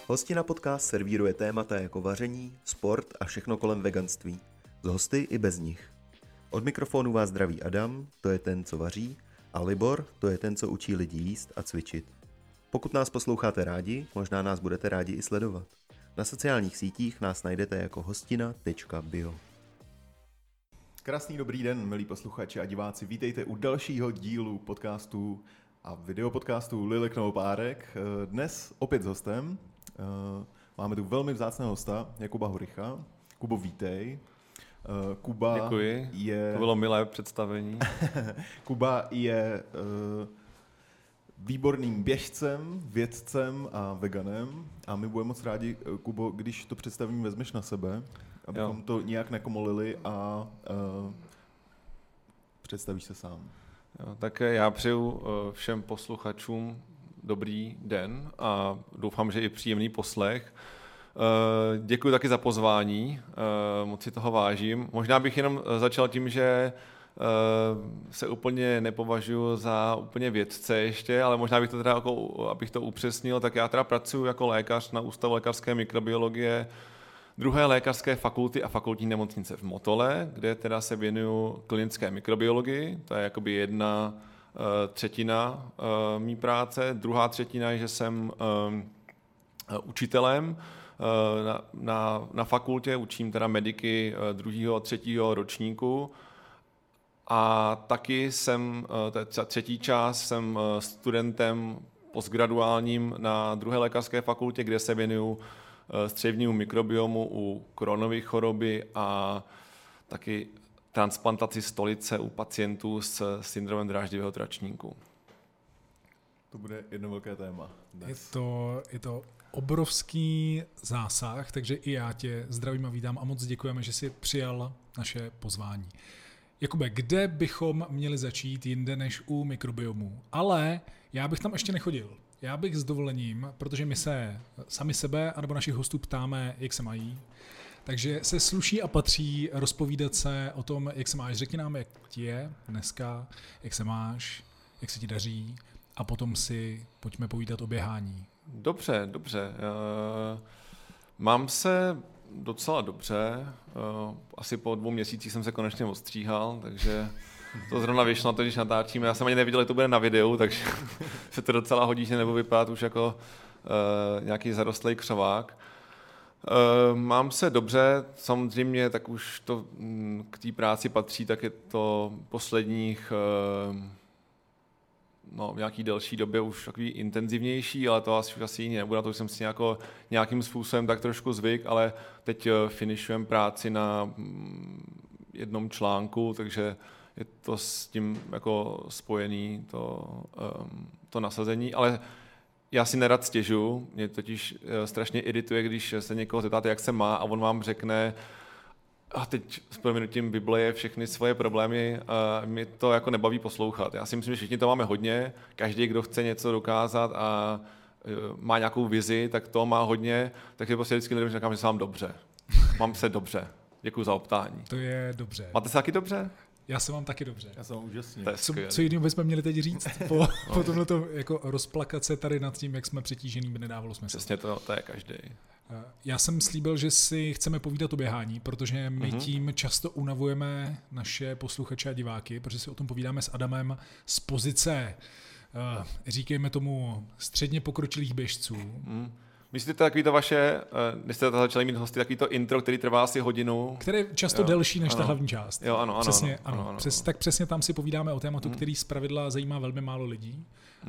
Hostina podcast servíruje témata jako vaření, sport a všechno kolem veganství. Z hosty i bez nich. Od mikrofonu vás zdraví Adam, to je ten, co vaří, a Libor, to je ten, co učí lidi jíst a cvičit. Pokud nás posloucháte rádi, možná nás budete rádi i sledovat. Na sociálních sítích nás najdete jako hostina.bio. Krásný dobrý den, milí posluchači a diváci. Vítejte u dalšího dílu podcastu a videopodcastu Lilek nebo Párek. Dnes opět s hostem. Máme tu velmi vzácného hosta, Jakuba Horicha. Kubo, vítej. Kuba Děkuji, je... to bylo milé představení. Kuba je výborným běžcem, vědcem a veganem a my budeme moc rádi, Kubo, když to představení vezmeš na sebe, abychom to nějak nekomolili a představíš se sám. Jo, tak já přeju všem posluchačům dobrý den a doufám, že i příjemný poslech. Děkuji taky za pozvání, moc si toho vážím. Možná bych jenom začal tím, že se úplně nepovažuji za úplně vědce ještě, ale možná bych to teda, abych to upřesnil, tak já teda pracuji jako lékař na Ústavu lékařské mikrobiologie 2. lékařské fakulty a fakultní nemocnice v Motole, kde teda se věnuju klinické mikrobiologii, to je jakoby 1/3 mý práce. 2/3 je, že jsem učitelem na fakultě, učím teda mediky 2. a 3. ročníku. A taky jsem, to je 3. část, jsem studentem postgraduálním na 2. lékařské fakultě, kde se věnuju střevnímu mikrobiomu u Crohnovy choroby a taky transplantaci stolice u pacientů s syndromem dráždivého tračníku. To bude jedno velké téma dnes. Je to obrovský zásah, takže i já tě zdravím a vítám a moc děkujeme, že jsi přijal naše pozvání. Jakube, kde bychom měli začít jinde než u mikrobiomu? Ale já bych tam ještě nechodil. Já bych s dovolením, protože my se sami sebe anebo našich hostů ptáme, jak se mají, takže se sluší a patří rozpovídat se o tom, jak se máš. Řekni nám, jak ti je dneska, jak se máš, jak se ti daří a potom si pojďme povídat o běhání. Dobře. Mám se docela dobře. Asi po 2 měsících jsem se konečně odstříhal, takže to zrovna vyšlo na to, když natáčíme. Já jsem ani neviděl, že to bude na videu, takže se to docela hodí, že nebudu vypadat už jako nějaký zarostlej křovák. Mám se dobře, samozřejmě, tak už to k té práci patří, tak je to posledních v nějaký delší době už takový intenzivnější, ale to asi jiný nebude, na to jsem si nějakým způsobem tak trošku zvyk, ale teď finišujeme práci na jednom článku, takže je to s tím jako spojený to nasazení, ale já si nerad stěžuju, mě totiž strašně irituje, když se někoho zeptáte, jak se má a on vám řekne, a teď s prominutím vybleje všechny svoje problémy, mě to jako nebaví poslouchat. Já si myslím, že všichni to máme hodně, každý, kdo chce něco dokázat a má nějakou vizi, tak to má hodně, takže prostě vždycky lidem říkám, že se mám dobře. Mám se dobře. Děkuji za optání. To je dobře. Máte se taky dobře? Já se mám taky dobře. Já jsem úžasně. Co jiného bychom měli teď říct po tomhleto jako rozplakat se tady nad tím, jak jsme přetížený, by nedávalo smysl. Přesně to je každý. Já jsem slíbil, že si chceme povídat o běhání, protože my tím často unavujeme naše posluchače a diváky, protože si o tom povídáme s Adamem z pozice, říkejme tomu, středně pokročilých běžců. Myslíte takový to vaše, když jste začali mít hosty, takový to intro, který trvá asi hodinu? Které je často delší než ta hlavní část. Jo, ano. Tak přesně tam si povídáme o tématu, který zpravidla zajímá velmi málo lidí.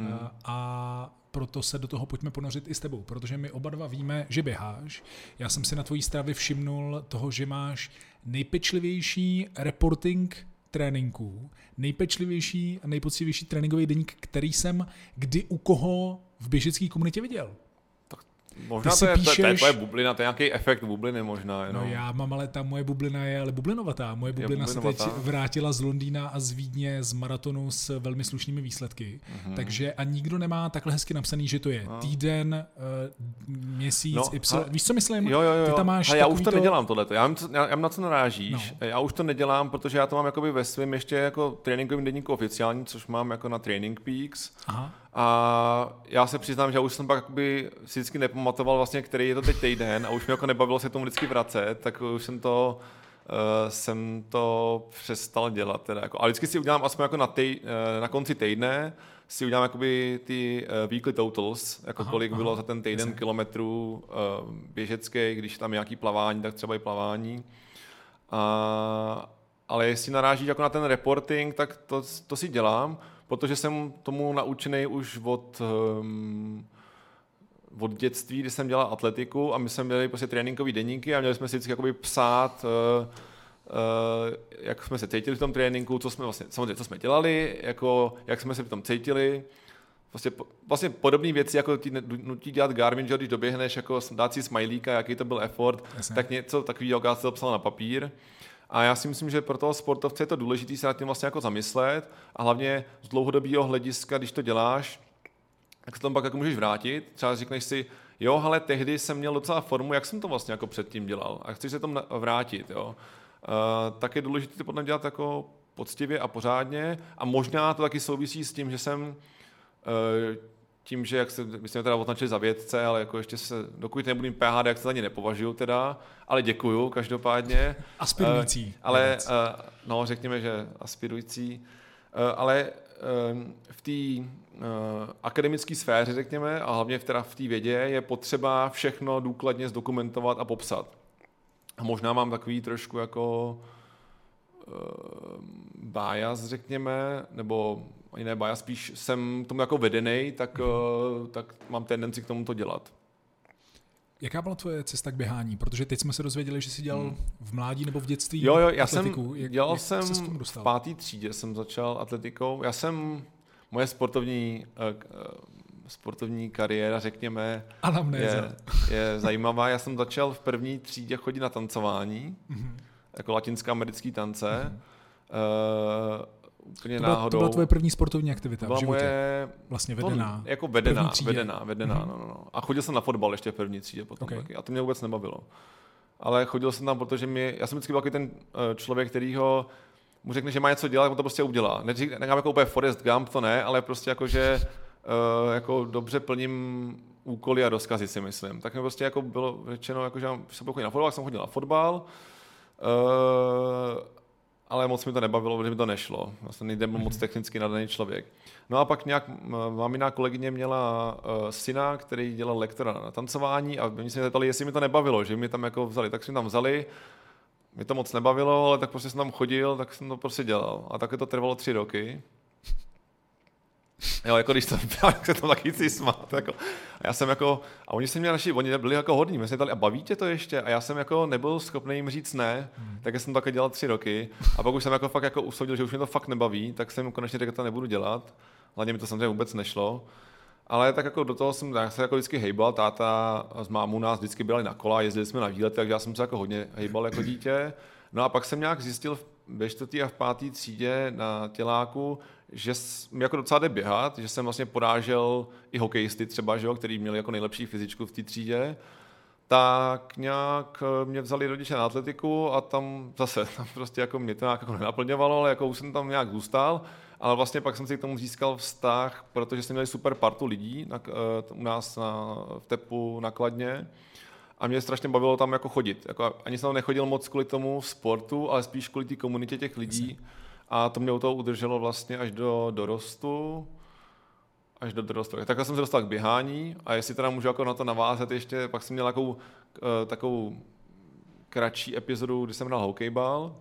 A proto se do toho pojďme ponořit i s tebou, protože my oba dva víme, že běháš. Já jsem si na tvojí strávě všimnul toho, že máš nejpečlivější reporting tréninků, nejpečlivější a nejpoctivější tréninkový deník, který jsem kdy u koho v běžecké komunitě viděl. Možná to je tvoje bublina, to je nějaký efekt bubliny možná. No já mám, ale ta moje bublina je ale bublinovatá. Moje bublina se teď vrátila z Londýna a z Vídně z maratonu s velmi slušnými výsledky. Takže a nikdo nemá takhle hezky napsaný, že to je týden, měsíc, víš, co myslím? Jo. Ty tam máš já už to nedělám tohleto. Já na co narážíš. No. Já už to nedělám, protože já to mám jakoby ve svém ještě jako tréninkovém deníku oficiální, což mám jako na Training Peaks. Aha. A já se přiznám, že už jsem pak si vždycky nepamatoval vlastně, který je to teď týden a už mě jako nebavilo se tomu vždycky vracet, tak už jsem to přestal dělat. Teda. A vždycky si udělám aspoň jako na konci týdne, si udělám jakoby ty weekly totals, jako kolik bylo za ten týden kilometrů běžecký, když tam je nějaký plavání, tak třeba i plavání. Ale jestli narážíš jako na ten reporting, tak to si dělám, protože jsem tomu naučený už od dětství, kdy jsem dělal atletiku a my jsme měli prostě tréninkové deníky a měli jsme si vždycky jakoby psát, jak jsme se cítili v tom tréninku, co jsme samozřejmě co jsme dělali, jako, jak jsme se v tom cítili. Vlastně podobné věci, jako ti nutí dělat Garmin, že když doběhneš, jako dát si smajlíka, jaký to byl effort, tak něco takového, jak to psal na papír. A já si myslím, že pro toho sportovce je to důležité se nad tím vlastně jako zamyslet a hlavně z dlouhodobého hlediska, když to děláš, tak se tam pak jako můžeš vrátit. Třeba řekneš si, jo, ale tehdy jsem měl docela formu, jak jsem to vlastně jako předtím dělal a chceš se tam vrátit, jo. Tak je důležité to potom dělat jako poctivě a pořádně a možná to taky souvisí s tím, že jsem tím, že my jsme teda označili za vědce, ale jako ještě dokud nebudu PhD, jak se za ně nepovažuju teda, ale děkuju každopádně. Aspirující. No, řekněme, že aspirující, ale v té akademické sféře, řekněme, a hlavně v té vědě je potřeba všechno důkladně zdokumentovat a popsat. A možná mám takový trošku jako bias, řekněme, nebo jiné bias, spíš jsem tomu jako vedenej, tak mám tendenci k tomu to dělat. Jaká byla tvoje cesta k běhání? Protože teď jsme se dozvěděli, že jsi dělal v mládí nebo v dětství já atletiku. Dělal jsem v 5. třídě, jsem začal atletikou. Moje sportovní kariéra, řekněme, je zajímavá. Já jsem začal v 1. třídě chodit na tancování, jako latinskoamerický tance. Úplně náhodou. To byla tvoje první sportovní aktivita v životě? Vlastně vedená. Jako vedená. No. A chodil jsem na fotbal ještě v 1. třídě potom taky. A to mě vůbec nebavilo. Ale chodil jsem tam, protože já jsem vždycky byl ten člověk, kterýho mu řekne, že má něco dělat, on to prostě udělá. Neříkám jako úplně Forrest Gump, to ne, ale prostě jako, že jako dobře plním úkoly a rozkazy, si myslím. Tak mi prostě jako bylo řečeno, jako, že jsem chodil na fotbal, jsem chodil na fotbal, ale moc mi to nebavilo, protože mi to nešlo. Vlastně nejde byl moc technicky nadaný člověk. No a pak nějak mamina kolegyně měla syna, který dělal lektora na tancování a oni se mě zeptali, jestli mi to nebavilo, že mi tam jako vzali. Tak jsme tam vzali, mě to moc nebavilo, ale tak prostě jsem tam chodil, tak jsem to prostě dělal. A taky to trvalo 3 roky. Jo, jako když se to taky chci smát. Jako. A já jsem jako, a oni se mě oni byli jako hodní, my jsme dali, a baví tě to ještě? A já jsem jako nebyl schopný jim říct ne, tak jsem to taky dělal 3 roky. A pak už jsem jako fakt jako usoudil, že už mě to fakt nebaví, tak jsem konečně řekl, že to nebudu dělat. Hlavně mi to samozřejmě vůbec nešlo. Ale tak jako do toho já se jako vždycky hejbal, táta s mámou nás vždycky byli na kola, jezdili jsme na výlety, takže já jsem se jako hodně hejbal jako dítě. No a pak jsem nějak zjistil ve 4. a v 5. třídě na těláku, že mi jako docela jde běhat, že jsem vlastně porážel i hokejisty třeba, že jo, který měli jako nejlepší fyzičku v té třídě, tak nějak mě vzali rodiče na atletiku a tam prostě jako mě to nějak jako nenaplňovalo, ale jako už jsem tam nějak zůstal, ale vlastně pak jsem si k tomu získal vztah, protože jsme měli super partu lidí u nás v Tepu na Kladně. A mě strašně bavilo tam jako chodit. Jako, ani jsem tam nechodil moc kvůli tomu sportu, ale spíš kvůli té komunitě těch lidí. A to mě u toho udrželo vlastně až do dorostu. Takhle jsem se dostal k běhání a jestli teda můžu jako na to navázat ještě, pak jsem měl takovou kratší epizodu, kdy jsem hrál hokejbal,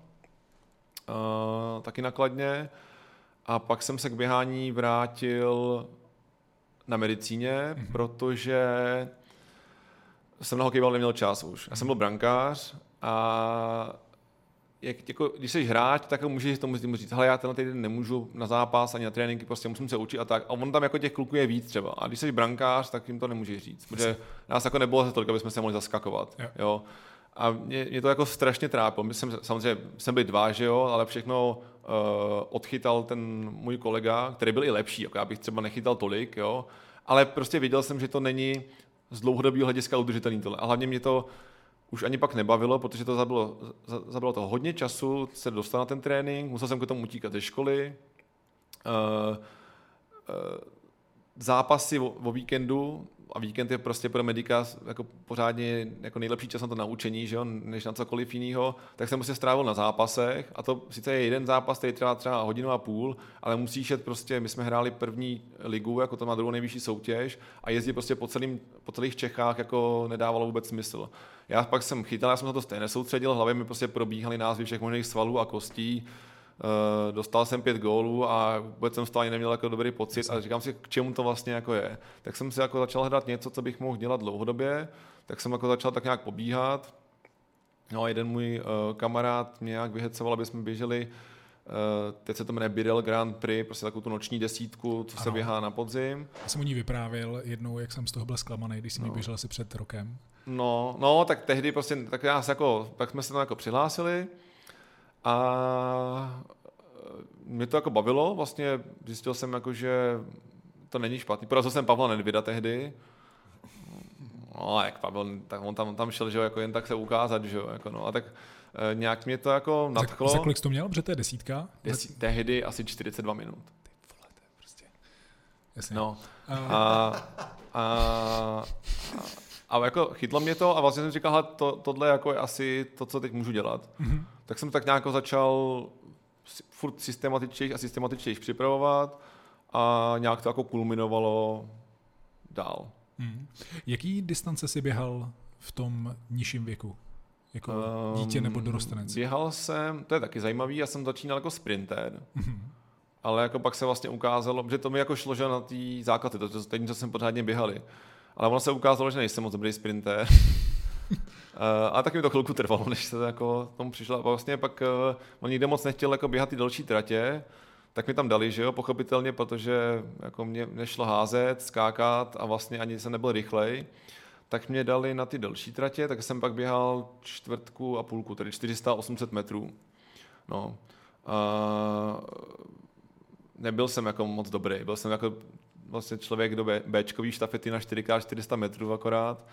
taky na Kladně. A pak jsem se k běhání vrátil na medicíně, protože jsem na hokejbal neměl čas už. Já jsem byl brankář a jako, když jsi hráč, tak můžeš tomu říct, hele, já tenhle týden nemůžu na zápas ani na tréninky, prostě musím se učit a tak. A on tam jako těch kluků je víc třeba. A když jsi brankář, tak jim to nemůžeš říct, protože nás jako nebylo tolik, aby jsme se mohli zaskakovat. Jo. A mě to jako strašně trápilo. Samozřejmě jsem byl 2, že jo, ale všechno odchytal ten můj kolega, který byl i lepší, jako já bych třeba nechytal tolik, jo. Ale prostě viděl jsem, že to není z dlouhodobého hlediska udržitelný tohle. A hlavně mě to už ani pak nebavilo, protože to zabilo to hodně času se dostat na ten trénink, musel jsem k tomu utíkat ze školy. zápasy o víkendu, a víkend je prostě pro medika jako pořádně jako nejlepší čas na to naučení, že jo, než na cokoliv jiného, tak jsem prostě strávil na zápasech a to sice je jeden zápas, který trvá třeba hodinu a půl, ale musíš jet prostě, my jsme hráli první ligu, jako to má druhou nejvyšší soutěž a jezdit prostě po celých Čechách jako nedávalo vůbec smysl. Já pak jsem chytal, já jsem na to stejně nesoustředil, v hlavě mi prostě probíhaly názvy všech možných svalů a kostí. Dostal jsem 5 gólů a vůbec jsem z toho ani neměl jako dobrý pocit a říkám si, k čemu to vlastně jako je. Tak jsem si jako začal hledat něco, co bych mohl dělat dlouhodobě, tak jsem jako začal tak nějak pobíhat. No a jeden můj kamarád mě nějak vyhecoval, aby jsme běželi, teď se to jmenuje Birel Grand Prix, prostě takovou tu noční desítku, co se běhá na podzim. Já jsem o ní vyprávěl jednou, jak jsem z toho byl zklamaný, když jsem ji běžel asi před rokem. No, tak tehdy prostě, tak jsme se tam jako přihlásili. A mě to jako bavilo, vlastně zjistil jsem jako, že to není špatný. Porazil jsem Pavla Nedvěda tehdy. No, jak Pavel, tak on tam šel, že jo, jako jen tak se ukázat, že jo, jako no. A tak nějak mě to jako nadchlo. Za kolik jsi to měl? Protože to je desítka? Tehdy asi 42 minut. Ty vole, to je prostě... Jasně. No. A jako chytlo mě to a vlastně jsem říkal, tohle jako je asi to, co teď můžu dělat. Mm-hmm. Tak jsem tak nějak začal furt systematičtěji připravovat a nějak to jako kulminovalo dál. Mm. Jaký distance jsi běhal v tom nižším věku? Jako dítě nebo dorostenec? Běhal jsem, to je taky zajímavý, já jsem začínal jako sprinter. Mm-hmm. Ale jako pak se vlastně ukázalo, že to mi jako šlo, že na té základce, teď co jsem pořádně běhali. Ale ono se ukázalo, že nejsem moc dobrý sprinter. A taky mi to chvilku trvalo, než se jako tomu přišlo. A vlastně pak on nikde moc nechtěl jako běhat ty delší tratě, tak mi tam dali, že jo, pochopitelně, protože jako mě nešlo házet, skákat a vlastně ani jsem nebyl rychlej. Tak mě dali na ty delší tratě, tak jsem pak běhal 4,5, tedy 400-800 metrů. No. Nebyl jsem jako moc dobrý, byl jsem jako vlastně člověk do Bčkový štafety na 4x400 metrů akorát,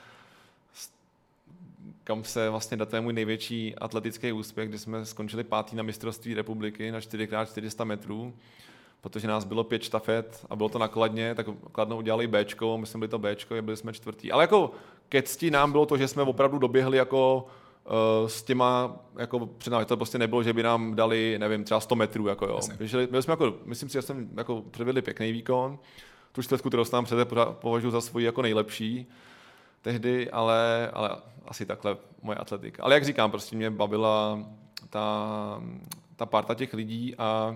kam se vlastně datuje můj největší atletický úspěch, kdy jsme skončili 5. na mistrovství republiky na 4x400 metrů, protože nás bylo 5 štafet a bylo to na Kladně, tak Kladno udělali Bčko, my jsme byli to Bčko a byli jsme 4. Ale jako ke cti nám bylo to, že jsme opravdu doběhli jako s těma, jako před námi, to prostě nebylo, že by nám dali, nevím, třeba 100 metrů, jako jo. Byli jsme jako, myslím si, že jsme jako předvedli pěkný výkon, tu 4, kterou jsem tam považuji za svoji jako nejlepší tehdy, ale asi takhle moje atletika. Ale jak říkám, prostě mě bavila ta parta těch lidí a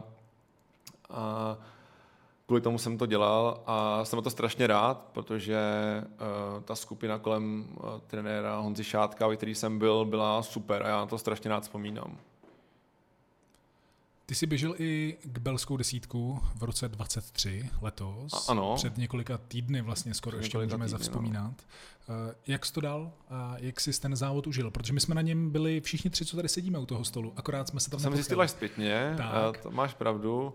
kvůli tomu jsem to dělal a jsem to strašně rád, protože ta skupina kolem trenéra Honzy Šátka, ve který jsem byl, byla super a já na to strašně rád vzpomínám. Ty jsi běžel i k Belskou desítku v roce 23 letos. Ano. Před několika týdny vlastně skoro ještě můžeme zavzpomínat. No. Jak jsi to dal a jak jsi ten závod užil? Protože my jsme na něm byli všichni 3, co tady sedíme u toho stolu. Akorát jsme se tam jsem zjistil až zpětně, to máš pravdu.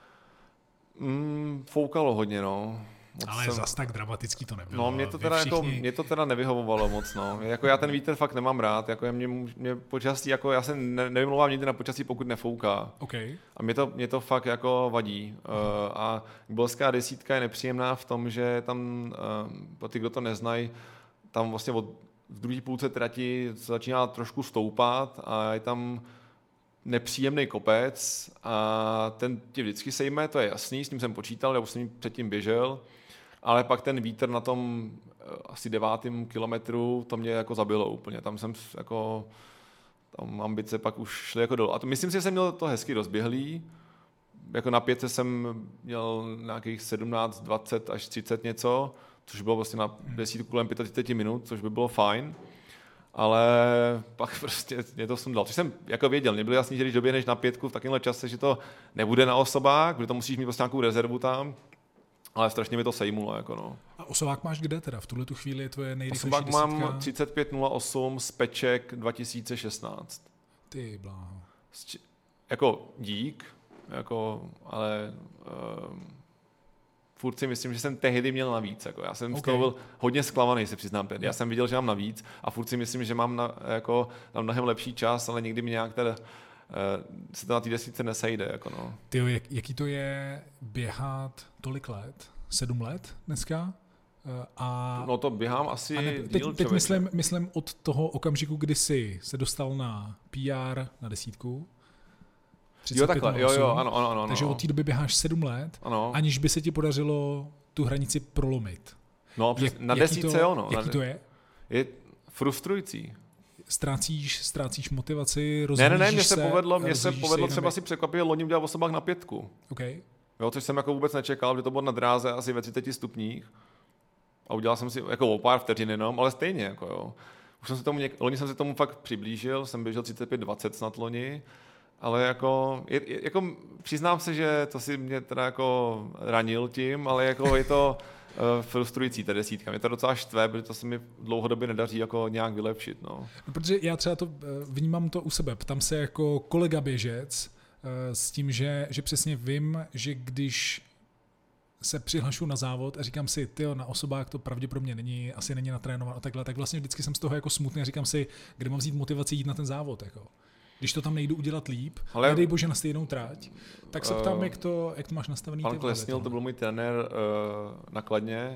Foukalo hodně, no. Ale zas tak dramatický to nebylo. No, mě to teda nevyhovovalo moc, no. Jako já ten vítr fakt nemám rád, jako mě počasí, jako já se nevymlouvám nikdy na počasí, pokud nefouká. Okay. A mě to fakt jako vadí. A Belská desítka je nepříjemná v tom, že tam, pro ty, kdo to neznají, tam vlastně v druhé půlce trati začíná trošku stoupat a je tam nepříjemný kopec a ten ti vždycky sejme, to je jasný, s tím jsem počítal, já už jsem předtím běžel, ale pak ten vítr na tom asi 9. kilometru, to mě jako zabilo úplně, tam jsem jako, tam ambice pak už šly jako dolů. A to, myslím si, že jsem měl to hezky rozběhlý, jako na 5 jsem měl nějakých 17, 20 až 30 něco, což bylo vlastně na 10 kolem 35 minut, což by bylo fajn. Ale pak prostě mě to sundal. Což jsem jako věděl, mě bylo jasný, že když doběhneš na 5 v takovémhle čase, že to nebude na osobák, protože to musíš mít prostě nějakou rezervu tam, ale strašně mi to sejmulo. Jako no. A osobák máš kde teda? V tuhletu chvíli je tvoje nejrychlejší osobák desítka? Mám 35.08 z Peček 2016. Ty bláho. Jako dík, jako, ale furt si myslím, že jsem tehdy měl navíc. Jako. Já jsem z toho byl hodně zklamaný, si přiznám tehdy. Já jsem viděl, že mám navíc a furt si myslím, že mám na mnohem lepší čas, ale nikdy mi nějak se to na té desítce nesejde. Jako no. Tyjo, jaký to je běhat tolik let 7 let dneska. No to běhám asi díl, teď myslím od toho okamžiku, kdy jsi se dostal na PR na 10. Jo, takhle, jo, ano. Takže od té doby běháš 7 let, aniž by se ti podařilo tu hranici prolomit. No, na 10 jo, no. Jaký to je? Je frustrující. Ztrácíš motivaci, Ne, mně se povedlo třeba si překvapivě loni udělat osobák na 5. Okay. Jo, což jsem jako vůbec nečekal, že to bylo na dráze asi ve 30 stupních. A udělal jsem si jako o pár vteřin jenom, ale stejně, jako jo. Už jsem se tomu loni jsem se tomu fakt přiblížil, jsem běžel 35-20 snad loni, ale jako přiznám se, že to si mě teda jako ranil tím, ale jako je to frustrující ta 10. Mě to docela štve, protože to se mi dlouhodobě nedaří jako nějak vylepšit. No. Protože já třeba to vnímám to u sebe, ptám se jako kolega běžec s tím, že přesně vím, že když se přihlašu na závod a říkám si, na osobák to pravděpodobně asi není natrénovat a takhle, tak vlastně vždycky jsem z toho jako smutný a říkám si, kde mám vzít motivaci jít na ten závod. Jako. Když to tam nejdu udělat líp, nedej bože na stejnou tráť, tak se ptám, jak to máš nastavený. Pan Klesnil, to byl můj trenér na Kladně.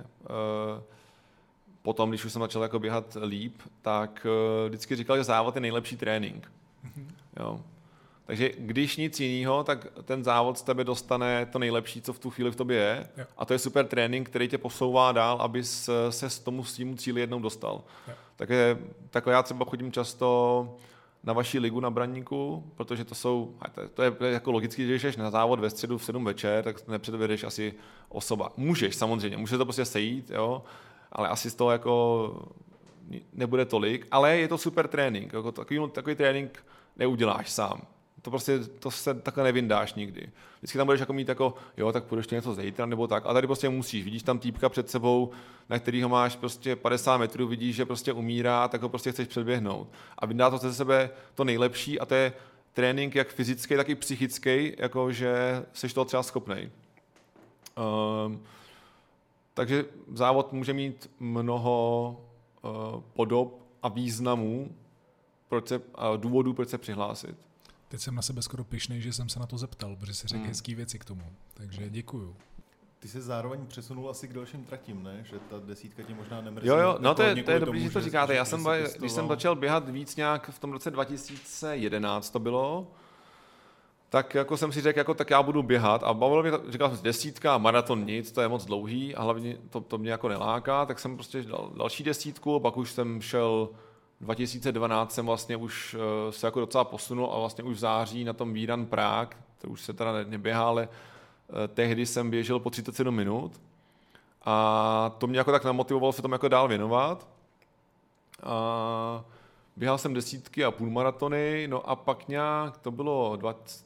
Potom, když už jsem začal jako běhat líp, tak vždycky říkal, že závod je nejlepší trénink. Jo. Takže když nic jiného, tak ten závod z tebe dostane to nejlepší, co v tu chvíli v tobě je. Jo. A to je super trénink, který tě posouvá dál, abys se s tomu svýmu cíli jednou dostal. Takhle já třeba chodím často na vaši ligu na Braníku, protože to je jako logicky, že jdeš na závod ve středu v 7 večer, tak nepředvedeš asi osoba. Můžeš samozřejmě, může to prostě sejít, jo, ale asi z toho jako nebude tolik, ale je to super trénink. Jako takový trénink neuděláš sám. To se takhle nevyndáš nikdy. Vždycky tam budeš jako mít jako, jo, tak půjdeš to něco zítra nebo tak. A tady prostě musíš. Vidíš tam týpka před sebou, na kterýho máš prostě 50 metrů, vidíš, že prostě umírá, tak ho prostě chceš předběhnout. A vyndá to ze sebe to nejlepší a to je trénink jak fyzický, tak i psychický, jako že jsi toho třeba schopnej. Takže závod může mít mnoho podob a významů, důvodů, proč se přihlásit. Teď jsem na sebe skoro pyšnej, že jsem se na to zeptal, protože si řekl hezký věci k tomu. Takže děkuju. Ty se zároveň přesunul asi k dalším tratím, ne? Že ta 10 tě možná nemrzí. Jo, no to je dobrý, že to říkáte. Když jsem začal běhat víc nějak v tom roce 2011 to bylo, tak jako jsem si řekl, jako, tak já budu běhat a bavilo mě, říkal jsem si 10, maraton nic, to je moc dlouhý a hlavně to mě jako neláká, tak jsem prostě dal další 10, pak už jsem šel 2012 jsem vlastně už se jako docela posunul a vlastně už v září na tom Víran Prague, to už se teda neběhá, ale tehdy jsem běžel po 37 minut a to mě jako tak namotivovalo se tomu jako dál věnovat. A běhal jsem 10 a půlmaratony, no a pak nějak, to bylo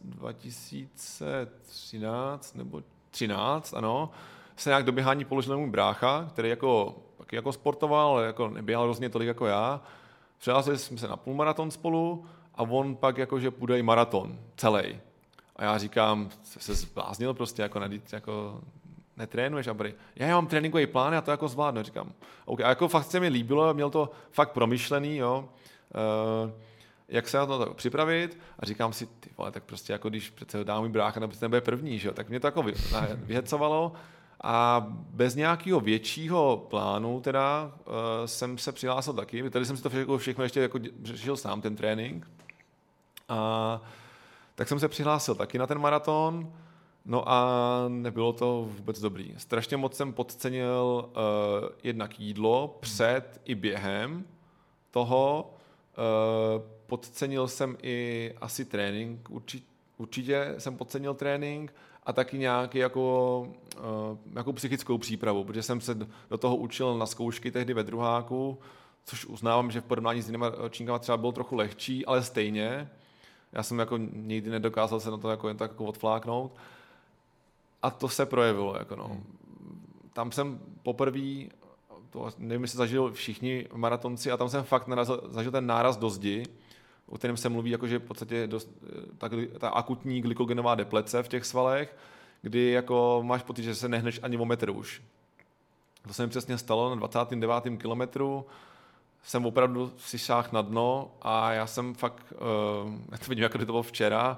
2013 nebo 13, ano, se nějak do běhání položil můj brácha, který jako sportoval, ale jako neběhal hrozně tolik jako já. Přihlásili jsme se na půlmaraton spolu a on pak jakože půjde i maraton, celý. A já říkám, se zbláznil prostě, jako netrénuješ a bry. Já mám tréninkový plán, já to jako zvládnu. Říkám, OK. A jako fakt se mi líbilo, měl to fakt promyšlený, jo. Jak se na to připravit a říkám si, ty vole, tak prostě jako když přece dá můj brácha, nebo nebude první, že jo. Tak mě to jako vyhecovalo. A bez nějakého většího plánu teda jsem se přihlásil taky. Tady jsem si to všechno ještě jako řešil sám, ten trénink. A tak jsem se přihlásil taky na ten maraton. No a nebylo to vůbec dobrý. Strašně moc jsem podcenil jednak jídlo před i během toho. Podcenil jsem i asi trénink. Určitě jsem podcenil trénink. A taky nějaký jako psychickou přípravu, protože jsem se do toho učil na zkoušky tehdy ve druháku, což uznávám, že v porovnání s jinými ročníkama třeba bylo trochu lehčí, ale stejně. Já jsem jako nikdy nedokázal se na to jako jen tak jako odfláknout. A to se projevilo. Jako no. Tam jsem poprvé, nevím, jestli zažil všichni maratonci, a tam jsem fakt zažil ten náraz do zdi, o kterém se mluví, jakože v podstatě ta akutní glykogenová deplece v těch svalech, kdy jako máš pocit, že se nehneš ani o metr už. To se mi přesně stalo na 29. kilometru. Jsem opravdu si šáhl na dno a já jsem fakt, já to vidím, jako to bylo včera,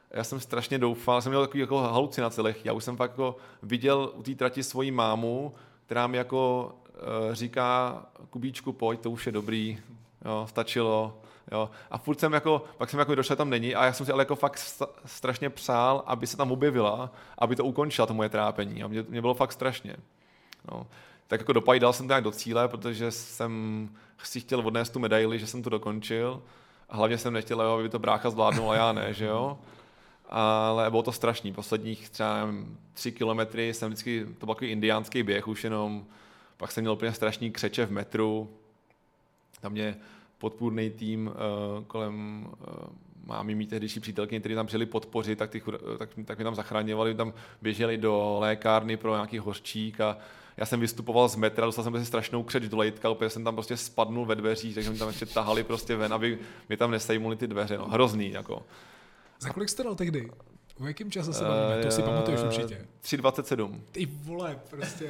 já jsem strašně doufal, jsem měl takový jako halucinace lehký. Já už jsem fakt jako viděl u té trati svoji mámu, která mi jako říká, Kubíčku, pojď, to už je dobrý, jo, stačilo. Jo. A furt jsem jako, pak jsem jako došel, tam není, a já jsem si ale jako fakt strašně přál, aby se tam objevila, aby to ukončila, to moje trápení. A mě bylo fakt strašně. No. Tak jako dal jsem to nějak do cíle, protože jsem si chtěl odnést tu medaili, že jsem to dokončil. A hlavně jsem nechtěl, aby to brácha zvládnul a já ne, že jo. Ale bylo to strašný. Posledních třeba 3 kilometry jsem vždycky, to byl takový indiánský běh už jenom, pak jsem měl úplně strašný křeče v metru. Tam mě podpůrný tým kolem mámy mý tehdejší přítelkyně, kteří tam přijeli podpořit, tak mě tam zachraňovali, tam běželi do lékárny pro nějaký hořčík a já jsem vystupoval z metra, dostal jsem prostě strašnou křeč do lejtka, úplně jsem tam prostě spadnul ve dveřích, takže mi tam ještě tahali prostě ven, aby mi tam nesejmuli ty dveře, no, hrozný jako. Za kolik jste dal tehdy? V jakém čase se bavíme? To si pamatuješ určitě. 3:27. Ty vole, prostě.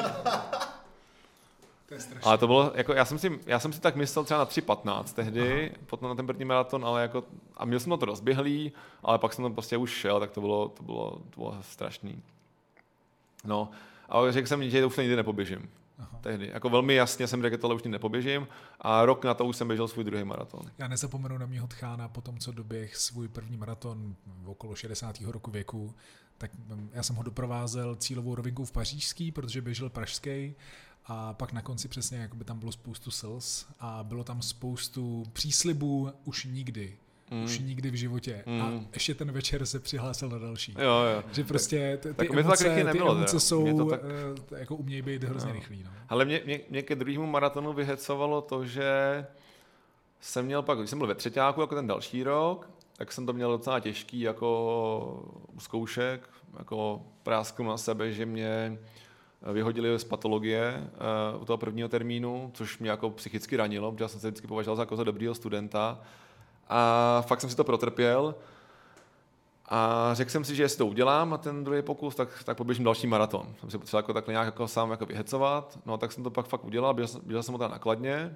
To je strašné. Ale to bylo, jako já jsem si tak myslel třeba na 3:15 tehdy, potom na ten první maraton, ale jako, a měl jsem to rozběhlý, ale pak jsem tam prostě už šel, tak to bylo strašný. No, ale řekl jsem, že to už nikdy nepoběžím. Aha. Tehdy. Jako velmi jasně jsem řekl, že tohle už nepoběžím, a rok na to už jsem běžel svůj druhý maraton. Já nezapomenu na mýho tchána po tom, co doběh svůj první maraton v okolo 60. roku věku, tak já jsem ho doprovázel cílovou rovinkou v pařížský, protože běžel pražský. A pak na konci přesně jakoby tam bylo spoustu slz a bylo tam spoustu příslibů už nikdy v životě. A ještě ten večer se přihlásil na další. Jo. Že prostě ty emoce jsou, jako umějí být hrozně rychlý. No. Ale mě ke druhému maratonu vyhecovalo to, že jsem měl pak, když jsem byl ve třeťáku jako ten další rok, tak jsem to měl docela těžký jako u zkoušek, jako prásknu na sebe, že mě vyhodili z patologie u toho prvního termínu, což mě jako psychicky ranilo, protože já jsem se vždycky považoval za jako dobrýho studenta. A fakt jsem si to protrpěl. A řekl jsem si, že jestli to udělám a ten druhý pokus, tak poběžím další maraton. Jsem si potřeboval jako takhle nějak jako sám jako vyhecovat. No tak jsem to pak fakt udělal, běžel jsem ho tam nakladně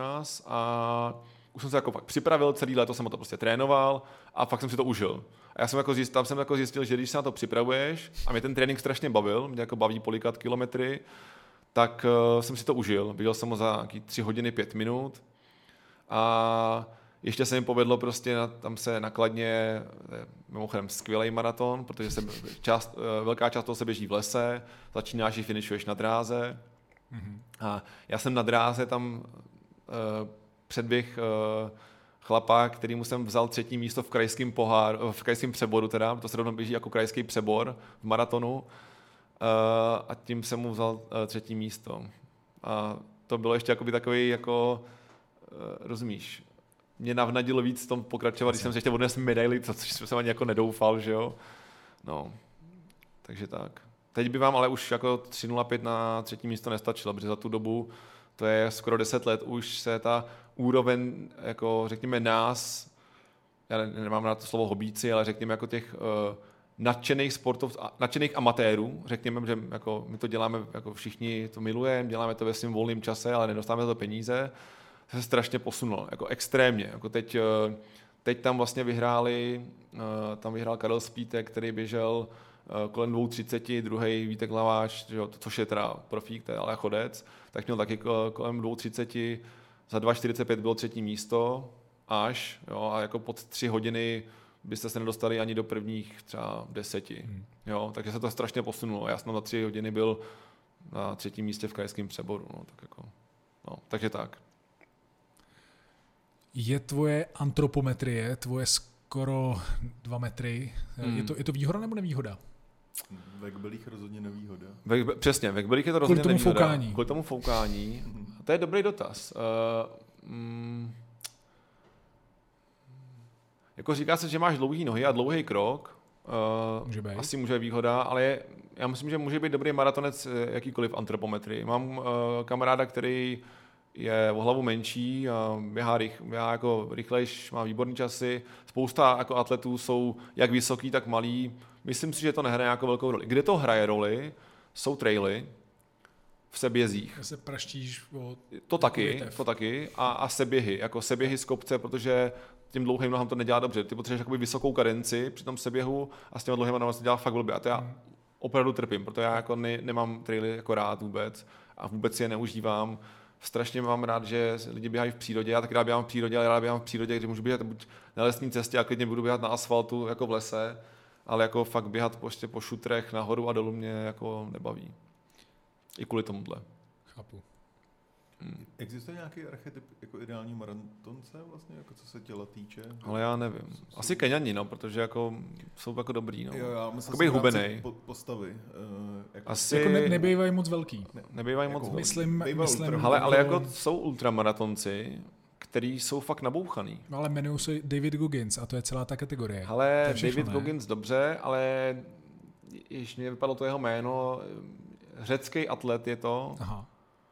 a už jsem se jako fakt připravil, celý léto jsem ho to prostě trénoval a fakt jsem si to užil. A já jsem jako zjistil, že když se na to připravuješ, a mě ten trénink strašně bavil, mě jako baví polikat kilometry, tak jsem si to užil. Běžel jsem ho za nějaký 3 hodiny 5 minut a ještě se mi povedlo prostě tam se nakladně, mimochodem skvělý maraton, protože velká část toho se běží v lese, začínáš i finišuješ na dráze. Mm-hmm. A já jsem na dráze tam předběh chlapa, kterýmu jsem vzal 3. místo v krajském přeboru, teda, to se rovnou běží jako krajský přebor v maratonu, a tím jsem mu vzal 3. místo. A to bylo ještě jakoby takový, jako, rozumíš, mě navnadilo víc v tom pokračovat, když jsem si ještě odnesl medaili, což jsem ani jako nedoufal, že jo. No, takže tak. Teď by vám ale už jako 3:05 na 3. místo nestačilo, protože za tu dobu, to je skoro 10 let, už se ta úroveň, jako řekněme nás, já nemám rád to slovo hobíci, ale řekněme jako těch nadšených amatérů, řekněme, že jako my to děláme, jako všichni to milujeme, děláme to ve svém volném čase, ale nedostáváme za to peníze, se strašně posunulo, jako extrémně. Jako teď tam vlastně vyhrál Karel Spítek, který běžel kolem 2:30, druhý Vítek Laváš, což je teda profík, to je ale chodec, tak měl taky kolem 2:30, za 2:45 bylo 3. místo až, jo, a jako pod 3 hodiny byste se nedostali ani do prvních třeba 10. Jo, takže se to strašně posunulo. Já jsem za 3 hodiny byl na 3. místě v krajském přeboru. No, tak jako, no, takže tak. Je tvoje antropometrie, tvoje skoro 2 metry, je to výhoda nebo nevýhoda? Ve kbelích rozhodně nevýhoda. Přesně, ve kbelích je to rozhodně nevýhoda. Kvůli tomu foukání. To je dobrý dotaz. Jako říká se, že máš dlouhý nohy a dlouhý krok. Asi může výhoda, ale já myslím, že může být dobrý maratonec jakýkoliv antropometrii. Mám kamaráda, který je o hlavu menší, běhá jako rychlejš, má výborný časy. Spousta jako atletů jsou jak vysoký, tak malý. Myslím si, že to nehraje jako velkou roli. Kde to hraje roli, jsou traily. v sebězích. Se praštíš o To taky a seběhy, jako seběhy z kopce, protože tím dlouhým nohám to nedělá dobře. Ty potřebuješ jakoby vysokou kadenci při tom seběhu a s těma dlouhýma nohama se dělá fakt blbě. A to já opravdu trpím, protože já jako nemám traily jako rád vůbec a vůbec je neužívám. Strašně mám rád, že lidi běhají v přírodě. Já taky rád běhám v přírodě, ale rád běhám v přírodě, kde můžu běhat buď na lesní cestě a klidně budu běhat na asfaltu jako v lese, ale jako fakt běhat prostě po šutrech nahoru a dolů mě jako nebaví. I kvůli tomuhle. Chápu. Existuje nějaký archetyp jako ideální maratonce vlastně, jako co se těla týče? Ale já nevím. Asi Keňani, no, protože jako jsou jako dobrý, no. Jo, já myslím, jako být hubenej. Postavy. Asi... Jako nebývají moc velký. Nebývají moc velký. Myslím. Ale jako jsou ultramaratonci, který jsou fakt nabouchaný. No, ale jmenují se David Goggins a to je celá ta kategorie. Ale David Goggins dobře, ale ještě mě vypadlo to jeho jméno. Řecký atlet je to. Aha.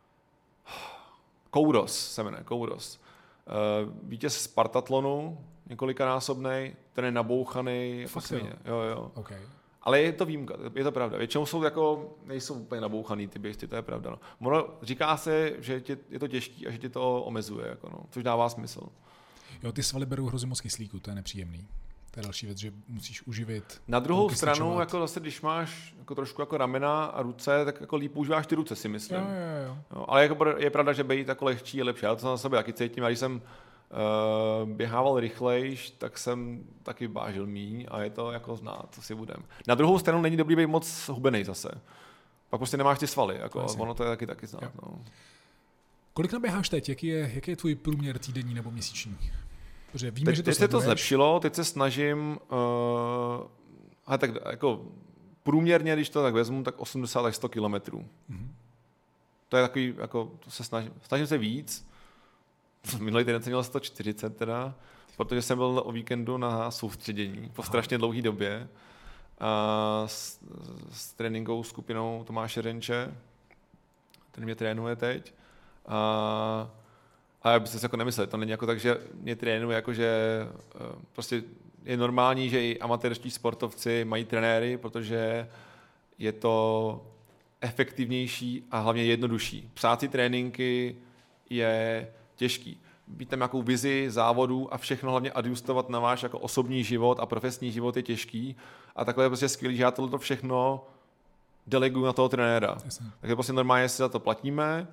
Kouros se jmenuje, Kouros. Vítěz Spartatlonu, několikanásobnej, ten je nabouchaný. Fakt jo. Jo. Okay. Ale je to výjimka, je to pravda. Většinou jsou jako, nejsou úplně nabouchaný ty běžci, to je pravda. No. Ono říká se, že je to těžký a že tě to omezuje, jako no, což dává smysl. Jo, ty svaly berou hrozně moc kyslíku, to je nepříjemný. To je další věc, že musíš uživit. Na druhou stranu, jako zase, když máš jako trošku jako ramena a ruce, tak jako líp používáš ty ruce, si myslím. Jo. No, ale jako je pravda, že být jako lehčí je lepší. Já to na sebe taky cítím. A když jsem běhával rychlejš, tak jsem taky vážil míň a je to jako znát, co si budem. Na druhou stranu není dobrý být moc hubenej zase. Pak prostě nemáš ty svaly, jako, ono to je taky znát. No. Kolik naběháš teď? Jaký je tvůj průměr týdenní nebo měsíční? Protože víme, že teď se to zlepšilo, teď se snažím, ale tak jako průměrně, když to tak vezmu, tak 80 až 100 kilometrů. Mm-hmm. To je takový, jako to se snažím se víc. Minulý týden jsem měl 140 teda, protože jsem byl o víkendu na soustředění po strašně dlouhé době a s tréninkovou skupinou Tomáše Renče, ten mě trénuje teď. A já bych si jako nemyslel, to není jako tak, že mě trénuje, jako že prostě je normální, že i amatérští sportovci mají trenéry, protože je to efektivnější a hlavně jednodušší. Psát si tréninky je těžký. Být tam nějakou vizi závodů a všechno hlavně adjustovat na váš jako osobní život a profesní život je těžký. A takhle je prostě skvělý, že já tohle všechno deleguju na toho trenéra. Takže prostě normálně si za to platíme.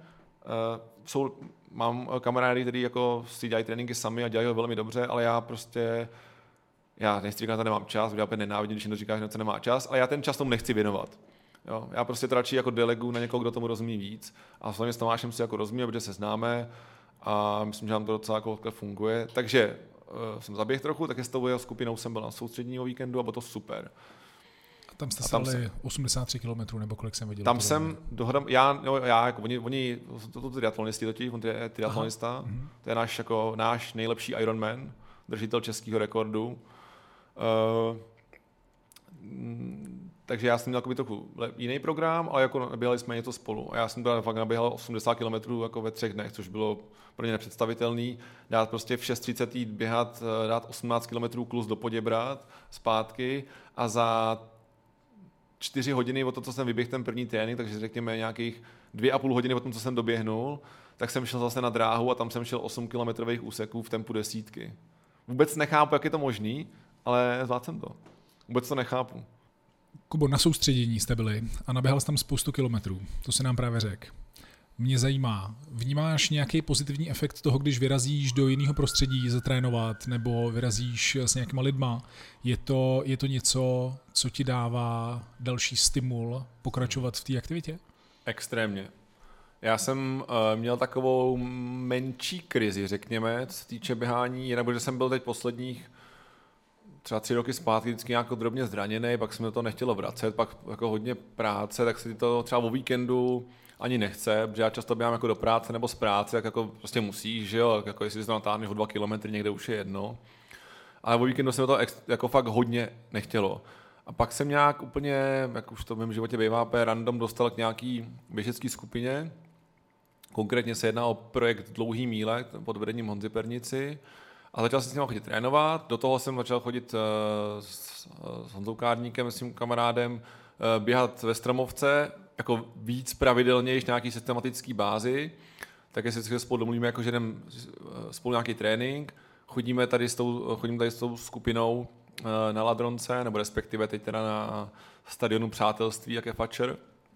Mám kamarády, kteří jako si dělají tréninky sami a dělají ho velmi dobře, ale já nechci říkat, že nemám čas, já opět nenávidím, když někdo říká, že nemá čas, ale já ten čas tomu nechci věnovat. Jo? Já prostě to radši jako delegu na někoho, kdo tomu rozumí víc. A s Tomášem si jako rozumí, protože se známe a myslím, že nám to docela jako funguje. Takže jsem zaběhl trochu, tak s tou jeho skupinou jsem byl na soustředního víkendu a bylo to super. Tam jste stali 83 km, nebo kolik jsem viděl? Tam jsem jako oni to triatlonisti totiž, on je triatlonista, to je náš nejlepší Ironman, držitel českého rekordu. Takže já jsem měl trochu jiný program, ale jako běhali jsme něco spolu. A já jsem fakt naběhal 80 km jako ve 3 dnech, což bylo pro ně nepředstavitelný. Dát prostě v 6:30 jít běhat, dát 18 km klus do Poděbrad, zpátky a za 4 hodiny od toho, co jsem vyběhl ten první trénink, takže řekněme nějakých 2,5 hodiny po tom, co jsem doběhnul, tak jsem šel zase na dráhu a tam jsem šel 8 kilometrových úseků v tempu 10. Vůbec nechápu, jak je to možný, ale zvládl jsem to. Vůbec to nechápu. Kubo, na soustředění jste byli a naběhal jsi tam spoustu kilometrů. To se nám právě řekl. Mě zajímá, vnímáš nějaký pozitivní efekt toho, když vyrazíš do jiného prostředí zatrénovat nebo vyrazíš s nějakýma lidma? Je to něco, co ti dává další stimul pokračovat v té aktivitě? Extrémně. Já jsem měl takovou menší krizi, řekněme, co se týče běhání, jinak protože jsem byl teď posledních třeba 3 roky zpátky vždycky nějak drobně zraněný, pak se mi to nechtělo vracet, pak jako hodně práce, tak se to třeba o víkendu ani nechce, protože já často běhám jako do práce nebo z práce, tak jako prostě musíš, že jo, jako jestli si to natáhneš o 2 kilometry, někde už je jedno. Ale o víkendu se mi to jako fakt hodně nechtělo. A pak jsem nějak úplně, jak už to v mém životě bývá, random dostal k nějaký běžecký skupině. Konkrétně se jedná o projekt Dlouhý míle pod vedením Honzy Pernici. A začal jsem s ním chodit trénovat, do toho jsem začal chodit s Honzou Kárníkem, s tím kamarádem, běhat ve Stromovce jako víc pravidelněji, nějaký systematický bázi, tak jestli se spolu domluvíme, jako že jdeme spolu nějaký trénink, chodím tady s tou skupinou na Ladronce, nebo respektive teď teda na stadionu Přátelství, jak je Fatcher.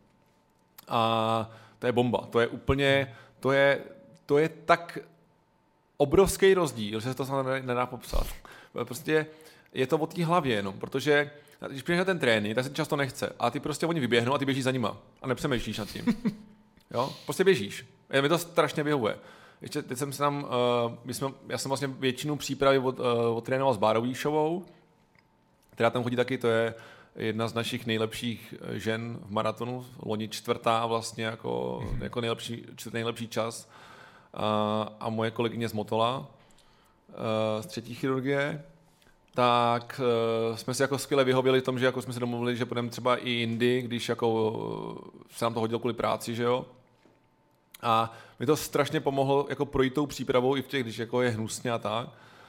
A to je bomba. To je úplně, to je tak obrovský rozdíl, že se to samozřejmě nedá popsat. Prostě je to o té hlavě jenom, protože když přijdeš na ten trénink, tak se často nechce. A ty prostě oni vyběhnou a ty běžíš za nima. A nepřemýšlíš nad tím. Jo? Prostě běžíš. Mi to strašně vyhovuje. Ještě teď jsem se tam, já jsem vlastně většinu přípravy odtrénoval s Bárou Jíšovou, která tam chodí taky, to je jedna z našich nejlepších žen v maratonu, loni 4. vlastně jako nejlepší čas. A moje kolegyně z Motola, z 3. chirurgie, tak jsme si jako skvěle vyhověli v tom, že jako jsme se domluvili, že půjdeme třeba i jindy, když jako se nám to hodilo kvůli práci, že jo. A mi to strašně pomohlo jako projít tou přípravou i v těch, když jako je hnusně a tak.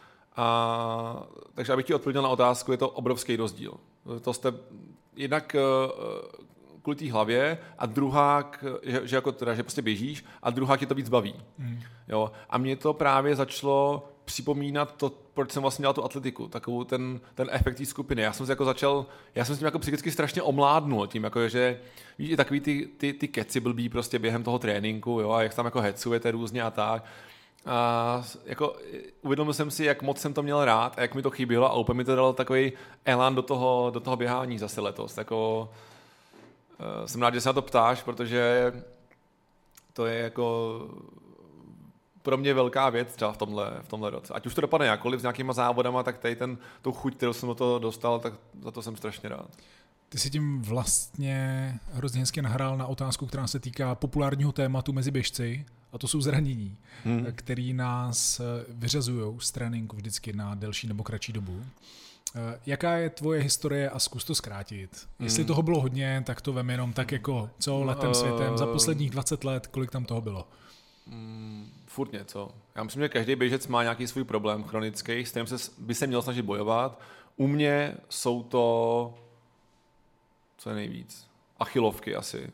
Takže abych ti odpověděl na otázku, je to obrovský rozdíl. To jste jednak kvůli té hlavě a druhák, že prostě běžíš a druhák tě to víc baví. Jo? A mě to právě začalo připomínat to, proč jsem vlastně dělal tu atletiku, takovou ten efekt té skupiny. Já jsem s tím jako psychicky strašně omládnul tím, jako, že víš, i takový ty keci blbý prostě během toho tréninku, jo, a jak tam jako hecujete různě a tak. A jako uvědomil jsem si, jak moc jsem to měl rád a jak mi to chybělo a úplně mi to dalo takový elán do toho běhání zase letos. Jako, jsem rád, že se na to ptáš, protože to je jako pro mě velká věc třeba v tomhle roce. Ať už to dopadne jakkoliv s nějakýma závodama, tak tady tou chuť, kterou jsem do toho dostal, tak za to jsem strašně rád. Ty si tím vlastně hrozně hezky nahrál na otázku, která se týká populárního tématu mezi běžci, a to jsou zranění, který nás vyřazují z tréninku vždycky na delší nebo kratší dobu. Jaká je tvoje historie a zkus to zkrátit? Jestli toho bylo hodně, tak to vem jenom tak jako co letem světem, za posledních 20 let, kolik tam toho bylo? Furt něco. Já myslím, že každý běžec má nějaký svůj problém chronický, s kterým by se měl snažit bojovat. U mě jsou to, co je nejvíc, achilovky asi.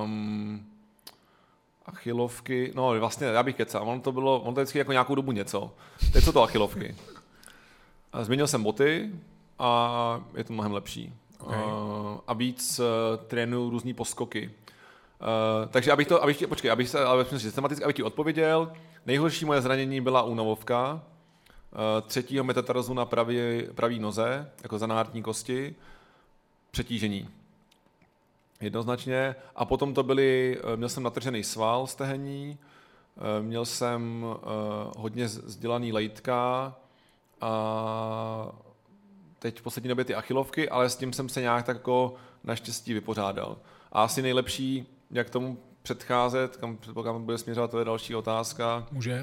Achilovky, no vlastně já bych kecal, on to vždycky jako nějakou dobu něco. Teď jsou to achilovky. Změnil jsem boty a je to mnohem lepší. Okay. A víc trénuju různý poskoky. Takže abych ti odpověděl, nejhorší moje zranění byla únavovka, 3. metatarozu na pravý noze, jako za náhrtní kosti, přetížení. Jednoznačně. A potom měl jsem natržený sval stehenní, měl jsem hodně sdělaný lejtka a teď v poslední době ty achilovky, ale s tím jsem se nějak tak jako naštěstí vypořádal. A asi nejlepší, jak tomu předcházet, kam předpokládám, bude směřovat, to je další otázka. Může.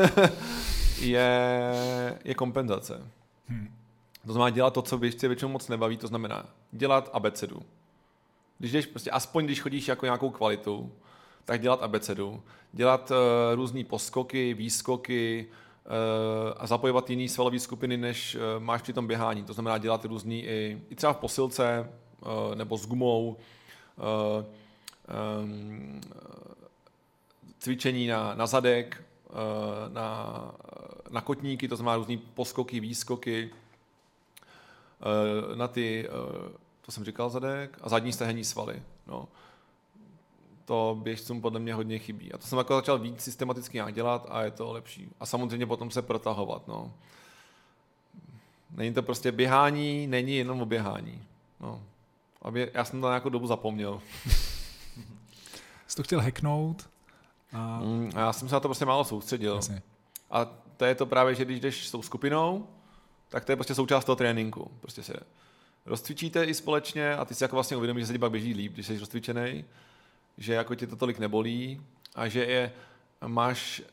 je kompenzace. To znamená dělat to, co běžce většinou moc nebaví, to znamená dělat abecedu. Když chodíš jako nějakou kvalitu, tak dělat abecedu, dělat různý poskoky, výskoky a zapojovat jiný svalové skupiny, než máš při tom běhání. To znamená dělat různý i třeba v posilce nebo s gumou, cvičení na zadek, na kotníky, to znamená různý poskoky, výskoky, na ty, to jsem říkal, zadek a zadní stehenní svaly. No. To běžcům podle mě hodně chybí. A to jsem jako začal víc systematicky nějak dělat a je to lepší. A samozřejmě potom se protahovat. No. Není to prostě běhání, není jenom o běhání. No. Já jsem to na nějakou dobu zapomněl. Jsi to chtěl hacknout? A já jsem se na to prostě málo soustředil. Jasně. A to je to právě, že když jdeš s tou skupinou, tak to je prostě součást toho tréninku. Prostě se rozcvičíte i společně a ty si jako vlastně uvědomíš, že se ti pak běží líp, když jsi rozcvičenej, že jako tě to tolik nebolí a že máš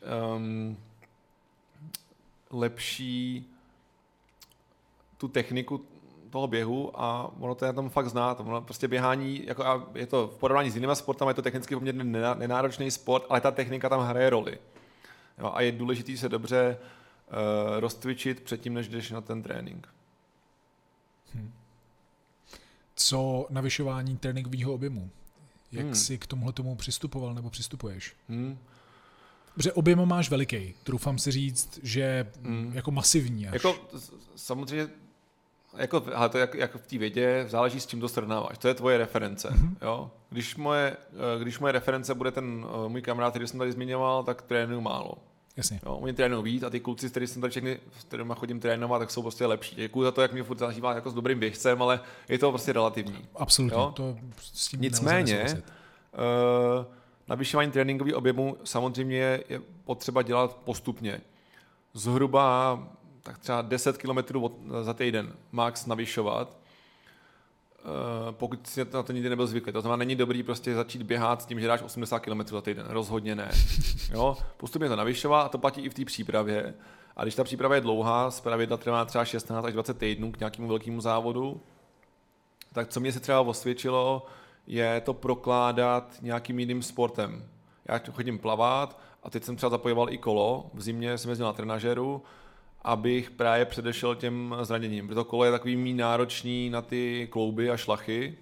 lepší tu techniku toho běhu a ono to je tam fakt znát. Ono prostě běhání, jako je to v porovnání s jinými sportami, je to technicky poměrně nenáročný sport, ale ta technika tam hraje roli. Jo, a je důležité se dobře rozcvičit předtím, než jdeš na ten trénink. Co navyšování tréninkového objemu? Jak jsi k tomu přistupoval nebo přistupuješ? Protože objem máš veliký, troufám si říct, že jako masivní až. Jako samozřejmě, ale to jako v té vědě záleží, s čím to srovnáváš. To je tvoje reference. Jo? Když moje reference bude ten můj kamarád, který jsem tady zmiňoval, tak trénuju málo. Jasně. Jo, oni trénují víc a ty kluci, s kterými chodím trénovat, tak jsou prostě lepší. Děkuju za to, jak mě furt zažívá jako s dobrým běžcem, ale je to prostě relativní. Absolutně, jo? to s tím nicméně, navyšování tréninkového objemu samozřejmě je potřeba dělat postupně. Zhruba tak třeba 10 km za týden max navyšovat, pokud si na to nikdy nebyl zvyklý. To znamená, není dobrý prostě začít běhat s tím, že dáš 80 km za týden. Rozhodně ne. Jo? Postupně to navyšovat a to platí i v té přípravě. A když ta příprava je dlouhá, zpravidla trvá třeba 16 až 20 týdnů k nějakému velkému závodu, tak co mě se třeba osvědčilo, je to prokládat nějakým jiným sportem. Já chodím plavat a teď jsem třeba zapojoval i kolo. V zimě jsem jezdil na trenažéru, abych právě předešel těm zraněním. Protože to kolo je takový méně náročný na ty klouby a šlachy.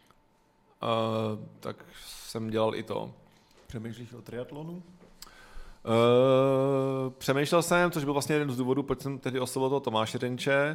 Tak jsem dělal i to. Přemýšlíš o triatlonu? Přemýšlel jsem, což byl vlastně jeden z důvodů, proč jsem tehdy oslovil toho Tomáše Řenče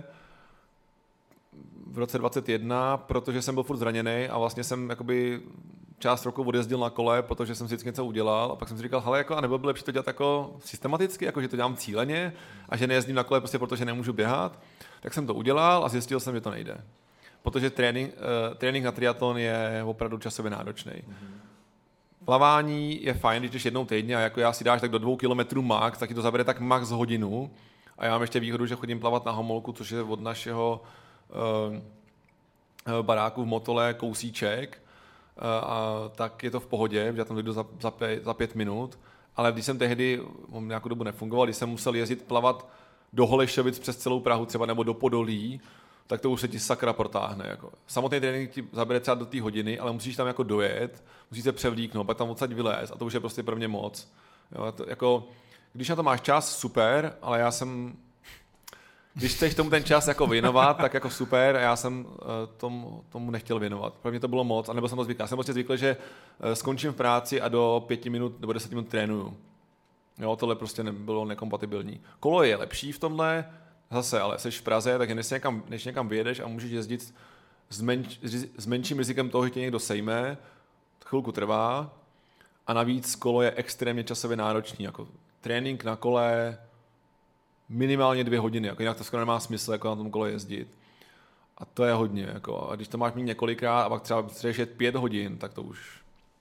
v roce 2021, protože jsem byl furt zraněný a vlastně jsem jakoby část roku odjezdil na kole, protože jsem si vždycky něco udělal a pak jsem si říkal, hele, jako, a nebylo by lepší to dělat jako systematicky, jako že to dělám cíleně a že nejezdím na kole prostě protože nemůžu běhat. Tak jsem to udělal a zjistil jsem, že to nejde. Protože trénink na triatlon je opravdu časově náročný. Plavání je fajn, když jdeš jednou týdně a jako já si dáš tak do 2 kilometrů max, tak ti to zabere tak max hodinu. A já mám ještě výhodu, že chodím plavat na Homolku, což je od našeho baráku v Motole kousíček. A tak je to v pohodě, že já tam dojdu za 5 minut. Ale když jsem tehdy nějakou dobu nefungoval, když jsem musel jezdit plavat do Holešovic přes celou Prahu třeba nebo do Podolí, tak to už se ti sakra protáhne. Jako. Samotný trénink ti zabere třeba do té hodiny, ale musíš tam jako dojet, musíš se převlíknout, pak tam odsaď vylézt a to už je prostě pro mě moc. Jo, to, jako, když na to máš čas, super, ale já jsem, když chceš tomu ten čas jako věnovat, tak jako super a já jsem tomu nechtěl věnovat. Pro mě to bylo moc a nebyl jsem to zvyklý. Já jsem prostě zvyklý, že skončím v práci a do 5 minut nebo 10 minut trénuju. Jo, tohle prostě nebylo nekompatibilní. Kolo je lepší v tomhle, zase, ale jsi v Praze, tak než někam vyjedeš a můžeš jezdit s menším rizikem toho, že tě někdo sejme, chvilku trvá a navíc kolo je extrémně časově náročný. Jako trénink na kole minimálně 2 hodiny, jako jinak to skoro nemá smysl jako na tom kole jezdit. A to je hodně. Jako, a když to máš mít několikrát a pak třeba chceš jet 5 hodin, tak to už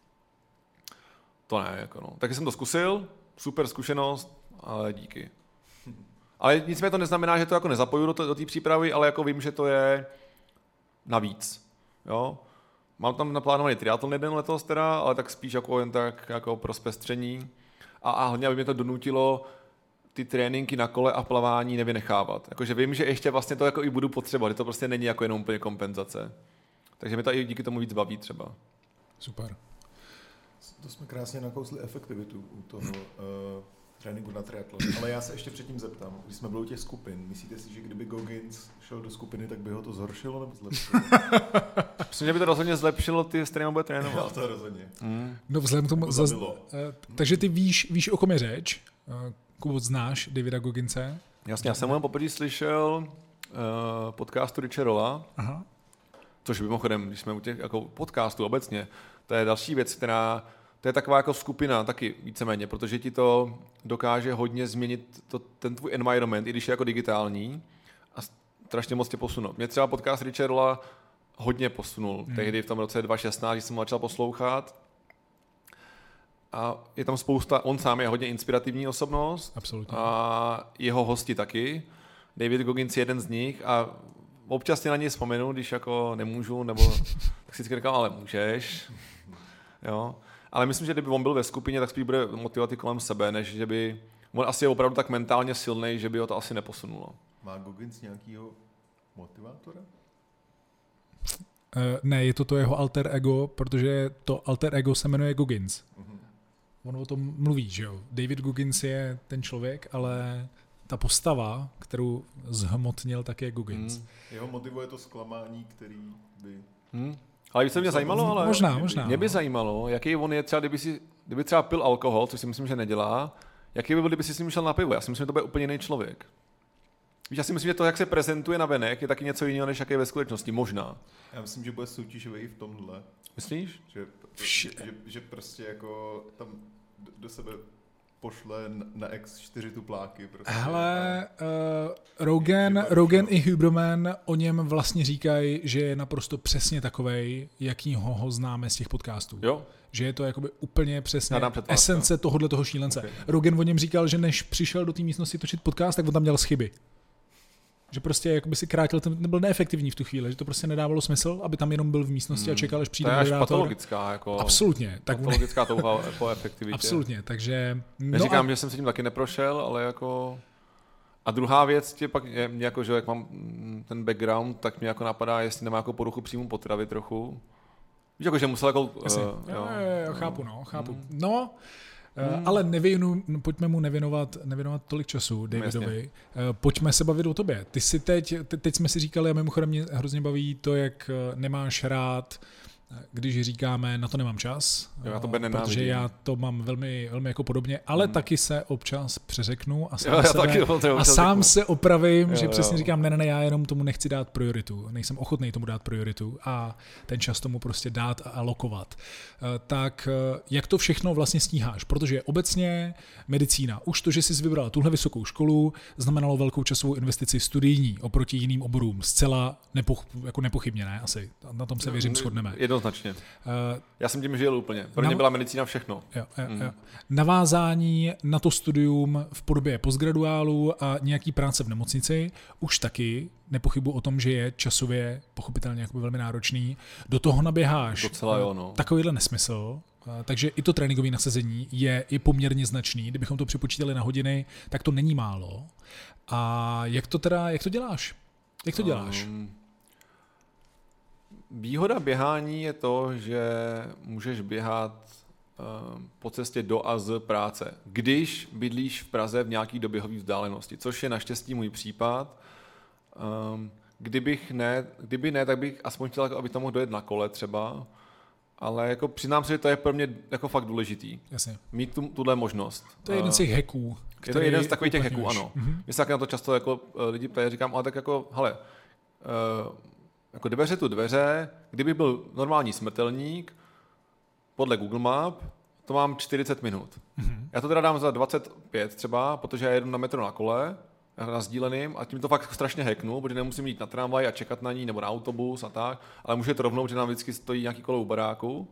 to ne. Jako no. Taky jsem to zkusil, super zkušenost, ale díky. Ale nicméně to neznamená, že to jako nezapoju do té přípravy, ale jako vím, že to je navíc. Jo? Mám tam naplánovaný triatlon jeden letos teda, ale tak spíš jako jen tak jako pro zpestření. A hodně by mě to donutilo ty tréninky na kole a plavání nevynechávat. Jakože vím, že ještě vlastně to jako i budu potřebovat, že to prostě není jako jenom úplně kompenzace. Takže mě to i díky tomu víc baví třeba. Super. To jsme krásně nakousli efektivitu u toho tréninku na triatlon. Ale já se ještě předtím zeptám, když jsme byli u těch skupin, myslíte si, že kdyby Goggins šel do skupiny, tak by ho to zhoršilo nebo zlepšilo? Myslím, že by to rozhodně zlepšilo ty, s kterými bude trénovat. Jo, to rozhodně. No vzhledem k tomu, takže ty víš, o kom je řeč? Kubo, znáš Davida Gogginse? Jasně, já jsem ho poprvé slyšel podcastu Riche Rolla, což mimochodem, když jsme u těch jako podcastů obecně, to je další věc, která to je taková jako skupina taky víceméně, protože ti to dokáže hodně změnit ten tvůj environment, i když je jako digitální a strašně moc tě posunout. Mě třeba podcast Riche Rolla hodně posunul. Tehdy v tom roce 2016, když jsem začal poslouchat. A je tam spousta, on sám je hodně inspirativní osobnost. Absolutně. A jeho hosti taky. David Goggins je jeden z nich a občas si na něj vzpomenu, když jako nemůžu, nebo tak si říkám, ale můžeš. Jo. Ale myslím, že kdyby on byl ve skupině, tak spíš bude motivovat i kolem sebe, než že by... On asi je opravdu tak mentálně silný, že by ho to asi neposunulo. Má Goggins nějakýho motivátora? Ne, je to jeho alter ego, protože to alter ego se jmenuje Goggins. On o tom mluví, že jo. David Goggins je ten člověk, ale ta postava, kterou zhmotnil, tak je Goggins. Jeho motivuje to zklamání, který by... Ale víš, co mě zajímalo, ale Možná. Mě by zajímalo, jaký on je třeba, kdyby třeba pil alkohol, což si myslím, že nedělá, jaký by byl, kdyby si s ním šel na pivo. Já si myslím, že to bude úplně jiný člověk. Víš, já si myslím, že to, jak se prezentuje na venek, je taky něco jiného, než jak je ve skutečnosti. Možná. Já myslím, že bude soutěživý v tomhle. Myslíš? Že prostě jako tam do sebe pošle na X4 tupláky. Prostě. Hele, Rogan i Huberman o něm vlastně říkají, že je naprosto přesně takovej, jakýho ho známe z těch podcastů. Jo. Že je to jakoby úplně přesně předvážka. esence toho šílence. Okay. Rogan o něm říkal, že než přišel do té místnosti točit podcast, tak on tam měl chyby. Že prostě jakoby si krátil, nebyl neefektivní v tu chvíli, že to prostě nedávalo smysl, aby tam jenom byl v místnosti a čekal, až přijde moderátor. To je až moderátor. patologická, jako Absolutně. Patologická touha po efektivitě. Absolutně, takže... Neříkám, že jsem si tím taky neprošel, ale jako... A druhá věc, pak je, jako, že jak mám ten background, tak mě jako napadá, jestli nemá jako poruchu příjmu potravy trochu. Víš, jako, že musel jako... chápu. No, ale pojďme mu nevěnovat tolik času, Davidovi. Pojďme se bavit o tobě. Ty si teď jsme si říkali, a mimochodem mě hrozně baví to, jak nemáš rád, když říkáme, na to nemám čas, jo, protože já to mám velmi, velmi jako podobně, ale taky se občas přeřeknu a sám se opravím, že přesně říkám, ne, já jenom tomu nechci dát prioritu, nejsem ochotný tomu dát prioritu a ten čas tomu prostě dát a alokovat. Tak jak to všechno vlastně stíháš? Protože obecně medicína, už to, že jsi vybral tuhle vysokou školu, znamenalo velkou časovou investici studijní oproti jiným oborům, zcela jako nepochybně, ne? Asi na tom se věřím shodneme. Jednoznačně. Já jsem tím žil úplně. Pro mě byla medicína všechno. Jo. Navázání na to studium v podobě postgraduálu a nějaký práce v nemocnici už taky nepochybuji o tom, že je časově pochopitelně jakoby velmi náročný. Do toho naběháš takovýhle nesmysl, takže i to tréninkové nasazení je i poměrně značný. Kdybychom to připočítali na hodiny, tak to není málo. A jak to děláš? Jak to děláš? Výhoda běhání je to, že můžeš běhat po cestě do a z práce, když bydlíš v Praze v nějaký doběhové vzdálenosti, což je naštěstí můj případ. Kdyby ne, tak bych aspoň chtěl, aby tam mohl dojet na kole třeba, ale jako přiznám se, že to je pro mě jako fakt důležitý. Jasně. Mít tuhle možnost. To je jeden z těch hacků. Je to jeden z takových těch hacků, ano. Mě se tak na to často jako lidi ptají, říkám, ale tak jako, hele, jako dveře tu dveře, kdyby byl normální smrtelník, podle Google Map, to mám 40 minut. Já to teda dám za 25 třeba, protože já jedu na metro na kole, na sdíleným a tím to fakt strašně hacknu, protože nemusím jít na tramvaj a čekat na ní nebo na autobus a tak, ale může to rovnou, že nám vždycky stojí nějaký kolo u baráku.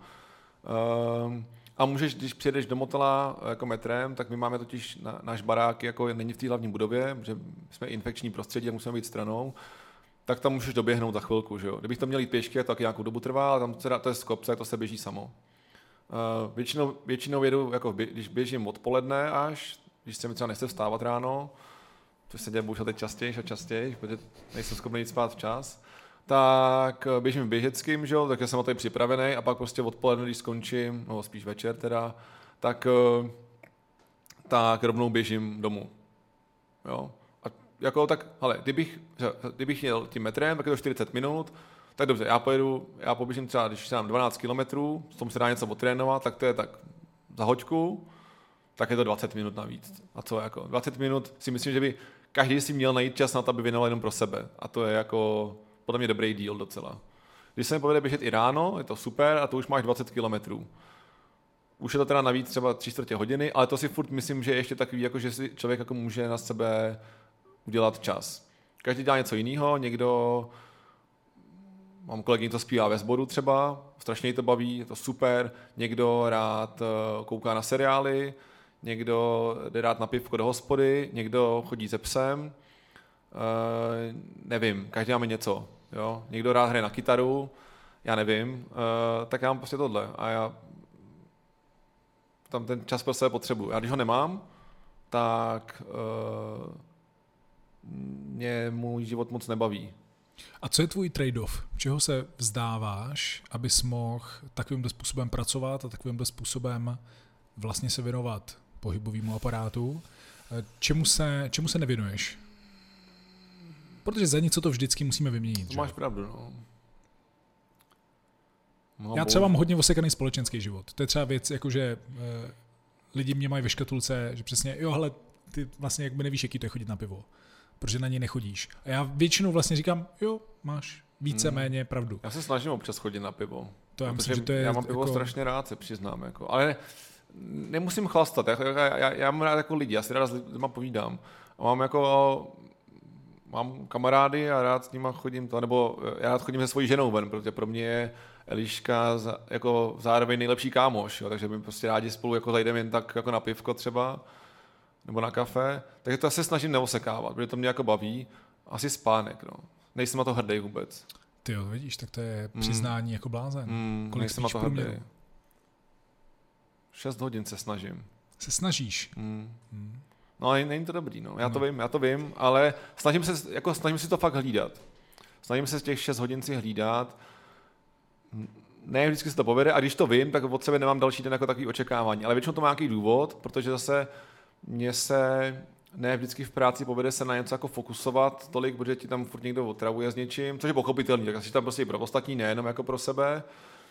A můžeš, když přijedeš do Motela jako metrem, tak my máme totiž náš barák, jako není v té hlavní budově, protože jsme infekční prostředí a musíme být stranou, tak tam můžeš doběhnout za chvilku. Že jo? Kdybych to měl jít pěšky, to taky nějakou dobu trvá, ale tam to je z kopce, to se běží samo. Většinou jedu, jako když běžím odpoledne až, když se mi třeba nechce vstávat ráno, což se děje bohužel teď častěji, protože nejsem schopný jít spát včas, tak běžím běžeckým, že jo, tak já jsem na to připravený a pak prostě odpoledne, když skončím, no spíš večer teda, tak rovnou běžím domů. Jo. A jako tak, hele, kdybych jel tím metrem, tak je to 40 minut, tak dobře, já poběžím třeba, když jsem 12 kilometrů, s tom se dá něco otrénovat, tak to je tak za hoďku, tak je to 20 minut navíc. A co jako, 20 minut si myslím, že by každý si měl najít čas na to, aby věnoval jenom pro sebe. A to je jako podle mě dobrý díl docela. Když se mi povede běžet i ráno, je to super a to už máš 20 kilometrů. Už je to teda navíc třeba 3/4 hodiny, ale to si furt myslím, že je ještě takový, jako že si člověk jako může na sebe udělat čas. Každý dělá něco jiného, mám kolegyni, to zpívá ve sboru třeba, strašně jí to baví, je to super, někdo rád kouká na seriály, někdo jde rád na pivko do hospody, někdo chodí se psem, nevím, každý máme něco, jo? Někdo rád hraje na kytaru, já nevím, tak já mám prostě tohle a já tam ten čas pro sebe potřebuji. A když ho nemám, tak mě můj život moc nebaví. A co je tvůj trade-off? Čeho se vzdáváš, abys mohl takovýmhle způsobem pracovat a takovýmhle způsobem vlastně se věnovat pohybovému aparátu? Čemu se nevěnuješ? Protože za něco to vždycky musíme vyměnit. To máš pravdu, no. Já třeba mám hodně osekaný společenský život. To je třeba věc, jakože lidi mě mají ve škatulce, že přesně, jo, hele, ty vlastně jakby nevíš, jaký to je chodit na pivo, protože na něj nechodíš. A já většinou vlastně říkám, jo, máš víceméně pravdu. Já se snažím občas chodit na pivo. To já myslím, že to je já mám pivo strašně rád, se přiznám. Jako. Ale nemusím chlastat. Já mám rád jako lidi, já si rád s lidma povídám. A mám kamarády a rád s nima chodím to, nebo já rád chodím se svojí ženou ven, protože pro mě je Eliška jako zároveň nejlepší kámoš, jo, takže my prostě rádi spolu jako zajdeme jen tak jako na pivko třeba, nebo na kafe, takže to se snažím neosekávat, protože to mě jako baví, asi spánek, no. Nejsem na to hrdý vůbec. Ty jo, vidíš, tak to je přiznání jako blázen. Kolik nejsem na to hrdý. 6 hodin se snažím. Se snažíš? No ale není to dobrý, no. Já to vím, ale snažím si to fakt hlídat. Snažím se z těch 6 hodin si hlídat. Ne, vždycky se to povede a když to vím, tak od sebe nemám další den jako takový očekávání. Ale většinou to má nějaký důvod, protože zase mně se ne vždycky v práci povede se na něco jako fokusovat tolik, protože ti tam furt někdo otravuje s něčím, což je pochopitelný, tak asi tam prostě i pro ostatní, nejenom jako pro sebe.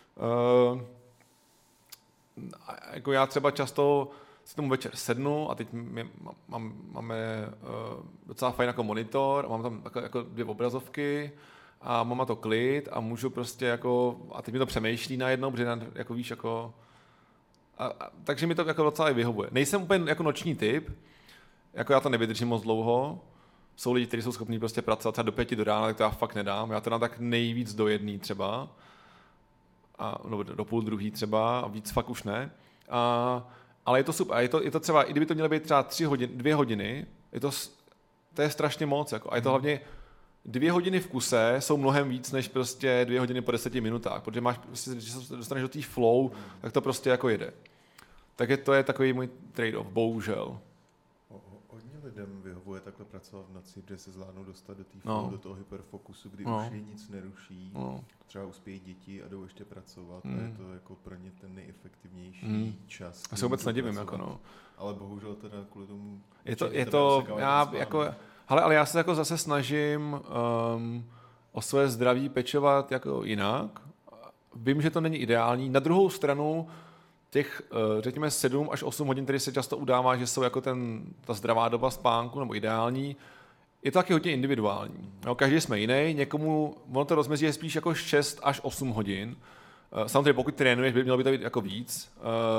Jako já třeba často si tomu večer sednu a teď máme docela fajn jako monitor, mám tam jako 2 obrazovky a mám na to klid a můžu prostě jako, a teď mi to přemýšlí najednou, protože jako víš, jako, takže mi to jako docela i vyhovuje. Nejsem úplně jako noční typ, jako já to nevydržím moc dlouho, jsou lidi, kteří jsou schopní prostě pracovat třeba do 5 do rána, tak to já fakt nedám, já to dám tak nejvíc do 1 třeba, nebo do 12:30 třeba, a víc fakt už ne. Ale je to super. A je to třeba, i kdyby to mělo být třeba 2 hodiny, to je strašně moc. Jako. A je to hlavně 2 hodiny v kuse jsou mnohem víc, než prostě 2 hodiny po 10 minutách. Protože prostě, když se dostaneš do té flow, tak to prostě jako jede. Takže to je takový můj trade-off, bohužel. Hodně lidem vyhovuje takhle pracovat v noci, kde se zvládnou dostat do té flow, do toho hyperfokusu, kdy už je nic neruší. Třeba uspějí děti a jdou ještě pracovat a je to jako pro ně ten nejefektivnější čas. Já se vůbec nedivím, jako no. Ale bohužel teda kvůli tomu... Ale já se jako zase snažím o své zdraví pečovat jako jinak. Vím, že to není ideální. Na druhou stranu těch, řekněme, 7 až 8 hodin, které se často udává, že jsou jako ta zdravá doba spánku nebo ideální, je to taky hodně individuální. No, každý jsme jiný, někomu, ono to rozmezí je spíš jako 6 až 8 hodin. Samozřejmě pokud trénuješ, mělo by to být jako víc.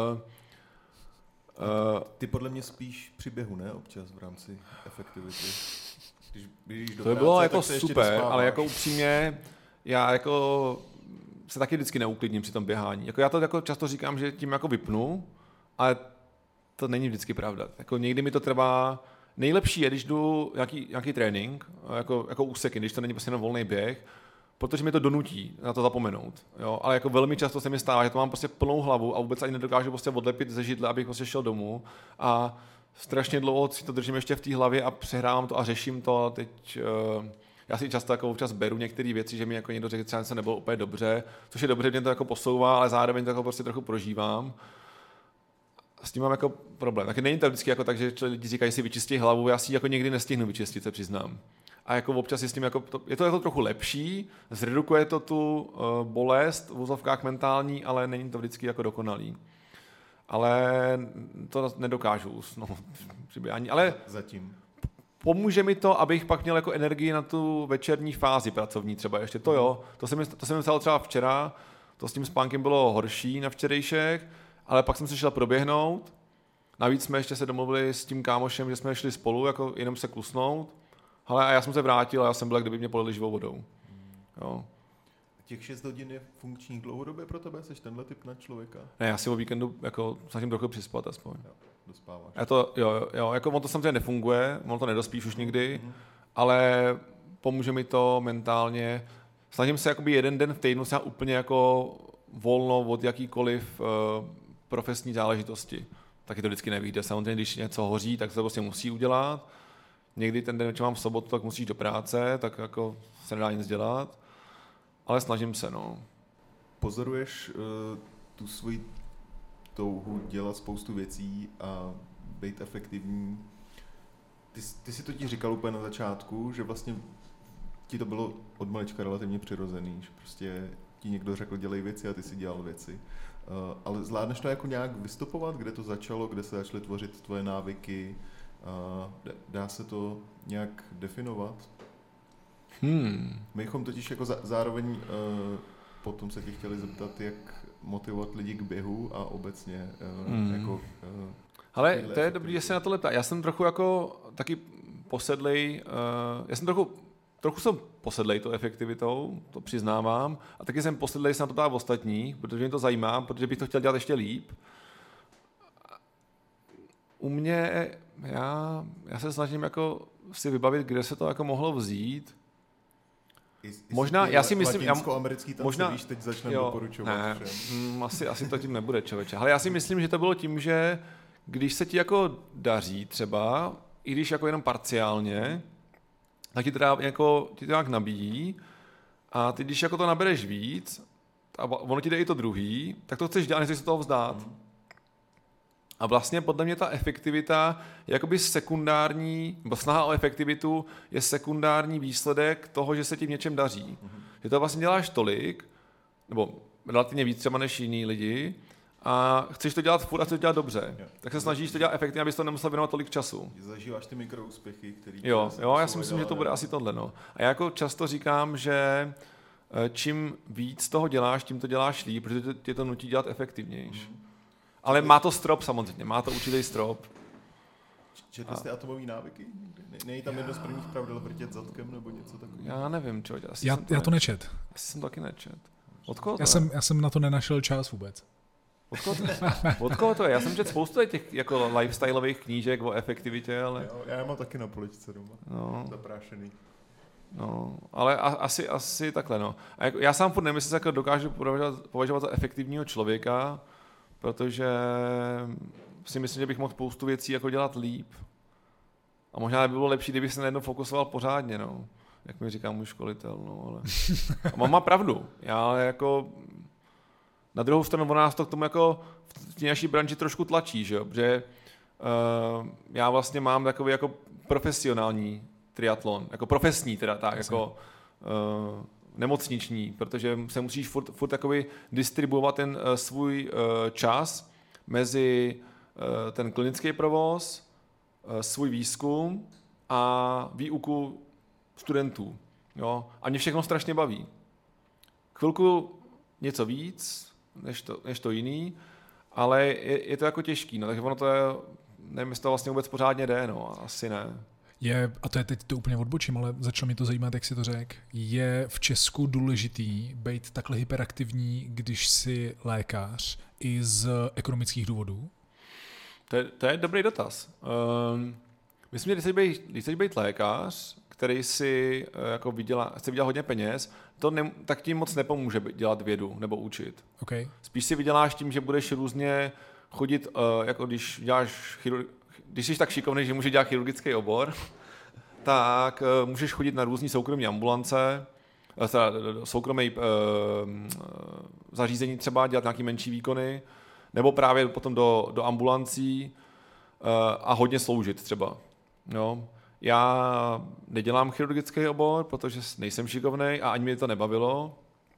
Ty podle mě spíš při běhu, ne? Občas v rámci efektivity. Když to by bylo jako super, ale jako upřímně, já jako se taky vždycky neuklidním při tom běhání. Jako já to jako často říkám, že tím jako vypnu, ale to není vždycky pravda. Jako někdy mi to trvá. Nejlepší je, když jdu nějaký trénink, jako úseky, když to není prostě jenom volný běh, protože mi to donutí na to zapomenout. Jo? Ale jako velmi často se mi stává, že to mám prostě plnou hlavu a vůbec ani nedokážu prostě odlepit ze židle, abych prostě šel domů. A strašně dlouho si to držím ještě v té hlavě a přehrávám to a řeším to. Teď já si často jako občas beru některé věci, že mi jako někdo řekl, třeba se nebylo úplně dobře, což je dobře, mě to jako posouvá, ale zároveň to jako prostě trochu prožívám. S tím mám jako problém. Taky není to vždycky jako tak, že lidi říkají si vyčistí hlavu, já si jako někdy nestihnu vyčistit, se přiznám. A jako občas je s tím je to jako trochu lepší, zredukuje to tu bolest v vozovkách mentální, ale není to vždycky jako dokonalý. Ale to nedokážu usnout při běhání. Ale zatím pomůže mi to, abych pak měl jako energii na tu večerní fázi pracovní třeba ještě. To jo, to jsem myslel třeba včera, to s tím spánkem bylo horší na včerejšek, ale pak jsem se šel proběhnout. Navíc jsme ještě se domluvili s tím kámošem, že jsme šli spolu, jako jenom se klusnout. Ale a já jsem se vrátil a já jsem byl, kdyby mě polili živou vodou. Jo. Těch 6 hodin je funkčních dlouhodobě pro tebe? Jsi tenhle typ na člověka? Ne, já si o víkendu jako snažím trochu přispat aspoň. Jo, dospáváš. Jo, jako on to samozřejmě nefunguje, on to nedospíš už nikdy, ale pomůže mi to mentálně. Snažím se jakoby jeden den v týdnu se úplně jako volno od jakýkoliv profesní záležitosti. Taky to vždycky nevyjde. Samozřejmě, když něco hoří, tak se to prostě musí udělat. Někdy ten den, když mám v sobotu, tak musíš do práce, tak jako se nedá nic dělat. Ale snažím se, no. Pozoruješ tu svoji touhu dělat spoustu věcí a být efektivní. Ty si totiž říkal úplně na začátku, že vlastně ti to bylo od malička relativně přirozený, že prostě ti někdo řekl dělej věci a ty si dělal věci. Ale zvládneš to jako nějak vystupovat, kde to začalo, kde se začaly tvořit tvoje návyky? Dá se to nějak definovat? My bychom totiž jako zároveň potom se tě chtěli zeptat, jak motivovat lidi k běhu a obecně Ale to je dobrý, že se na to ptá. Já jsem trochu jako taky posedlej, trochu jsem posedlej tou efektivitou, to přiznávám, a taky jsem posedlej se na to ptát ostatní, protože mě to zajímá, protože bych to chtěl dělat ještě líp. U mě, já se snažím jako si vybavit, kde se to jako mohlo vzít. Možná, já si myslím, latinsko-americký tance, víš, teď začneme doporučovat. Ne, asi to tím nebude, člověče. Ale já si myslím, že to bylo tím, že když se ti jako daří třeba, i když jako jenom parciálně, tak ti teda jako ti to nějak nabíjí a ty když jako to nabereš víc a ono ti jde i to druhý, tak to chceš dělat, nechceš se toho vzdát. A vlastně podle mě ta efektivita je jakoby sekundární, nebo snaha o efektivitu je sekundární výsledek toho, že se ti v něčem daří. Že to vlastně děláš tolik, nebo relativně víc třeba než jiní lidi, a chceš to dělat furt a chceš to dělat dobře. Tak se snažíš to dělat efektivně, abys to nemusel věnovat tolik času. Zažíváš ty mikroúspěchy, který... Jo, já si myslím, že to bude asi tohle. No. A já jako často říkám, že čím víc toho děláš, tím to děláš líp, protože tě to nutí dělat efektivnější. Ale má to strop samozřejmě, má to určitý strop. Četli jste atomový návyky? Není tam jedno z prvních pravidel vrtět zadkem nebo něco takového? Já nevím, čo. Já to nečet. Asi jsem to taky nečet. Od koho to já jsem na to nenašel čas vůbec. Od koho to je? Já jsem četl spoustu těch jako lifestyleových knížek o efektivitě, ale... Jo, já mám taky na poličce doma. No. Zaprášený. No, ale asi takhle, no. A jako, já sám furt nevím, jestli se jako dokážu považovat za efektivního člověka, protože si myslím, že bych mohl spoustu věcí jako dělat líp. A možná by bylo lepší, kdybych se najednou fokusoval pořádně, no. Jak mi říká můj školitel, no, ale... A má pravdu. Já jako... Na druhou stranu on nás to k tomu jako v té naší branži trošku tlačí, že jo? Protože já vlastně mám takový jako profesionální triatlon, jako profesní teda tak, jako nemocniční, protože se musíš furt takový distribuovat ten svůj čas mezi ten klinický provoz, svůj výzkum a výuku studentů. Jo? A mě všechno strašně baví. Chvilku něco víc, než to jiný, ale je to jako těžký, no, takže ono to je, nevím, jestli to vlastně vůbec pořádně jde, no, asi ne. A to je teď to úplně odbočím, ale začalo mi to zajímat, jak si to řekl. Je v Česku důležitý být takhle hyperaktivní, když jsi lékař, i z ekonomických důvodů? To je dobrý dotaz. Myslím, že když chceš být lékař, který si jako chce vydělat hodně peněz, tak ti moc nepomůže dělat vědu nebo učit. Okay. Spíš si vyděláš tím, že budeš různě chodit, jako když jsi tak šikovný, že můžeš dělat chirurgický obor, tak můžeš chodit na různý soukromé ambulance, soukromé zařízení třeba, dělat nějaký menší výkony, nebo právě potom do ambulancí a hodně sloužit třeba. Jo. Já nedělám chirurgický obor, protože nejsem šikovnej a ani mě to nebavilo,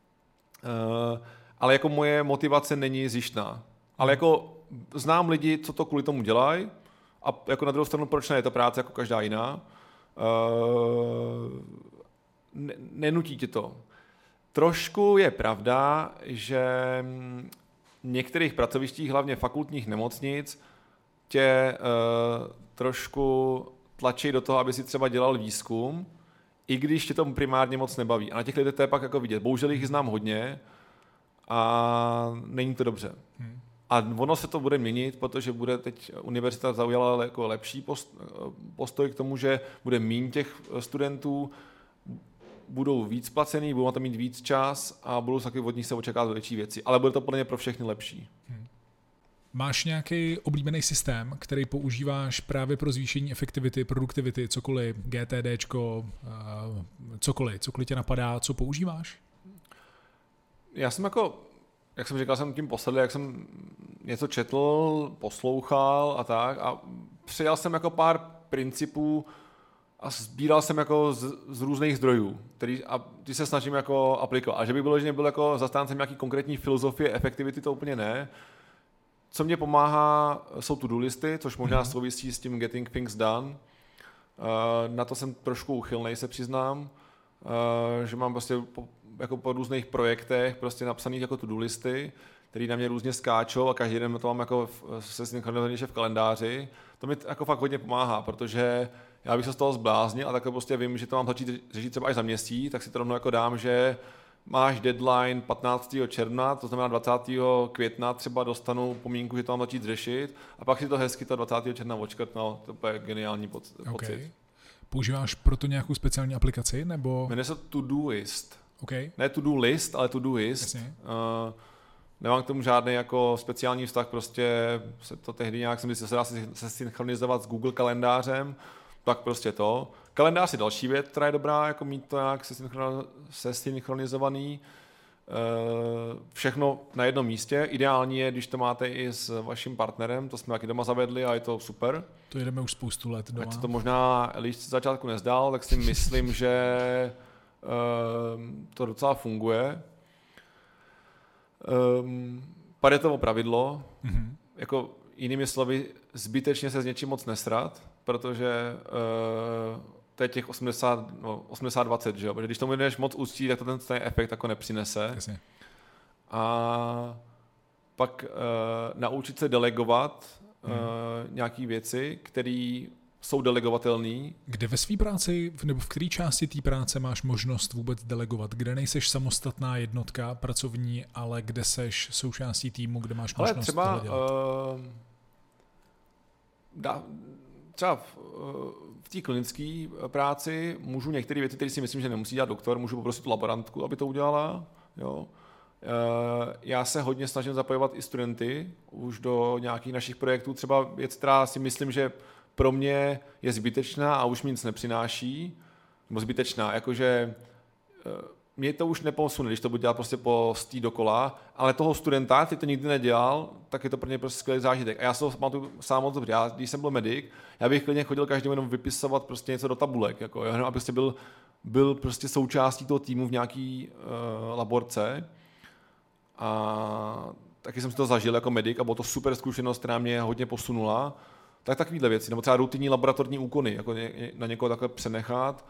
ale jako moje motivace není zištná. Ale jako znám lidi, co to kvůli tomu dělají a jako na druhou stranu, proč ne, je to práce jako každá jiná. Nenutí tě to. Trošku je pravda, že v některých pracovištích, hlavně fakultních nemocnic, tě trošku tlačí do toho, aby si třeba dělal výzkum, i když tě tomu primárně moc nebaví. A na těch lidech to je pak jako vidět. Bohužel jich znám hodně a není to dobře. A ono se to bude měnit, protože bude teď univerzita zaujala jako lepší postoj k tomu, že bude méně těch studentů, budou víc placený, budou na to mít víc čas a budou taky od nich se očekávat větší věci. Ale bude to podle mě pro všechny lepší. Máš nějaký oblíbený systém, který používáš právě pro zvýšení efektivity, produktivity, cokoliv, GTDčko, cokoliv tě napadá, co používáš? Já jsem jako, jak jsem říkal, jsem tím posedl, jak jsem něco četl, poslouchal a tak a přijal jsem jako pár principů a sbíral jsem jako z různých zdrojů, ty se snažím jako aplikovat. A že bych byl jako zastáncem nějaký konkrétní filozofie efektivity, to úplně ne. Co mě pomáhá, jsou to-do listy, což možná souvisí s tím getting things done. Na to jsem trošku uchylnej, se přiznám, že mám prostě po různých projektech prostě napsaných jako to-do listy, který na mě různě skáčou a každý den to mám jako se synchronizovaně v kalendáři. To mi jako fakt hodně pomáhá, protože já bych se z toho zbláznil a takhle prostě vím, že to mám začít řešit třeba až za měsíc, tak si to rovnou jako dám, že máš deadline 15. června, to znamená 20. května třeba dostanu pomínku, že to mám začít řešit a pak si to hezky to 20. června odškrtnu, to je geniální pocit. Okay. Používáš proto nějakou speciální aplikaci, nebo? Jmenuje se To-Doist. Okay. Ne To-Do list, ale To-Doist. Nemám k tomu žádný jako speciální vztah, prostě se to tehdy nějak jsem se dá se synchronizovat s Google kalendářem, tak prostě to. Kalendář je další věc, která je dobrá, jako mít to nějak se synchronizovaný. Všechno na jednom místě. Ideální je, když to máte i s vaším partnerem, to jsme taky doma zavedli a je to super. To jedeme už spoustu let doma. Ať se to možná Eliš z začátku nezdál, tak si myslím, že to docela funguje. Paretovo pravidlo, jako jinými slovy, zbytečně se s něčím moc nesrat, protože to je těch 80-20, že jo? Protože když tomu jdeš moc ústí, tak to ten stejný efekt jako nepřinese. Jasně. A pak naučit se delegovat nějaké věci, které jsou delegovatelný. Kde ve své práci, nebo v které části té práce máš možnost vůbec delegovat? Kde nejseš samostatná jednotka pracovní, ale kde seš součástí týmu, kde máš možnost třeba, tohle dělat? Třeba v té klinické práci můžu některé věci, které si myslím, že nemusí dělat doktor, můžu poprosit tu laborantku, aby to udělala. Jo. Já se hodně snažím zapojovat i studenty už do nějakých našich projektů. Třeba věc, která si myslím, že pro mě je zbytečná a už mi nic nepřináší, nebo zbytečná, jakože mě to už neposune, když to budu dělat prostě po stý dokola, ale toho studenta, který to nikdy nedělal, tak je to pro něj prostě skvělý zážitek. A já se ho pamatuju sám moc dobře. Já, když jsem byl medic, já bych klidně chodil každému jenom vypisovat prostě něco do tabulek, jako, jenom aby prostě byl prostě součástí toho týmu v nějaký laborce. A taky jsem si to zažil jako medic a bylo to super zkušenost, která mě hodně posunula. Tak takovýhle věci, nebo třeba rutinní laboratorní úkony, jako na někoho takhle přenechat.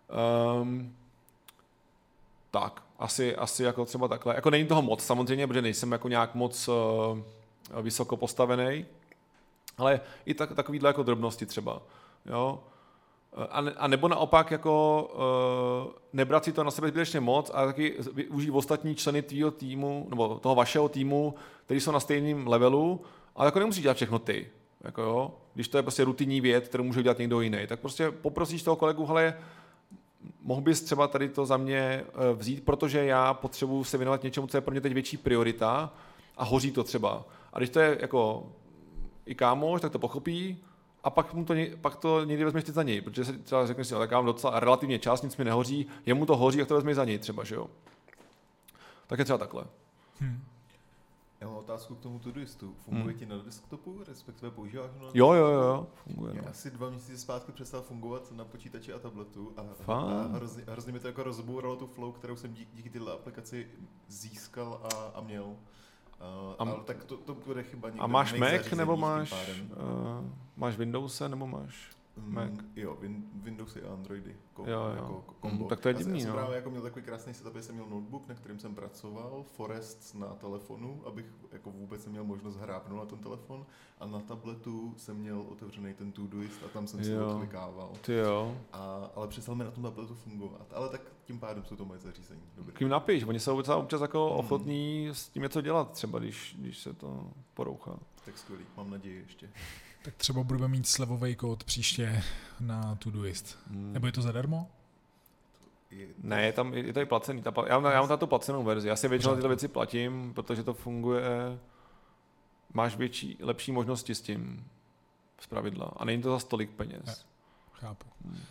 Tak, asi jako třeba takhle. Jako není toho moc samozřejmě, protože nejsem jako nějak moc vysoko postavený, ale i takovýhle jako drobnosti třeba. Jo? A nebo naopak jako nebrat si to na sebe zbytečně moc, ale taky využít ostatní členy tvýho týmu, nebo toho vašeho týmu, kteří jsou na stejném levelu, ale jako nemusíš dělat všechno ty. Jako jo? Když to je prostě rutinní věc, kterou může dělat někdo jiný, tak prostě poprosíš toho kolegu, hele, mohl bys třeba tady to za mě vzít, protože já potřebuji se věnovat něčemu, co je pro mě teď větší priorita a hoří to třeba. A když to je jako i kámoš, tak to pochopí a pak to někdy vezmeš ty za něj, protože se třeba řekneš si, tak já mám docela relativně čas, nic mi nehoří, jemu to hoří, jak to vezmeš za něj třeba, že jo. Tak je třeba takhle. Já mám otázku k tomu Todoistu. Funguje ti na desktopu, respektive používáš ho na Jo, funguje. Já asi 2 měsíce zpátky přestal fungovat na počítači a tabletu a hrozně mi to jako rozbouralo tu flow, kterou jsem díky této aplikaci získal a měl. Ale tak to bude chyba někde. A máš Mac nebo máš Windowse nebo máš Mac? Jo, Windowsy a Androidy. Jako kombo. Tak to je divný, já jsem právě jako měl takový krásný setup, jsem měl notebook, na kterým jsem pracoval, Forest na telefonu, abych jako vůbec neměl možnost hrápnout na ten telefon a na tabletu jsem měl otevřený ten Todoist a tam jsem se odklikával. Ale přestal mi na tom tabletu fungovat, ale tak tím pádem jsou to moje zařízení. Dobrý. Kým napiš, oni jsou občas jako ochotní s tím něco dělat, třeba když se to porouchá. Tak skvělý, mám naději ještě. Tak třeba budeme mít slevový kód příště na Todoist. Nebo je to zadarmo? Ne, je to i placený. Já mám na to placenou verzi. Já si většinou tyto věci platím, protože to funguje. Máš lepší možnosti s tím zpravidla. A není to za tolik peněz. Ne, chápu.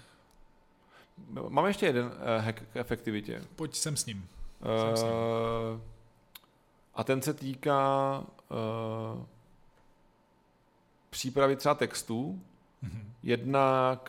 Mám ještě jeden hack k efektivitě. Pojď sem s ním. A ten se týká přípravy třeba textů. Jednak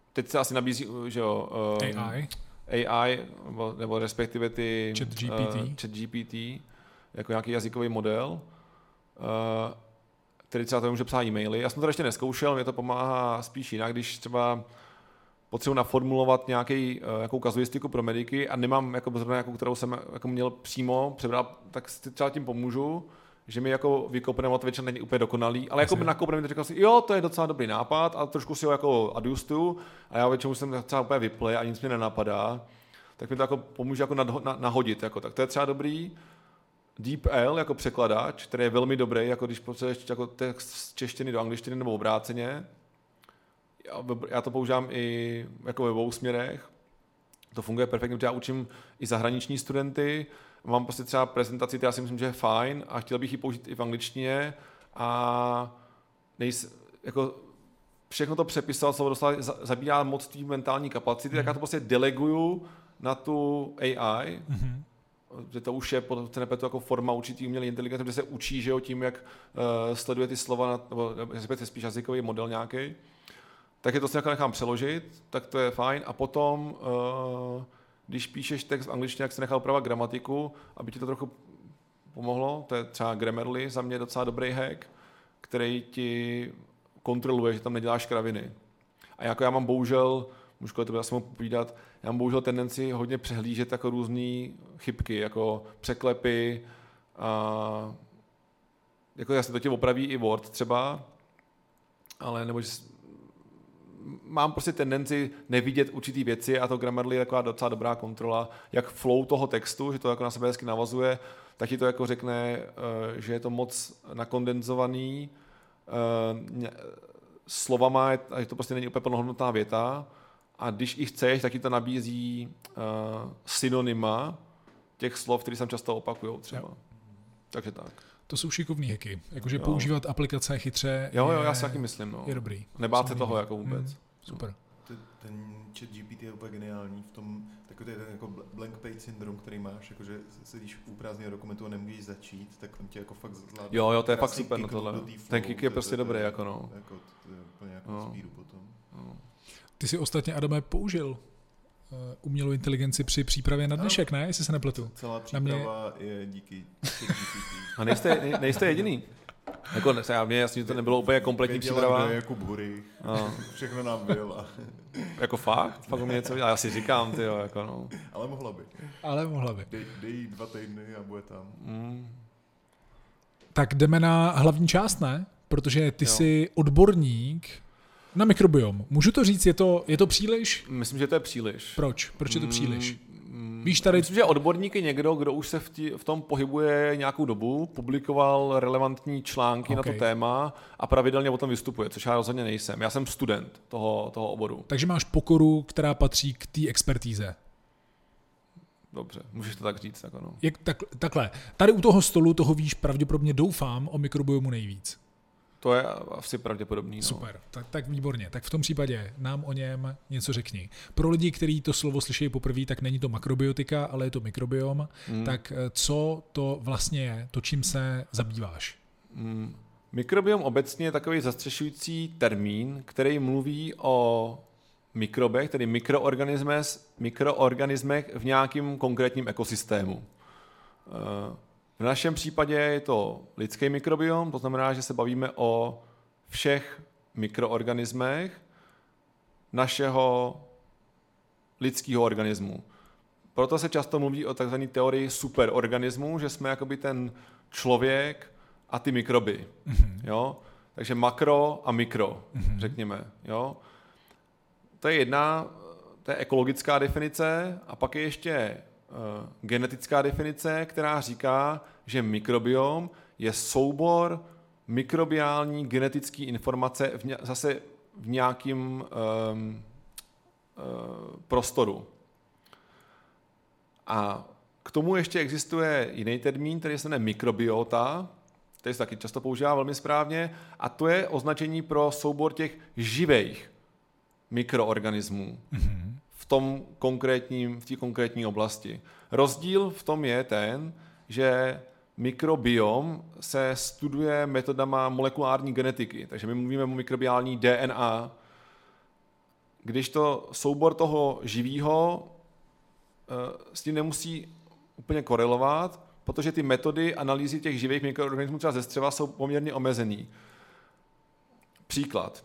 teď se asi nabízí, že jo, AI nebo respektive ty ChatGPT jako nějaký jazykový model, který třeba to může psát e-maily. Já jsem to ještě neskoušel, mě to pomáhá spíš jinak, když třeba potřebuji naformulovat nějakou kazuistiku pro mediky a nemám jako zrovna nějakou, kterou jsem jako měl přímo přebrat, tak si třeba tím pomůžu, že mi jako vykopne, to většinou není úplně dokonalý, ale jako by nakopne mi to říkal si, jo, to je docela dobrý nápad a trošku si ho jako adjustuju a já většinou jsem třeba úplně vyplej a nic mě nenapadá, tak mi to jako pomůže jako nahodit, jako, tak to je třeba dobrý. DeepL jako překladač, který je velmi dobrý, jako když potřebuješ jako text z češtiny do angličtiny nebo obráceně. Já to používám i jako ve obou směrech. To funguje perfektně, protože já učím i zahraniční studenty. Mám prostě třeba prezentaci, která si myslím, že je fajn a chtěl bych ji použít i v angličtině a jako všechno to přepisovat, slovo doslova zabírá moc té mentální kapacity, tak já to prostě deleguju na tu AI, že to už je jako forma určitý umělé inteligence, kde se učí, že jo, tím, jak sleduje ty slova, nebo spíš jazykový model nějaký. Tak je to si nechám přeložit, tak to je fajn. A potom, když píšeš text v angličtině, jak se nechal upravovat gramatiku, aby ti to trochu pomohlo, to je třeba Grammarly, za mě docela dobrý hack, který ti kontroluje, že tam neděláš kraviny. A jako já mám bohužel, můžu to asi mohu povídat, já mám bohužel tendenci hodně přehlížet jako různý chybky, jako překlepy, a jako jasně to tě opraví i Word třeba, ale nebo mám prostě tendenci nevidět určitý věci a to Grammarly je taková docela dobrá kontrola, jak flow toho textu, že to jako na sebe hezky navazuje, tak ti to jako řekne, že je to moc nakondenzovaný slovama, a že to prostě není úplně plnohodnotná věta a když i chceš, tak ti to nabízí synonyma těch slov, které se často opakujou třeba. Jo. Takže tak. To jsou šikovný hacky. Jakože používat aplikace chytře jo, já si taky myslím. No. Je dobrý. Nebát se toho jako vůbec. Super. Ten ChatGPT je úplně geniální v tom, takový ten jako blank page syndrom, který máš, jakože sedíš u prázdného dokumentu a nemůžeš začít, tak on tě jako fakt zvládne. Jo, to je fakt super na tohle. Ten kick je prostě dobrý, jako no. Jako to je úplně jako spíru potom. No. Ty jsi ostatně, Adame, použil umělou inteligenci při přípravě na dnešek, ne? Jestli se nepletu. Celá příprava je díky ChatGPT. A nejste jediný. Jako, mě jasně, že to nebylo úplně kompletní příprava. Věděla, Jakub Hurý. Všechno nám byl. Jako fakt? Fakt mě něco viděl. Já si říkám, tyjo, jako no. Ale mohla by. Dej 2 týdny a bude tam. Tak jdeme na hlavní část, ne? Protože ty jsi odborník na mikrobiom. Můžu to říct, je to příliš? Myslím, že to je příliš. Proč? Proč je to příliš? Víš tady... Myslím, že odborník je někdo, kdo už se v tom pohybuje nějakou dobu, publikoval relevantní články na to téma a pravidelně o tom vystupuje, což já rozhodně nejsem. Já jsem student toho oboru. Takže máš pokoru, která patří k té expertíze. Dobře, můžeš to tak říct. Jako no. Takhle, tady u toho stolu toho víš pravděpodobně, doufám, o mikrobiomu nejvíc. To je asi pravděpodobný. No. Super, tak výborně. Tak v tom případě nám o něm něco řekni. Pro lidi, kteří to slovo slyší poprvé, tak není to makrobiotika, ale je to mikrobiom. Tak co to vlastně je, to čím se zabýváš? Mikrobiom obecně je takový zastřešující termín, který mluví o mikrobech, tedy mikroorganismech v nějakém konkrétním ekosystému. V našem případě je to lidský mikrobiom, to znamená, že se bavíme o všech mikroorganismech našeho lidského organismu. Proto se často mluví o takzvané teorii superorganismu, že jsme jakoby ten člověk a ty mikroby. Jo? Takže makro a mikro, řekněme. Jo? To je ekologická definice a pak je ještě genetická definice, která říká, že mikrobiom je soubor mikrobiální genetické informace zase v nějakém prostoru. A k tomu ještě existuje jiný termín, který se jmenuje mikrobiota, který se taky často používá velmi správně, a to je označení pro soubor těch živých mikroorganismů. V té konkrétní oblasti. Rozdíl v tom je ten, že mikrobiom se studuje metodama molekulární genetiky, takže my mluvíme o mikrobiální DNA. když to soubor toho živýho s tím nemusí úplně korelovat, protože ty metody analýzy těch živých mikroorganismů třeba ze střeva jsou poměrně omezený. Příklad.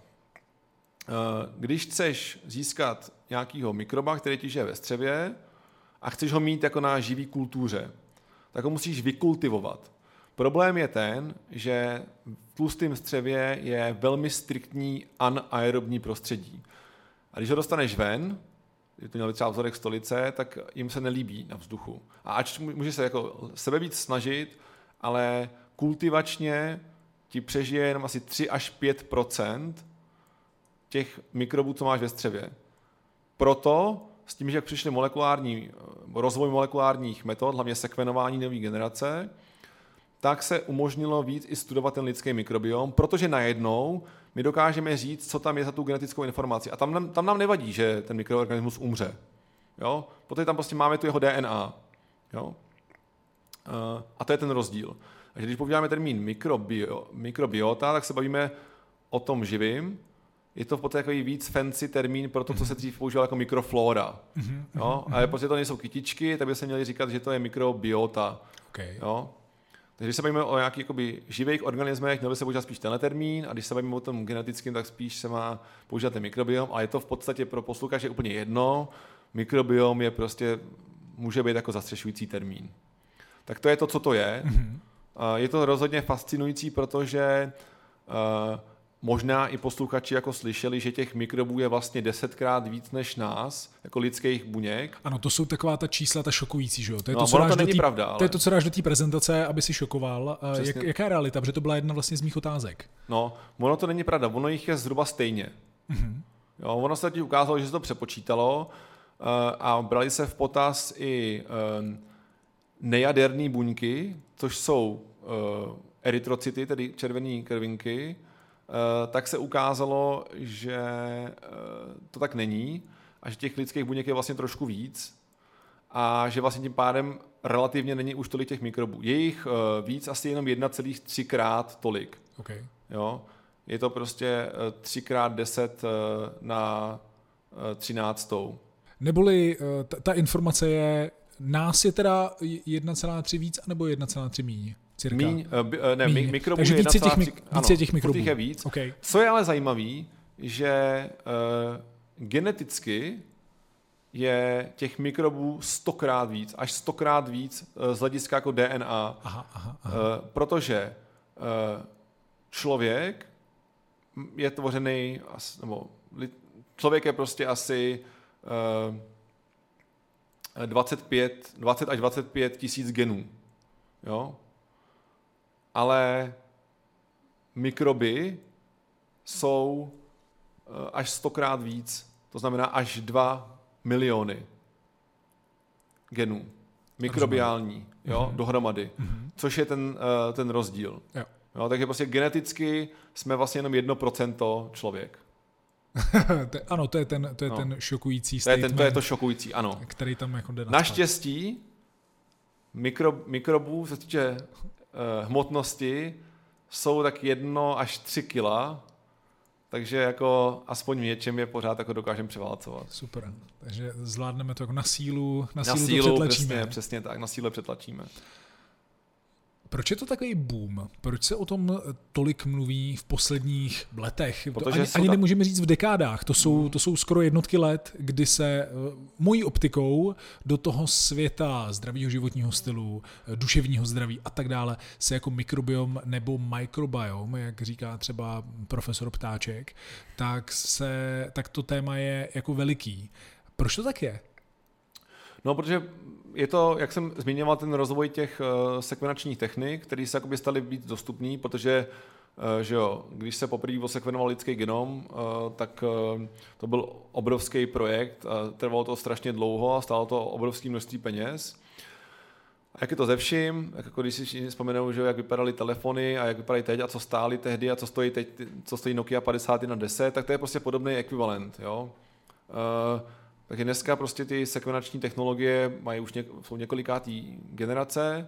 Když chceš získat nějakého mikroba, který ti žije ve střevě a chceš ho mít jako na živý kultuře, tak ho musíš vykultivovat. Problém je ten, že v tlustém střevě je velmi striktní anaerobní prostředí. A když ho dostaneš ven, když to měl třeba vzorek stolice, tak jim se nelíbí na vzduchu. A ač může se jako sebe víc snažit, ale kultivačně ti přežije jenom asi 3 až 5% těch mikrobů, co máš ve střevě. Proto s tím, že jak přišly rozvoj molekulárních metod, hlavně sekvenování nové generace, tak se umožnilo víc i studovat ten lidský mikrobiom, protože najednou my dokážeme říct, co tam je za tu genetickou informaci. A tam nám nevadí, že ten mikroorganismus umře. Jo? Protože tam prostě máme tu jeho DNA. Jo? A to je ten rozdíl. Takže když používáme termín mikrobiota, tak se bavíme o tom živým. Je to v podstatě takový víc fancy termín pro to, co se dřív používalo jako mikroflora. Jo? Ale protože to nejsou kytičky, tak by se měli říkat, že to je mikrobiota. Okay. Jo? Takže když se bavíme o nějakých živých organismech, měl by se používat spíš tenhle termín, a když se bavíme o tom genetickém, tak spíš se má používat ten mikrobiom, ale je to v podstatě pro posluchače úplně jedno. Mikrobiom je prostě, může být jako zastřešující termín. Tak to je to, co to je. Je to rozhodně fascinující, protože možná i posluchači jako slyšeli, že těch mikrobů je vlastně 10krát víc než nás, jako lidských buněk. Ano, to jsou taková ta čísla, ta šokující, že jo? To je to není pravda, ale... To je to, co dáš do té prezentace, aby si šokoval. Jaká je realita? Protože to byla jedna vlastně z mých otázek. No, ono to není pravda, ono jich je zhruba stejně. Jo, ono se teď ukázalo, že se to přepočítalo a brali se v potaz i nejaderné buňky, což jsou erytrocyty, tedy červené krvinky, tak se ukázalo, že to tak není a že těch lidských buněk je vlastně trošku víc a že vlastně tím pádem relativně není už tolik těch mikrobů. Je jich víc, asi jenom 1,3 krát tolik. Okay. Jo? Je to prostě 3x10 na 13. Neboli ta informace je, nás je teda 1,3 víc, nebo 1,3 míň? Mikrobů takže je více těch mikrobů. Je víc. Okay. Co je ale zajímavý, že geneticky je těch mikrobů 100krát víc, až 100krát víc z hlediska jako DNA. Aha. Protože člověk je tvořený, člověk je prostě asi 20 až 25 tisíc genů. Jo? Ale mikroby jsou až 100krát víc, to znamená až 2 miliony genů. Mikrobiální, jo, dohromady. Což je ten rozdíl. Jo, takže prostě geneticky jsme vlastně jenom 1% člověk. Ano, to je ten šokující statement. To je to šokující, ano. Který tam jako jde. Naštěstí mikrobů, co se týče hmotnosti, jsou tak 1 až 3 kila, takže jako aspoň v něčem je pořád jako dokážeme převálcovat. Super, takže zvládneme to jako na sílu to přetlačíme. Přesně tak, na síle přetlačíme. Proč je to takový boom? Proč se o tom tolik mluví v posledních letech? Ani nemůžeme říct v dekádách. To jsou skoro jednotky let, kdy se mojí optikou do toho světa zdravého životního stylu, duševního zdraví a tak dále se jako mikrobiom nebo microbiom, jak říká třeba profesor Ptáček, tak to téma je jako veliký. Proč to tak je? No, protože je to, jak jsem zmiňoval, ten rozvoj těch sekvenačních technik, které se jakoby staly víc dostupný, protože že jo, když se poprvé osekvenoval lidský genom, tak to byl obrovský projekt, trvalo to strašně dlouho a stálo to obrovské množství peněz. A jak je to ze vším, jako když si vzpomenou, že jak vypadaly telefony a jak vypadají teď a co stály tehdy a co stojí teď, co stojí Nokia 5110, tak to je prostě podobný ekvivalent, jo. Takže dneska prostě ty sekvenační technologie jsou několikátý generace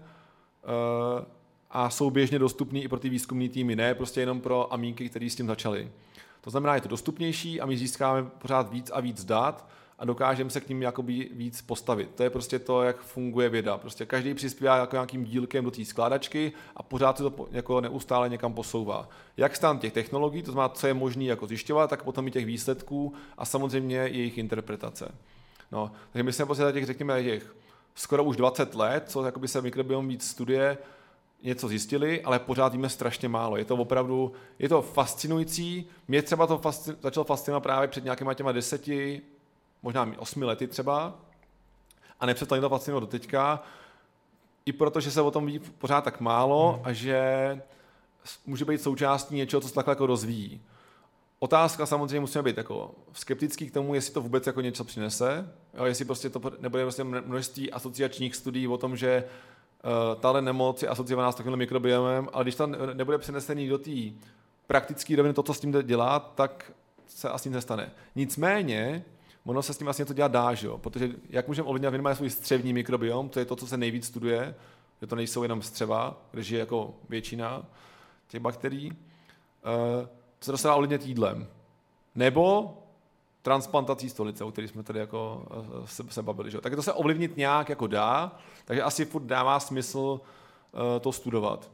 a jsou běžně dostupný i pro ty výzkumné týmy, ne prostě jenom pro amínky, kteří s tím začali. To znamená, je to dostupnější a my získáme pořád víc a víc dat a dokážeme se k ním jakoby víc postavit. To je prostě to, jak funguje věda. Prostě každý přispívá jako nějakým dílkem do té skládačky a pořád se to jako neustále někam posouvá. Jak stran těch technologií, to znamená, co je možné jako zjišťovat, tak potom i těch výsledků a samozřejmě jejich interpretace. No, takže my jsme prostě těch, řekněme, těch skoro už 20 let, co jakoby se mikrobiom víc studuje, něco zjistili, ale pořád víme strašně málo. Je to opravdu, je to fascinující. Mě třeba to začalo fascinovat právě před nějakýma těma 10, možná 8 lety třeba a nepřestalo to fascinovat do teďka, i protože se o tom ví pořád tak málo a že může být součástí něčeho, co se takhle jako rozvíjí. Otázka samozřejmě musíme být jako skeptický k tomu, jestli to vůbec jako něco přinese, jo, jestli prostě to nebude prostě množství asociačních studií o tom, že tahle nemoc je asociovaná s takovým mikrobiomem, ale když to nebude přenesený do té praktické roviny to, co s tím jde dělat, tak se asi nic nestane. Nicméně, ono se s tím asi něco dělat dá, že jo? Protože jak můžeme ovlivnit minimálně svůj střevní mikrobiom, to je to, co se nejvíc studuje, že to nejsou jenom střeva, kde žije jako většina těch bakterií, co se dá ovlivnit jídlem. Nebo transplantací stolice, o který jsme tady jako se bavili. Že? Tak to se ovlivnit nějak jako dá, takže asi furt dává smysl to studovat.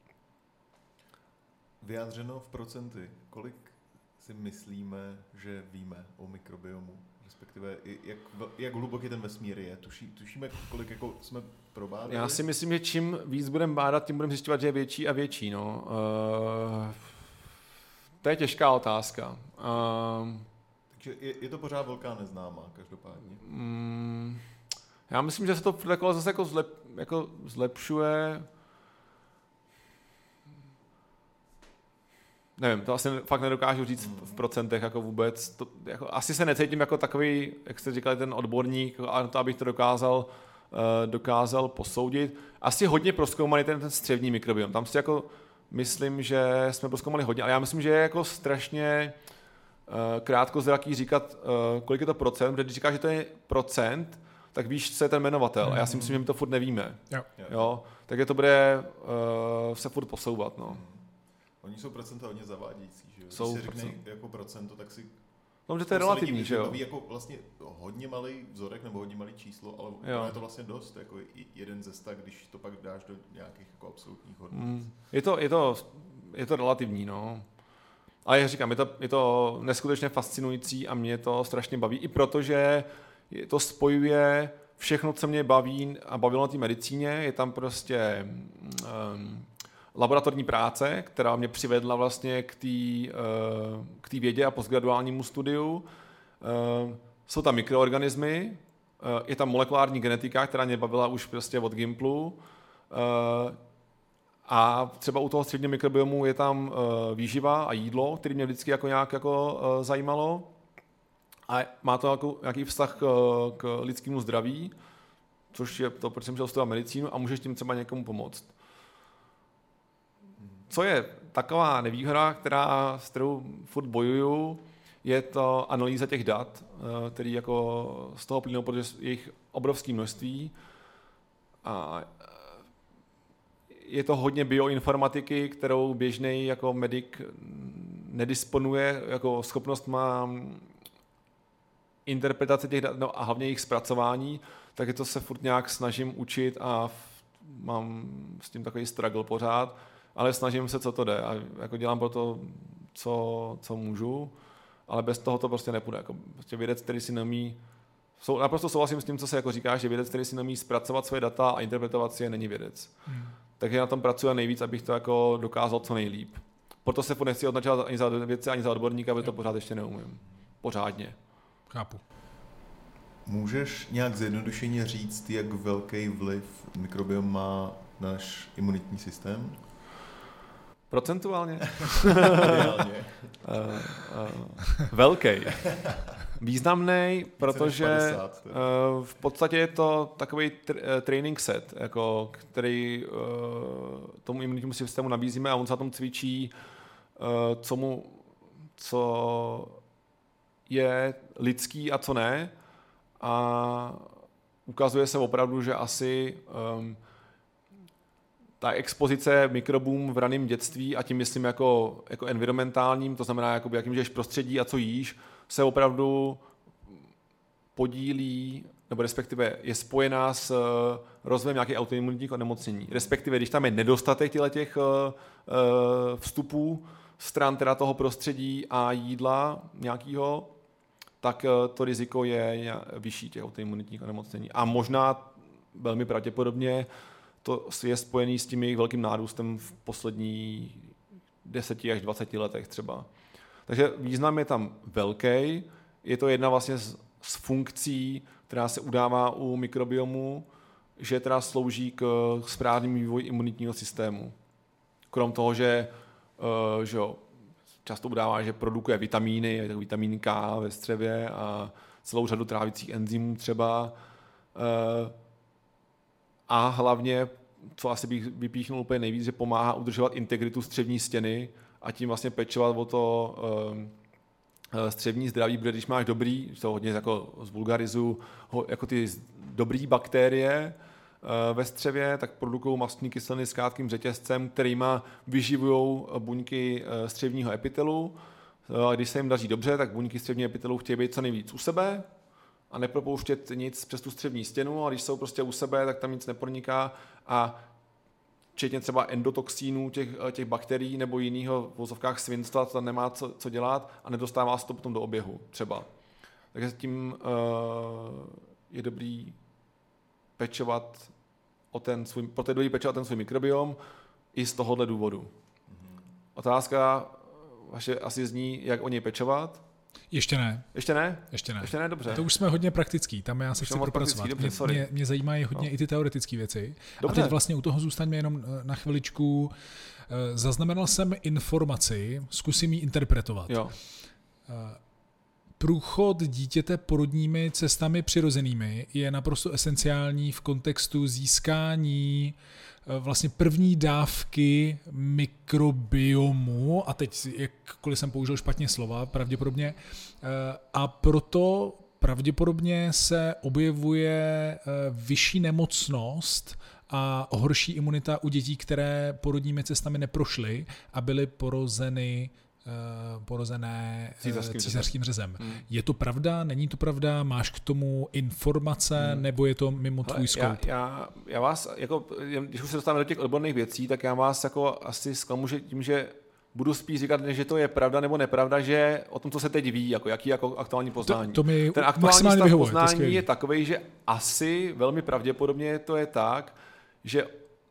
Vyjádřeno v procenty, kolik si myslíme, že víme o mikrobiomu? Respektive jak hluboký ten vesmír je? Tušíme, kolik jako jsme probádali? Já si myslím, že čím víc budeme bádat, tím budeme zjišťovat, že je větší a větší. No. To je těžká otázka. Takže je to pořád velká neznámá, každopádně. Já myslím, že se to zase jako zlepšuje. Nevím, to asi fakt nedokážu říct v procentech jako vůbec. To, jako, asi se necítím jako takový, jak jste říkali, ten odborník, a to, abych to dokázal posoudit. Asi hodně prozkoumaný ten střevní mikrobiom. Tam si jako myslím, že jsme prozkoumali hodně, ale já myslím, že je jako strašně krátkozraký říkat, kolik je to procent, protože když říkáš, že to je procent, tak víš, co je ten jmenovatel. A já si myslím, že my to furt nevíme. Jo? Takže to bude se furt posouvat. No. Oni jsou procenta hodně zavádějící, že jo? Když Jsou si řekne jako procento, tak si... No, že to je relativní, že jo? Jako vlastně hodně malý vzorek nebo hodně malý číslo, ale je to vlastně dost, jako jeden ze 100, když to pak dáš do nějakých jako absolutních hodnot. Je to relativní, no. Ale jak říkám, je to neskutečně fascinující a mě to strašně baví, i protože to spojuje všechno, co mě baví a bavilo na té medicíně. Je tam prostě laboratorní práce, která mě přivedla vlastně k té vědě a postgraduálnímu studiu. Jsou tam mikroorganismy, je tam molekulární genetika, která mě bavila už prostě od Gimplu. A třeba u toho středního mikrobiomu je tam výživa a jídlo, který mě vždycky jako nějak jako zajímalo. A má to jako nějaký vztah k lidskému zdraví, což je to, proč jsem chtěl studovat medicínu a můžeš tím třeba někomu pomoct. Co je taková nevýhoda, s kterou furt bojuju, je to analýza těch dat, který jako z toho plynou, protože je jich obrovské množství. A je to hodně bioinformatiky, kterou běžný jako medic nedisponuje, jako schopnost má interpretace těch dat, no a hlavně jejich zpracování, tak je to se furt nějak snažím učit a mám s tím takový struggle pořád, ale snažím se, co to jde a jako dělám pro to, co můžu, ale bez toho to prostě nepůjde. Jako prostě vědec, který si neumí, naprosto souhlasím s tím, co se jako říká, že vědec, který si neumí zpracovat svoje data a interpretovat si je, není vědec. Takže na tom pracuji nejvíc, abych to jako dokázal co nejlíp. Proto se furt nechci označovat ani za vědce, ani za odborníka, protože to pořád ještě neumím. Pořádně. Chápu. Můžeš nějak zjednodušeně říct, jak velký vliv mikrobiom má náš imunitní systém? Procentuálně? Velký. Významný, protože v podstatě je to takový training set, jako, který tomu imunitnímu systému nabízíme a on se na tom cvičí, co je lidský a co ne. A ukazuje se opravdu, že asi ta expozice mikrobům v raném dětství, a tím myslím jako environmentálním, to znamená, jakoby, jakým žiješ prostředí a co jíš, se opravdu podílí, nebo respektive je spojená s rozvojem nějakých autoimunitních onemocnění. Respektive, když tam je nedostatek těch vstupů stran teda toho prostředí a jídla nějakého, tak to riziko je vyšší těch autoimunitních onemocnění. A možná velmi pravděpodobně to je spojený s tím jejich velkým nárůstem v posledních 10 až 20 letech třeba. Takže význam je tam velký. Je to jedna vlastně z funkcí, která se udává u mikrobiomu, že teda slouží k správnému vývoji imunitního systému. Krom toho, že jo, často udává, že produkuje vitamíny, jako vitamín K ve střevě a celou řadu trávicích enzymů třeba. A hlavně, co asi bych vypíchnul úplně nejvíc, že pomáhá udržovat integritu střevní stěny a tím vlastně pečovat o to střevní zdraví, protože když máš dobrý, to hodně jako zvulgarizu, jako ty dobrý bakterie ve střevě, tak produkují mastní kyseliny s krátkým řetězcem, kterýma vyživují buňky střevního epitelu. A když se jim daří dobře, tak buňky střevního epitelu chtějí být co nejvíc u sebe a nepropouštět nic přes tu střevní stěnu, a když jsou prostě u sebe, tak tam nic neproniká a včetně třeba endotoxínů těch bakterií nebo jiného v vozovkách svinstva, to tam nemá co dělat a nedostává se to potom do oběhu třeba. Takže tím je dobrý pečovat pečovat ten svůj mikrobiom i z tohohle důvodu. Otázka vaše asi zní, jak o něj pečovat. Ještě ne. Ještě ne? Ještě ne. Ještě ne, dobře. To už jsme hodně praktický, tam já se chci propracovat. Mě zajímají hodně i ty teoretické věci. Dobře. A teď vlastně u toho zůstaňme jenom na chviličku. Zaznamenal jsem informaci, zkusím ji interpretovat. Jo. Průchod dítěte porodními cestami přirozenými je naprosto esenciální v kontextu získání vlastně první dávky mikrobiomu, a teď jakkoliv jsem použil špatně slova, pravděpodobně, a proto pravděpodobně se objevuje vyšší nemocnost a horší imunita u dětí, které porodními cestami neprošly a byly porozené císařským řezem. Je to pravda? Není to pravda? Máš k tomu informace? Nebo je to mimo tvůj scope? Já vás, jako, když už se dostáváme do těch odborných věcí, tak já vás jako asi zklamu, že tím, že budu spíš říkat, že to je pravda nebo nepravda, že o tom, co se teď ví, jako jaký jako aktuální poznání. Ten aktuální stav poznání je takovej, že asi velmi pravděpodobně to je tak, že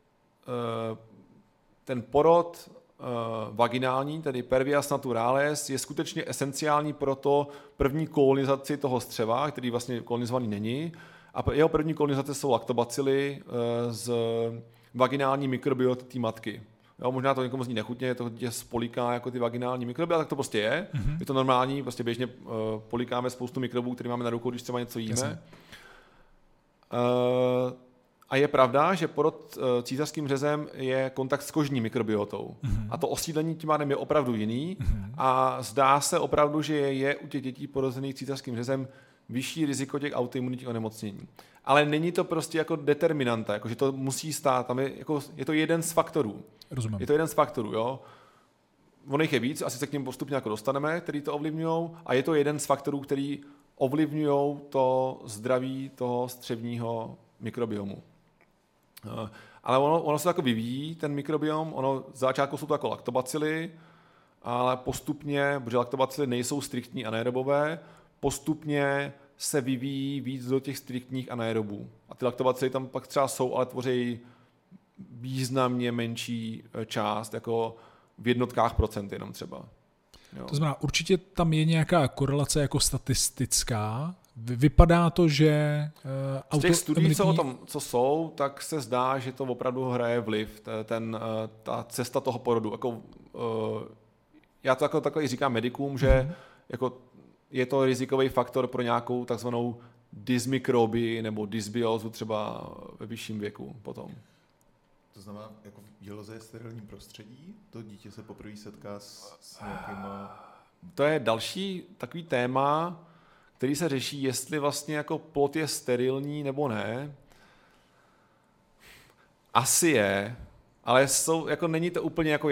ten porod vaginální, tedy pervias naturalis, je skutečně esenciální pro to první kolonizaci toho střeva, který vlastně kolonizovaný není. A jeho první kolonizace jsou laktobacily z vaginální mikrobioty té matky. Jo, možná to někomu zní nechutně, to dítě spoliká jako ty vaginální mikroby, ale tak to prostě je. Mm-hmm. Je to normální, prostě běžně polikáme spoustu mikrobů, které máme na rukou, když třeba něco jíme. A je pravda, že porod císařským řezem je kontakt s kožní mikrobiotou. Mm-hmm. A to osídlení tím pádem je opravdu jiný. Mm-hmm. A zdá se opravdu, že je u těch dětí porozených císařským řezem vyšší riziko těch autoimunitních onemocnění. Ale není to prostě jako determinanta, jako že to musí stát. Tam je to jeden z faktorů. Rozumím. Je to jeden z faktorů, jo. Ono jich je víc, asi se k ním postupně jako dostaneme, který to ovlivňují. A je to jeden z faktorů, který ovlivňují to zdraví toho střevního mikrobiomu. Ale ono se jako vyvíjí, ten mikrobiom, z začátku jsou to jako laktobacily, ale postupně, protože laktobacily nejsou striktní anaerobové, postupně se vyvíjí víc do těch striktních anaerobů. A ty laktobacily tam pak třeba jsou, ale tvoří významně menší část, jako v jednotkách procent jenom třeba. Jo. To znamená, určitě tam je nějaká korelace jako statistická. Vypadá to, že z těch studií, co jsou, tak se zdá, že to opravdu hraje vliv, ta cesta toho porodu. Jako, já to jako takhle říkám medikům, že jako je to rizikový faktor pro nějakou takzvanou dysmikrobii nebo dysbiózu třeba ve vyšším věku potom. To znamená, jako v výloze je sterilním prostředí? To dítě se poprvé setká s nějakýma... To je další takový téma, který se řeší, jestli vlastně jako plod je sterilní nebo ne. Asi je, Ale jako není to úplně jako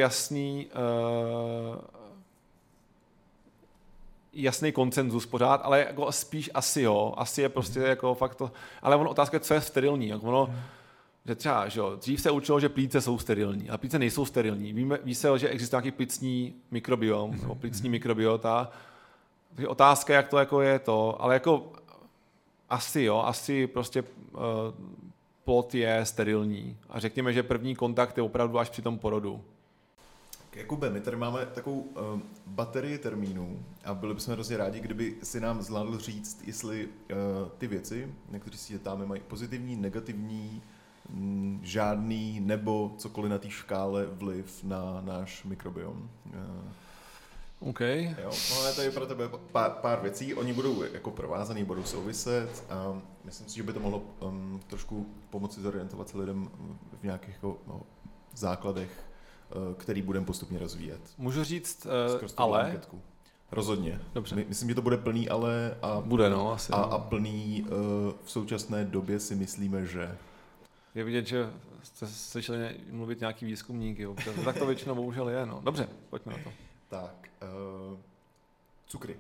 jasný konsenzus pořád, ale jako spíš asi jo. Asi je prostě jako fakt to... Ale ono otázka je, co je sterilní. Jako ono, že třeba, že jo, dřív se učilo, že plíce jsou sterilní, ale plíce nejsou sterilní. Ví se, že existuje nějaký plicní mikrobiom, nebo plicní mikrobiota. Takže otázka, jak to jako je to, ale jako asi prostě plod je sterilní. A řekněme, že první kontakt je opravdu až při tom porodu. Jakube, my tady máme takovou baterii termínů a byli bychom hrozně rádi, kdyby si nám zvládl říct, jestli ty věci, na které si ptáme, mají pozitivní, negativní, žádný nebo cokoliv na té škále vliv na náš mikrobiom. OK. Jo, máme tady pro tebe pár věcí, oni budou jako provázaný, budou souviset a myslím si, že by to mohlo trošku pomoci zorientovat se lidem v nějakých jako, základech, který budeme postupně rozvíjet. Můžu říct ale? Anketku. Rozhodně. Dobře. Myslím, že to bude plný ale a, bude, no, asi, a plný v současné době si myslíme, že... Je vidět, že jste slyšeli mluvit nějaký výzkumníky občas. Tak to většinou bohužel je. No. Dobře, pojďme na to. Tak, cukry.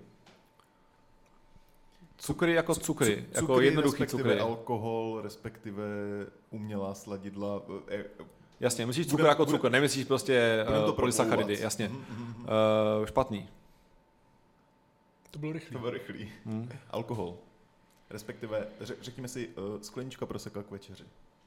Cukry jako cukry, jako jednoduchý cukry. Alkohol, respektive umělá sladidla. Jasně, myslíš cukr jako cukr, nemyslíš prostě polysacharidy, jasně. Špatný. To bylo rychlý. Alkohol. Respektive, řekněme si, sklenička proseka k večeři.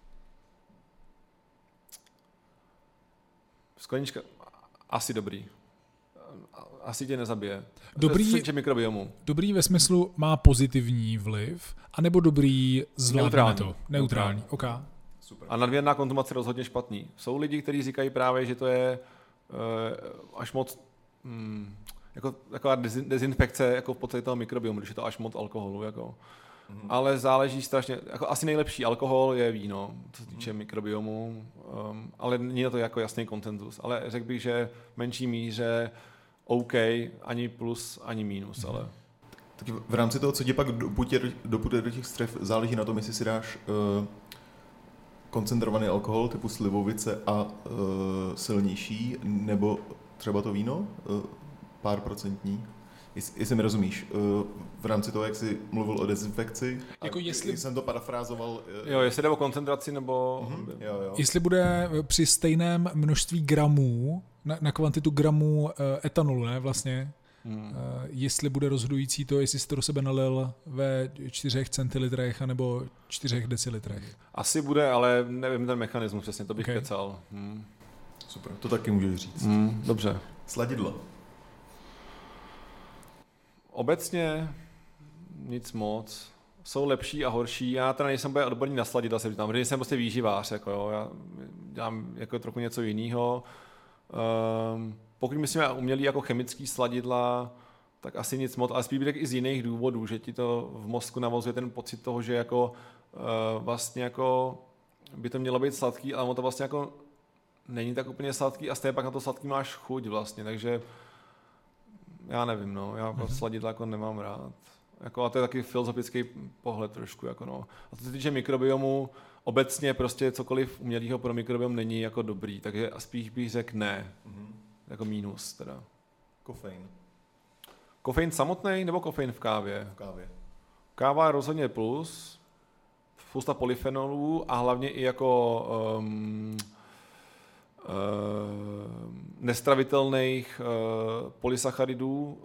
Sklenička, asi dobrý. Asi tě nezabije. Dobrý, mikrobiomu. Dobrý ve smyslu má pozitivní vliv, anebo dobrý zvládne to? Neutrální. Okay. Super. A nadměrná konzumace rozhodně špatný. Jsou lidi, kteří říkají právě, že to je až moc jako taková dezinfekce jako v podstatě toho mikrobiomu, když je to až moc alkoholu. Jako. Ale záleží strašně, jako asi nejlepší alkohol je víno, co se týče mikrobiomu, ale není to jako jasný konsenzus. Ale řekl bych, že v menší míře OK, ani plus, ani minus, ale... Tak v rámci toho, co tě pak doputuje do těch střev, záleží na tom, jestli si dáš koncentrovaný alkohol typu slivovice a silnější, nebo třeba to víno, pár procentní. Jestli mi rozumíš, v rámci toho, jak jsi mluvil o dezinfekci, jako jestli jsem to parafrázoval. Jo, jestli jde o koncentraci, nebo... Jo. Jestli bude při stejném množství gramů, na kvantitu gramů etanolu, ne, vlastně, jestli bude rozhodující to, jestli jsi to do sebe nalil ve 4 centilitrech anebo 4 decilitrech. Asi bude, ale nevím ten mechanismus přesně, to bych kecal. Super, to taky můžeš říct. Dobře. Sladidlo. Obecně nic moc. Jsou lepší a horší. Já teda nejsem úplně odborný na sladidla, se říkám, protože jsem prostě výživář. Jako jo. Já dělám jako trochu něco jiného. Pokud myslíme umělý jako chemický sladidla, tak asi nic moc, ale spíš bych i z jiných důvodů, že ti to v mozku navozuje ten pocit toho, že jako vlastně jako by to mělo být sladký, ale ono to vlastně jako není tak úplně sladký a stejně pak na to sladký máš chuť vlastně, takže já nevím, no, já sladidla jako nemám rád. Jako, a to je taky filozofický pohled trošku. Jako, no. A co se týče mikrobiomu, obecně prostě cokoliv umělého pro mikrobiom není jako dobrý, takže spíš bych řekl ne. Jako mínus teda. Kofein. Kofein samotný nebo kofein v kávě? V kávě. Káva je rozhodně plus, spousta polyfenolů a hlavně i jako nestravitelných polysacharidů,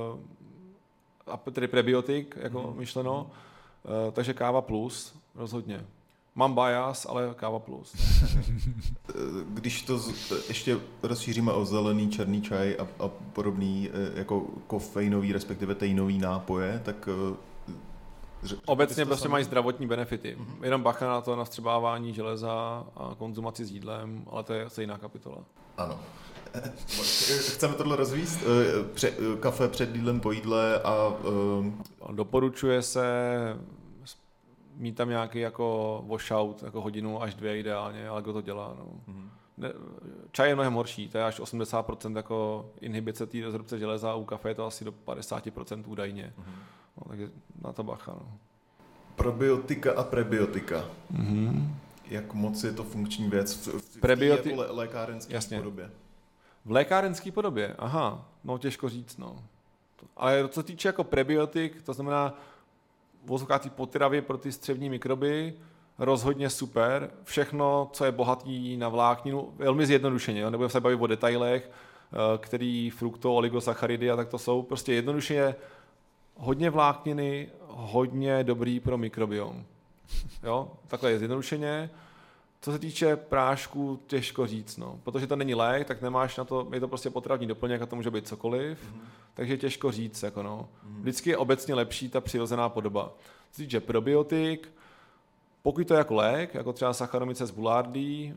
tedy prebiotik, jako myšleno. Takže káva plus, rozhodně. Mám bias, ale káva plus. Když to ještě rozšíříme o zelený, černý čaj a podobný jako kofeinový, respektive tejnový nápoje, tak... Obecně prostě mají zdravotní benefity. Jenom bacha na to, na vstřebávání železa a konzumaci s jídlem, ale to je asi jiná kapitola. Ano. Chceme tohle rozvíst? Kafe před jídlem, po jídle a... Doporučuje se mít tam nějaký jako washout, jako hodinu až 2 ideálně, ale kdo to dělá, no. Čaj je mnohem horší, to je až 80% jako inhibice té rozrobce železa, u kafe je to asi do 50% údajně. No, takže na to bacha, no. Probiotika a prebiotika. jak moc je to funkční věc v jako lékárenské podobě? V lékárenské podobě, aha, no těžko říct, no. Ale co se týče jako prebiotik, to znamená vozovkátý potravy pro ty střevní mikroby, rozhodně super. Všechno, co je bohatý na vlákninu, velmi zjednodušeně, nebudeme se bavit o detailech, který frukto, oligosacharidy a tak to jsou. Prostě jednoduše hodně vlákniny, hodně dobrý pro mikrobiom. Jo, takhle je zjednodušeně. Co se týče prášku, těžko říct, no. Protože to není lék, tak nemáš na to, je to prostě potravní doplněk a to může být cokoliv, takže těžko říct, jako no. Vždycky je obecně lepší ta přirozená podoba. Co se týče probiotik, pokud to je jako lék, jako třeba Saccharomyces boulardii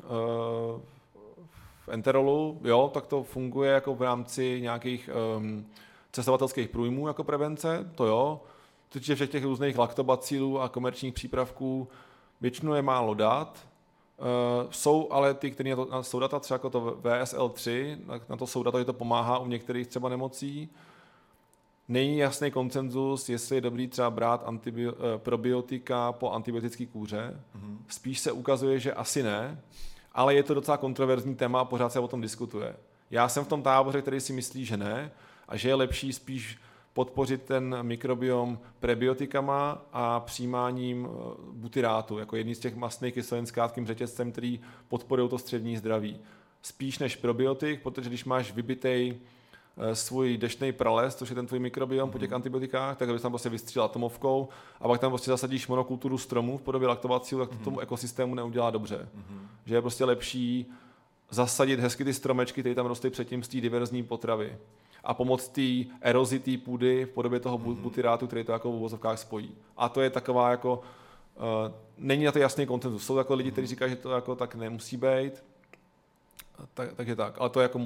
v enterolu, jo, tak to funguje jako v rámci nějakých cestovatelských průjmů jako prevence, to jo. Co se týče všech těch různých laktobacilů a komerčních přípravků, většinou je málo dat. Jsou ale ty, které na to jsou data, třeba jako to VSL3, na to jsou data, že to pomáhá u některých třeba nemocí. Není jasný konsenzus, jestli je dobrý třeba brát probiotika po antibiotické kůře. Spíš se ukazuje, že asi ne, ale je to docela kontroverzní téma a pořád se o tom diskutuje. Já jsem v tom táboře, který si myslí, že ne a že je lepší spíš podpořit ten mikrobiom prebiotikama a přijímáním butyrátu, jako jedný z těch mastných kyselin s krátkým řetězcem, který podporují to střevní zdraví. Spíš než probiotik, protože když máš vybitej svůj deštný prales, což je ten tvůj mikrobiom po těch antibiotikách, tak abys tam prostě vystřílel atomovkou a pak tam prostě zasadíš monokulturu stromů v podobě laktobacilu, tak to tomu ekosystému neudělá dobře. Že je prostě lepší zasadit hezky ty stromečky, které tam rostly předtím z té diverzní potravy a pomoct té erozi té půdy v podobě toho butyrátu, který to jako v uvozovkách spojí. A to je taková jako, není na to jasný konsenzus. Jsou jako lidi, kteří říkají, že to jako tak nemusí být, takže tak. Ale to je jako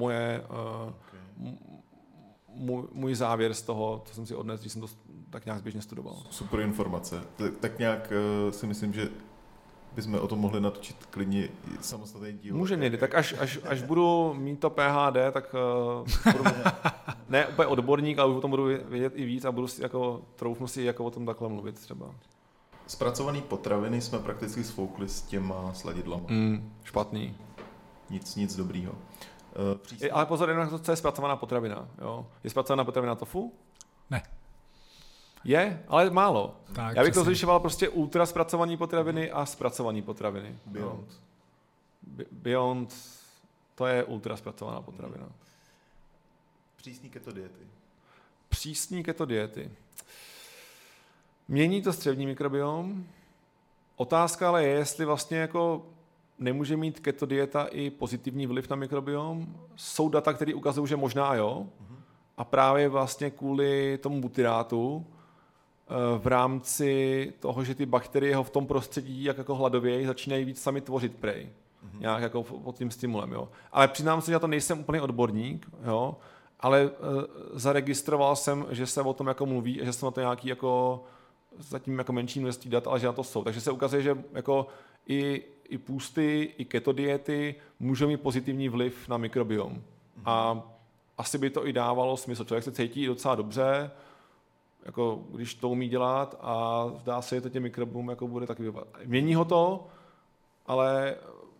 můj závěr z toho, co jsem si odnesl, když jsem to tak nějak zběžně studoval. Super informace. Tak nějak si myslím, že bychom o tom mohli natočit klidně samostatný díl. Můžeme někdy, tak až budu mít to PhD, tak budu, ne úplně odborník, ale už o tom budu vědět i víc a budu si jako, troufnu si jako o tom takhle mluvit třeba. Zpracované potraviny jsme prakticky sfoukli s těma sladidlama. Špatný. Nic dobrýho. Ale pozor, jenom na to, co je zpracovaná potravina. Jo? Je zpracovaná potravina tofu? Ne. Je, ale málo. Tak, já bych to zlišoval prostě ultra zpracované potraviny a zpracované potraviny. Beyond. Beyond, to je ultra zpracovaná potravina. Přísný keto diety. Přísný keto diety. Mění to střevní mikrobiom. Otázka ale je, jestli vlastně jako nemůže mít keto dieta i pozitivní vliv na mikrobiom. Jsou data, které ukazují, že možná jo. A právě vlastně kvůli tomu butyrátu v rámci toho, že ty bakterie ho v tom prostředí jak jako hladověji začínají víc sami tvořit prej. Nějak jako pod tím stimulem. Jo. Ale přiznám se, že já to nejsem úplný odborník, jo, ale zaregistroval jsem, že se o tom jako mluví a že jsem na to nějaký jako zatím jako menší množství dat, ale že na to jsou. Takže se ukazuje, že jako i půsty, i keto diety můžou mít pozitivní vliv na mikrobiom. A asi by to i dávalo smysl. Člověk se cítí docela dobře, jako když to umí dělat a zdá se, že to těm mikrobiom jako bude taky vypadat. Mění ho to, ale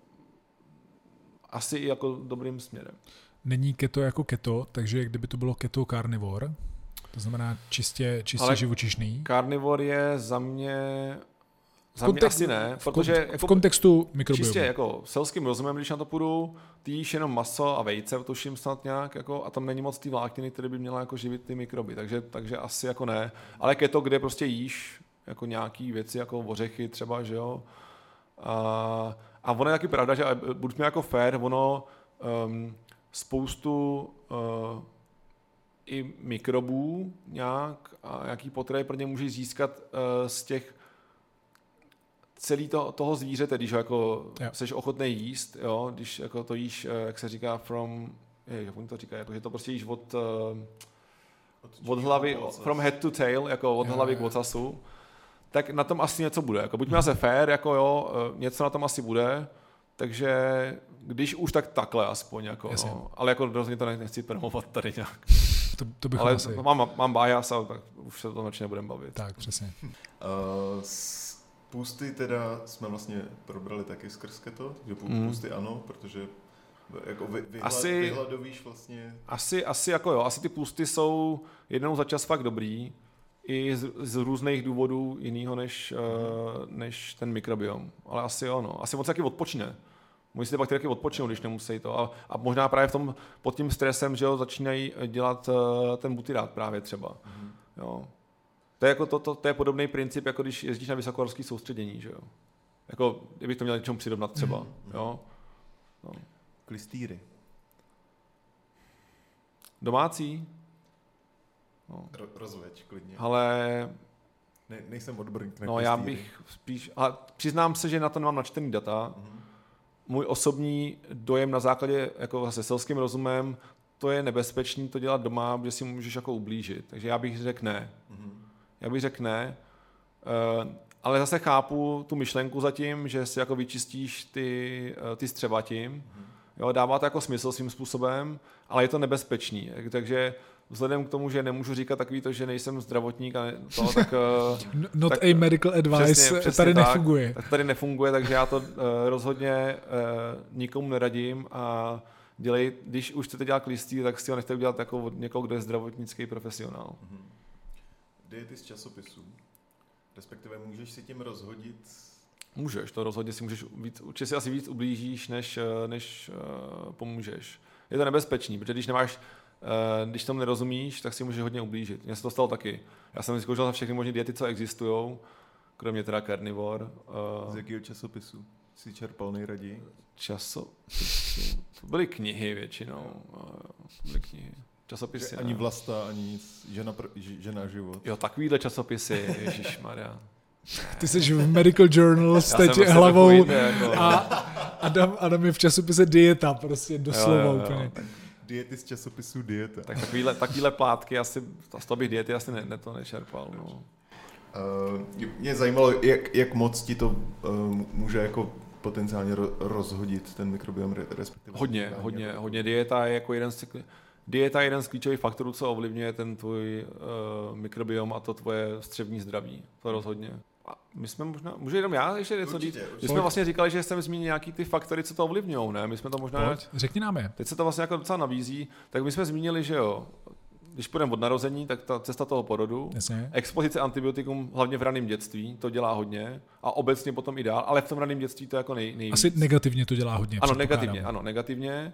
asi i jako dobrým směrem. Není keto jako keto, takže kdyby to bylo keto carnivore, to znamená čistě živočišný. Carnivore je za mě asi ne, protože v kontextu mikrobiomu. Čistě jako selským rozumem, když na to půjdu, ty jíš jenom maso a vejce, tuším snad nějak, jako, a tam není moc té vlákniny, které by měla jako živit ty mikroby, takže asi jako ne. Ale keto, kde prostě jíš jako nějaký věci, jako ořechy třeba, že jo. A ono je taky pravda, že buďme jako fair, ono spoustu i mikrobů nějak a nějaký potravy pro ně můžeš získat z těch celý toho zvířete, když ho jako seš ochotný jíst, jo, když jako to jíš, jak se říká, jak to říká, jako, že to prostě jíš od hlavy, from head to tail, jako od hlavy k ocasu, tak na tom asi něco bude. Jako, buďme zase fair, jako jo, něco na tom asi bude, takže když už, tak takhle aspoň, jako, no. Ale jako rozhodně to nechci promovat tady nějak. To bychom ale asi... mám bias, ale tak už se to nočně nebudeme bavit. Tak, přesně. Půsty teda jsme vlastně probrali taky skrz keto, že půsty ano, protože jako vyhladovíš vlastně. Asi jako jo, asi ty půsty jsou jednou za čas fakt dobrý, i z různých důvodů jinýho než ten mikrobiom. Ale asi jo, no. Asi moc taky odpočne. Musí ty bakterie odpočinout, když nemusí to. A možná právě pod tím stresem, že jo, začínají dělat ten butyrát právě třeba. Jo. To je, jako to je podobný princip, jako když jezdíš na vysokohorský soustředění, že jo. Jako, kdybych to měl něčemu přirovnat třeba. Jo. No. Klystýry. Domácí? No. Rozveď, klidně. Ale... Nejsem odborník na klystýry. Já bych spíš... Ale přiznám se, že na to nemám načtený data. Můj osobní dojem na základě, jako zase selským rozumem, to je nebezpečný to dělat doma, protože si můžeš jako ublížit. Takže já bych řekl ne. Ale zase chápu tu myšlenku zatím, že si jako vyčistíš ty střeva tím. Jo, dává to jako smysl svým způsobem, ale je to nebezpečný. Takže vzhledem k tomu, že nemůžu říkat takový to, že nejsem zdravotník a to, tak... Not a medical advice přesně tady nefunguje. Tak tady nefunguje, takže já to rozhodně nikomu neradím a když už chcete dělat klystýr, tak si ho nechte udělat jako od někoho, kdo je zdravotnický profesionál. Diety z časopisů. Respektive můžeš si tím rozhodit? Můžeš, to rozhodně si můžeš určitě si asi víc ublížíš, než pomůžeš. Je to nebezpečný, protože když tomu nerozumíš, tak si můžeš hodně ublížit. Mně se to stalo taky. Já jsem zkoušel všechny možné diety, co existují, kromě teda carnivore. Z jakého časopisu jsi čerpal nejraději? Časopisu? To byly knihy většinou. Byly knihy. Časopisy. Ani Vlasta, ani nic. Žena a život. Jo, takovýhle časopisy, ježišmarja. Ty jsi v Medical Journal s teď hlavou a Adam je v časopise Dieta, prostě doslova úplně. Diety z časopisu Dieta. Tak takovýhle plátky asi, z toho bych diety asi to nečerpal. No. Mě zajímalo, jak moc ti to může jako potenciálně rozhodit ten mikrobiom, respektive. Hodně. Dieta je jako jeden z klíčových faktorů, co ovlivňuje ten tvůj mikrobiom a to tvoje střevní zdraví. To rozhodně. A my jsme může jenom já ještě něco říct? My jsme vlastně říkali, že jsem zmínil nějaký ty faktory, co to ovlivňují, ne? My jsme to možná... Řekni nám je. Teď se to vlastně jako docela nabízí. Tak my jsme zmínili, že jo, když půjdeme od narození, tak ta cesta toho porodu, expozice antibiotikum hlavně v raném dětství, to dělá hodně a obecně potom i dál, ale v tom raném dětství to jako nejvíc. Asi negativně to dělá hodně. Ano, negativně.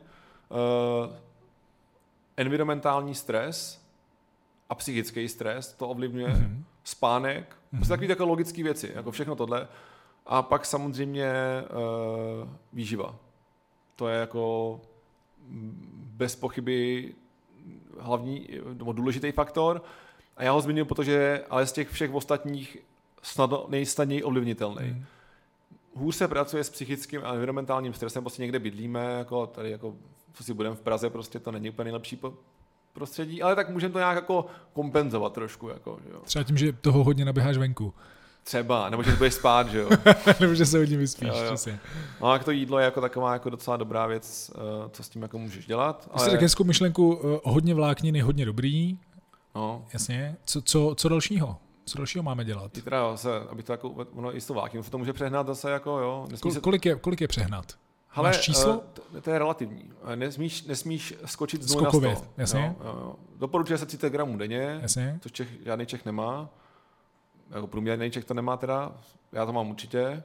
Environmentální stres a psychický stres, to ovlivňuje spánek, prostě takový takové logické věci, jako všechno tohle. A pak samozřejmě výživa. To je jako bez pochyby hlavní, důležitý faktor. A já ho zmínil, protože ale z těch všech ostatních nejsnadněji ovlivnitelný. Hůř se pracuje s psychickým a environmentálním stresem, prostě někde bydlíme, jako tady jako si budeme v Praze, prostě to není úplně nejlepší prostředí, ale tak můžeme to nějak jako kompenzovat trošku. Jako, jo. Třeba tím, že toho hodně naběháš venku. Třeba, nebo že budeš spát, že jo. Nebo že se hodně vyspíš, přesně. No a to jídlo je jako taková jako docela dobrá věc, co s tím jako můžeš dělat. Jsi řekl hezkou myšlenku, hodně vlákniny, hodně dobrý. No. Jasně. Co dalšího? Co dalšího máme dělat? Teda zase, aby to jako, ono i s tou vlákninou se to může přehnat zase jako, jo. Kolik je přehnat? Hele, máš číslo? To je relativní. Nesmíš skočit z 0 na 100. Jasně. Jo. Doporučuje se 30 gramů denně, jasně. Což žádný Čech nemá. Jako průměrný Čech to nemá teda, já to mám určitě.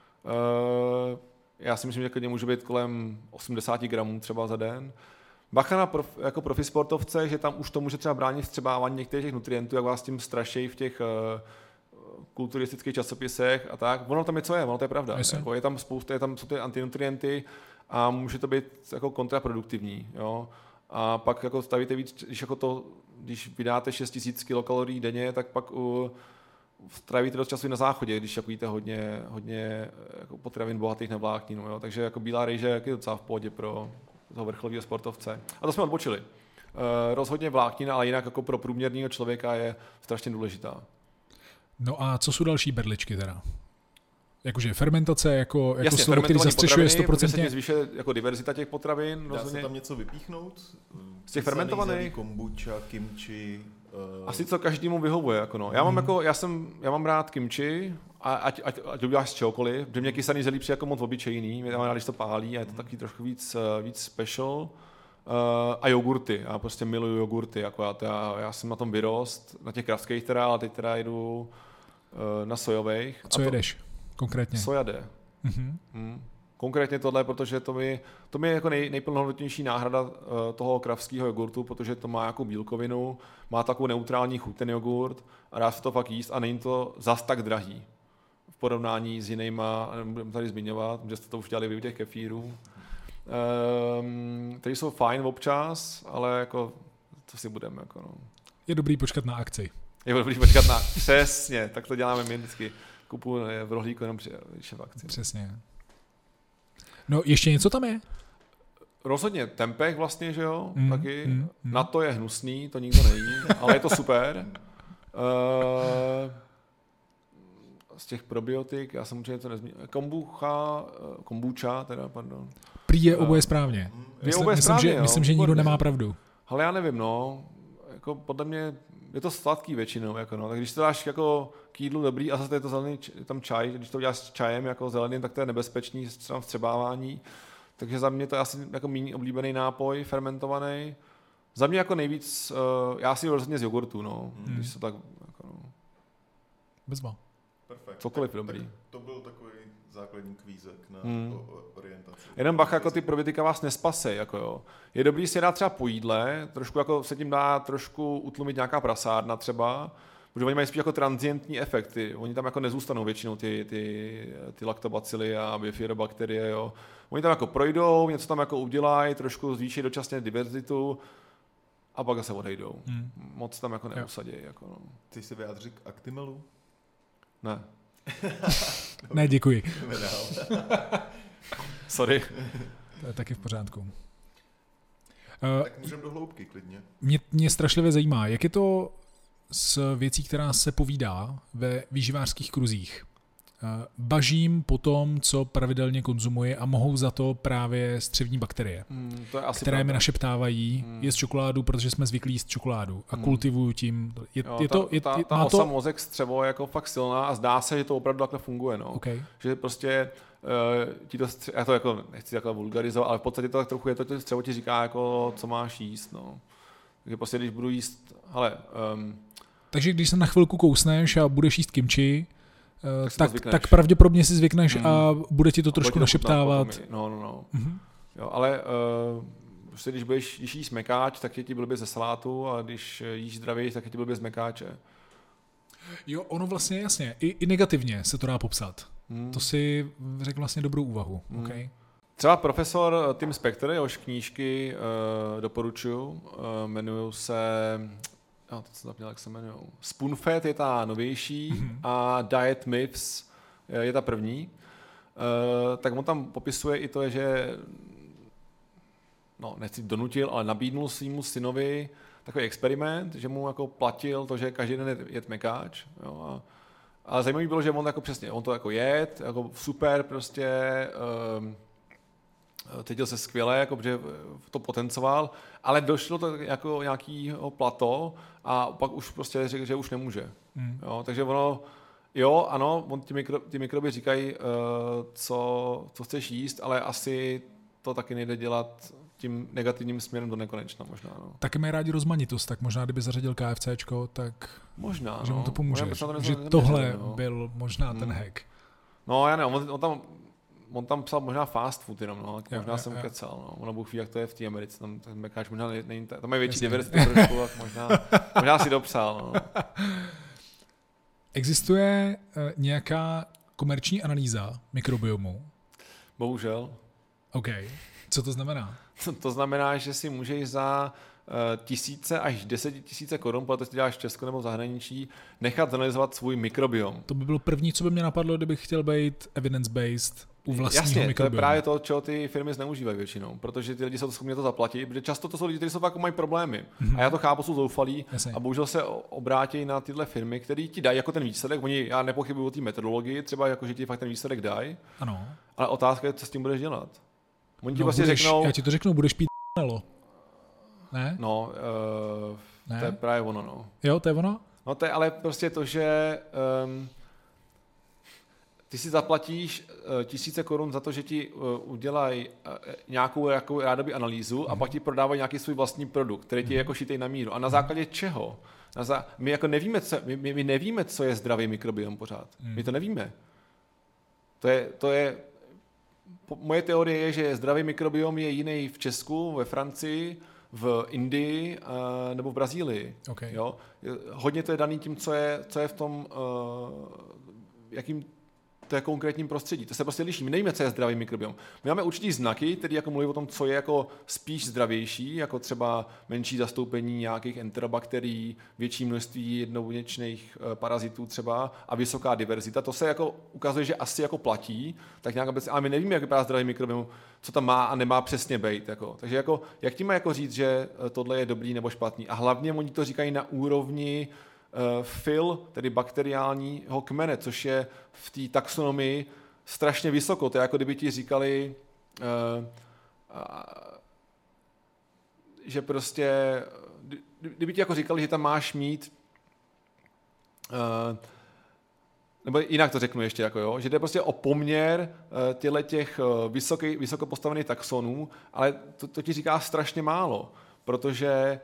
Já si myslím, že klidně může být kolem 80 gramů třeba za den. Bacha jako profi sportovce, že tam už to může třeba bránit vstřebávání některých těch nutrientů, jak vás tím strašejí v těch kulturistických časopisech a tak. Ono tam je, co je, ono to je pravda. Jako je tam spousta, jsou ty antinutrienty a může to být jako kontraproduktivní. Jo? A pak jako stavíte víc, když vydáte 6000 kilokalorií denně, tak pak strávíte dost času na záchodě, když jako jíte hodně jako potravin bohatých na vlákninu. Jo? Takže jako bílá rejže je docela v pohodě pro toho vrcholového sportovce. A to jsme odbočili. Rozhodně vláknina, ale jinak jako pro průměrného člověka je strašně důležitá. No a co jsou další berličky teda? Jakože fermentace, jako slovo, který zastřešuje 100%. Se zvyšuje jako diverzita těch potravin. Dá se tam něco vypíchnout? Z těch fermentovaných? Kombucha, kimchi. Asi co každému vyhovuje. Jako no. Já mám rád kimchi ať to uděláš z čehokoliv, protože mě kysaný zelí přijde jako moc obyčejný, mě tam rád, když to pálí a je to taky trošku víc special. A jogurty, já prostě miluju jogurty, jako já jsem na tom vyrost, na těch kravských teda, ale teď teda jdu na sojových. Co jedeš konkrétně? Sojade. Konkrétně tohle, protože to mi je jako nejplnohodnotnější náhrada toho kravského jogurtu, protože to má jako bílkovinu, má takovou neutrální chuť ten jogurt a dá se to fakt jíst a není to zas tak drahý v porovnání s jinýma, nebudeme tady zmiňovat, že jste to už dělali vy u těch kefírů, které jsou fajn občas, ale jako co si budeme. Jako no. Je dobrý počkat na akci. Je dobrý počkat na... Přesně, tak to děláme my vždycky. Kupuju v rohlíku jenom když je v akci. Přesně. No ještě něco tam je? Rozhodně tempeh vlastně, že jo, taky. Na to je hnusný, to nikdo nejí, ale je to super. Z těch probiotik, já jsem určitě to nezmínil. Kombucha, pardon. Prý je oboje správně. Myslím, že nikdo nemá pravdu. Ale já nevím, no. Jako podle mě je to sladký většinou, jako no. Tak když to dáš jako k jídlu dobrý a zase je to zelený, tam čaj, když to uděláš s čajem jako zeleným, tak to je nebezpečný vstřebávání. Takže za mě to je asi jako méně oblíbený nápoj, fermentovaný. Za mě jako nejvíc, já si rozhodně z jogurtu, no. Když se tak, jako no. Bezva. Perfekt. Cokoliv dobrý. To byl takový základní kvízek na orientaci. Jenom bacha, jako ty probiotika vás nespasej, jako jo. Je dobrý si dát třeba po jídle, trošku jako se tím dá trošku utlumit nějaká prasárna třeba, protože oni mají spíš jako transientní efekty. Oni tam jako nezůstanou většinou ty laktobacily a bifidobakterie, jo. Oni tam jako projdou, něco tam jako udělají, trošku zvýší dočasně diverzitu a pak se odejdou. Moc tam jako neusadějí. Jako no. Ty jsi vyjádřil k Actimelu? Ne. Ne, děkuji. Sorry. To je taky v pořádku. Tak můžeme do hloubky klidně. Mě strašlivě zajímá, jak je to s věcí, která se povídá ve výživářských kruzích. Bažím po tom, co pravidelně konzumuji a mohou za to právě střevní bakterie, to je asi které pravda. mi našeptávají jíst čokoládu, protože jsme zvyklí jíst čokoládu a kultivuju tím. Ta osa mozek střevo je jako fakt silná a zdá se, že to opravdu takhle funguje. No. Okay. Že prostě já to jako nechci takhle vulgarizovat, ale v podstatě to tak trochu je to střevo ti říká, jako, co máš jíst. No. Takže prostě, když budu jíst, takže když se na chvilku kousneš a budeš jíst kimchi, tak pravděpodobně si zvykneš a bude ti to trošku našeptávat. No. Jo, ale prostě když jíš mekáč, tak je ti blbě ze salátu a když jíš zdravě, tak je ti blbě z mekáče. Jo, ono vlastně jasně. I negativně se to dá popsat. To si řekl vlastně dobrou úvahu. Okay. Třeba profesor Tim Spector, jehož knížky doporučuju, jmenují se... teď jsem zapněl, jak se jmenujou. Spoonfed je ta novější a Diet Myths je ta první. Tak on tam popisuje i to, že nechci donutil, ale nabídnul svýmu synovi takový experiment, že mu jako platil to, že každý den jet mekáč. Jo, ale zajímavý bylo, že on jako přesně, on to jako jet, jako super prostě, cítil se skvěle, jako, že to potencoval, ale došlo to jako nějakýho plato a pak už prostě řekl, že už nemůže. Jo, takže ono, jo, ano, ty mikroby říkají, co chceš jíst, ale asi to taky nejde dělat tím negativním směrem do nekonečna možná. No. Taky mají rádi rozmanitost, tak možná kdyby zařadil KFCčko, tak možná, že mu to pomůže. Že tohle byl možná ten hack. No já ne, on tam psal možná fast food jenom, no, možná jsem kecal, no. Ono Bůh ví, jak to je v té Americe, tam ten mekáč možná není, tam je větší diverzitu trošku, tak možná si dopsal, no. Existuje nějaká komerční analýza mikrobiomu? Bohužel. OK. Co to znamená? To znamená, že si můžeš za tisíce až 10 000 korun, protože ty děláš v Česku nebo v zahraničí, nechat zanalizovat svůj mikrobiom. To by bylo první, co by mě napadlo, kdybych chtěl být evidence-based u vlastního mikrobiomu. To je právě to, čeho ty firmy zneužívají většinou, protože ty lidi jsou schopni to zaplatit, protože často to jsou lidi, kteří jsou jako mají problémy. A já to chápu, jsou zoufalí a bohužel se obrátí na tyhle firmy, které ti dají jako ten výsledek. Já nepochybuji o té metodologii, třeba jako, že ti fakt ten výsledek dají. Ano. Ale otázka je, co s tím budeš dělat. Oni ti vlastně řeknou... Já ti to řeknu, budeš pít nelo. Ne? No, ne? To je právě ono, no. Jo, to je ono? No to je ale prostě to, že ty si zaplatíš tisíce korun za to, že ti udělají nějakou jako rádoby analýzu a pak ti prodávají nějaký svůj vlastní produkt, který ti je jako šitej na míru. A na základě čeho? My jako nevíme, my nevíme, co je zdravý mikrobiom pořád. My to nevíme. To je moje teorie je, že zdravý mikrobiom je jiný v Česku, ve Francii, v Indii nebo v Brazílii. Okay. Jo? Hodně to je daný tím, co je v tom, jakým to je konkrétním prostředí. To se prostě liší. My nevíme, co je zdravý mikrobiom. My máme určitý znaky, které jako mluví o tom, co je jako spíš zdravější, jako třeba menší zastoupení nějakých enterobakterií, větší množství jednobuněčných parazitů třeba a vysoká diverzita. To se jako ukazuje, že asi jako platí, tak nějak ale my nevíme, jak vypadá zdravý mikrobiom, co tam má a nemá přesně být. Jako. Takže jako, jak tím má jako říct, že tohle je dobrý nebo špatný? A hlavně oni to říkají na úrovni fil, tedy bakteriálního kmene, což je v té taxonomii strašně vysoko. To je jako kdyby ti říkali, že prostě, kdyby ti jako říkali, že tam máš mít, nebo jinak to řeknu ještě, jako jo, že jde prostě o poměr těch vysoko postavených taxonů, ale to ti říká strašně málo, protože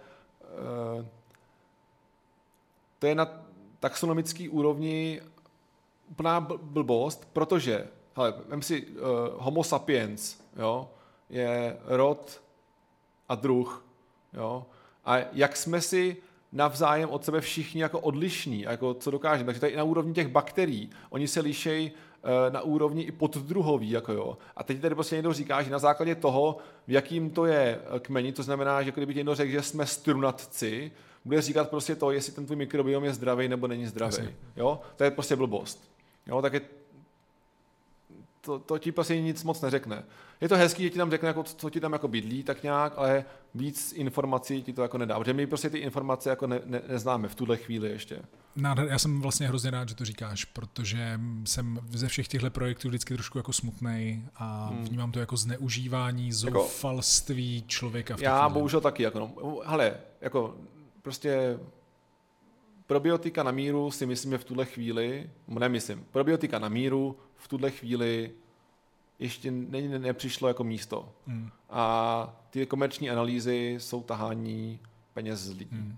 to je na taxonomické úrovni úplná blbost, protože, hele, vem si Homo sapiens, jo, je rod a druh, jo, a jak jsme si navzájem od sebe všichni jako odlišní, jako co dokážeme, takže tady i na úrovni těch bakterií, oni se lišejí na úrovni i poddruhový, jako jo. A teď tady prostě někdo říká, že na základě toho, v jakým to je kmeni, to znamená, že kdyby někdo řekl, že jsme strunatci, bude říkat prostě to, jestli ten tvůj mikrobiom je zdravý nebo není zdravý. Jo? To je prostě blbost. Jo? Tak to ti prostě nic moc neřekne. Je to hezký, že ti tam řekne, jako, co ti tam jako bydlí, tak nějak, ale víc informací ti to jako nedá. Protože my prostě ty informace jako neznáme v tuhle chvíli ještě. Já jsem vlastně hrozně rád, že to říkáš, protože jsem ze všech těchto projektů vždycky trošku jako smutnej a vnímám to jako zneužívání, zoufalství člověka. Já bohužel taky. Jako, no, hele, jako prostě probiotika na míru si myslím, že v tuhle chvíli, probiotika na míru v tuhle chvíli ještě nepřišlo jako místo. A ty komerční analýzy jsou tahání peněz z lidí.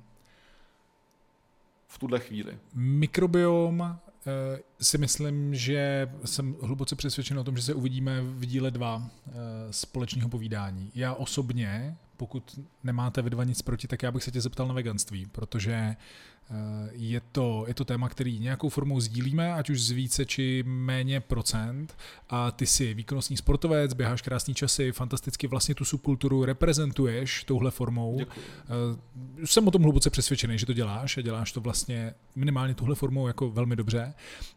V tuhle chvíli. Mikrobiom si myslím, že jsem hluboce přesvědčen o tom, že se uvidíme v díle 2 společného povídání. Já osobně, pokud nemáte vy dva nic proti, tak já bych se tě zeptal na veganství, protože je to téma, který nějakou formou sdílíme, ať už z více či méně procent, a ty jsi výkonnostní sportovec, běháš krásný časy, fantasticky vlastně tu subkulturu reprezentuješ touhle formou. Děkuji. Jsem o tom hluboce přesvědčený, že to děláš a děláš to vlastně minimálně touhle formou jako velmi dobře.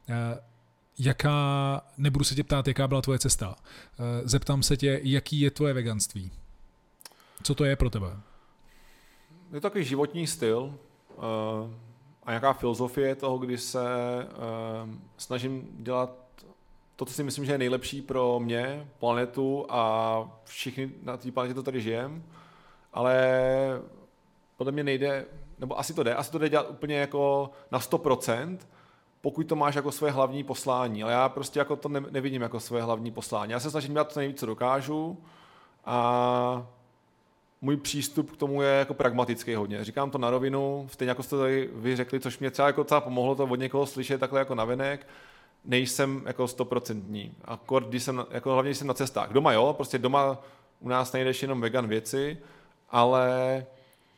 Nebudu se tě ptát, jaká byla tvoje cesta. Zeptám se tě, jaký je tvoje veganství? Co to je pro tebe? Je to takový životní styl a nějaká filozofie toho, kdy se snažím dělat to, co si myslím, že je nejlepší pro mě, planetu a všichni na té planetě to tady žijeme, ale podle mě nejde, nebo asi to jde dělat úplně jako na 100%, pokud to máš jako své hlavní poslání, ale já prostě jako to nevidím jako své hlavní poslání. Já se snažím dělat co nejvíc, co dokážu a můj přístup k tomu je jako pragmatický hodně. Říkám to na rovinu, stejně jako jste tady vy řekli, což mě třeba jako docela pomohlo to od někoho slyšet takhle jako navenek, nejsem jako 100%. Hlavně když jsem na cestách. Doma jo, prostě doma u nás najdeš jenom vegan věci, ale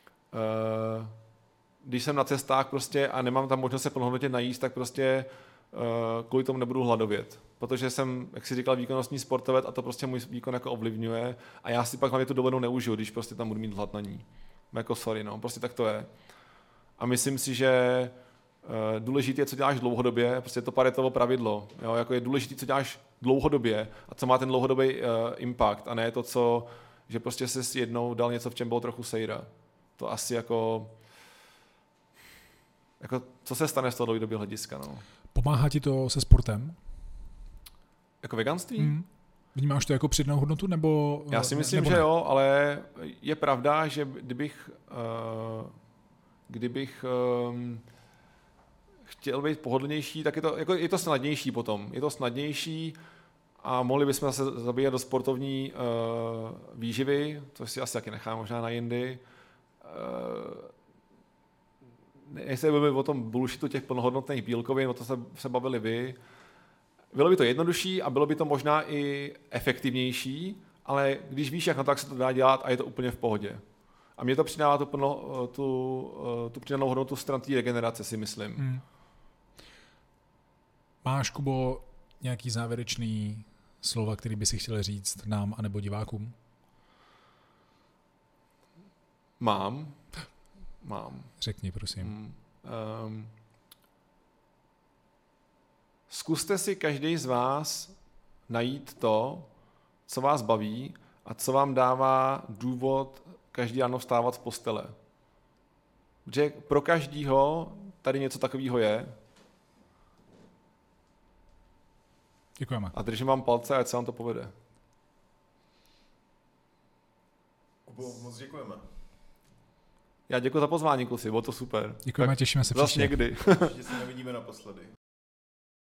když jsem na cestách prostě a nemám tam možnost se plnohodnotně najíst, tak prostě kvůli tomu nebudu hladovět. Protože jsem, jak si říkal, výkonnostní sportovec a to prostě můj výkon jako ovlivňuje a já si pak hlavně tu dovolenou neužiju, když prostě tam budu mít hlad na ní. Jako sorry, no, prostě tak to je. A myslím si, že důležité je, co děláš dlouhodobě, prostě to Paretovo pravidlo. Jo? Jako je důležité, co děláš dlouhodobě a co má ten dlouhodobý impact a ne to, že prostě jsi jednou dal něco, v čem bylo trochu sejra. To asi jako co se stane z toho dlouhodobého hlediska, no. Pomáhá ti to se sportem? Jako veganství? Vnímáš to jako přidanou hodnotu, nebo... Já si myslím, že jo, ale je pravda, že kdybych chtěl být pohodlnější, tak je to snadnější potom. Je to snadnější a mohli bychom zase zabíjet do sportovní výživy, to si asi taky nechám možná na jindy. Jestli bavíme o tom bullshitu těch plnohodnotných bílkovin, o to se bavili vy. Bylo by to jednodušší a bylo by to možná i efektivnější, ale když víš, jak na to, jak se to dá dělat a je to úplně v pohodě. A mě to přidává tu přidanou hodnotu stran té regenerace, si myslím. Máš, Kubo, nějaký závěrečný slova, který by si chtěl říct nám anebo divákům? Mám. Řekni, prosím. Zkuste si každý z vás najít to, co vás baví a co vám dává důvod každý ráno vstávat z postele. Protože pro každýho tady něco takového je. Děkujeme. A držím vám palce, ať se vám to povede. Kubo, moc děkujeme. Já děkuji za pozvání, kluci, bylo to super. Děkujeme, těšíme se zas příště. někdy. Určitě se nevidíme naposledy.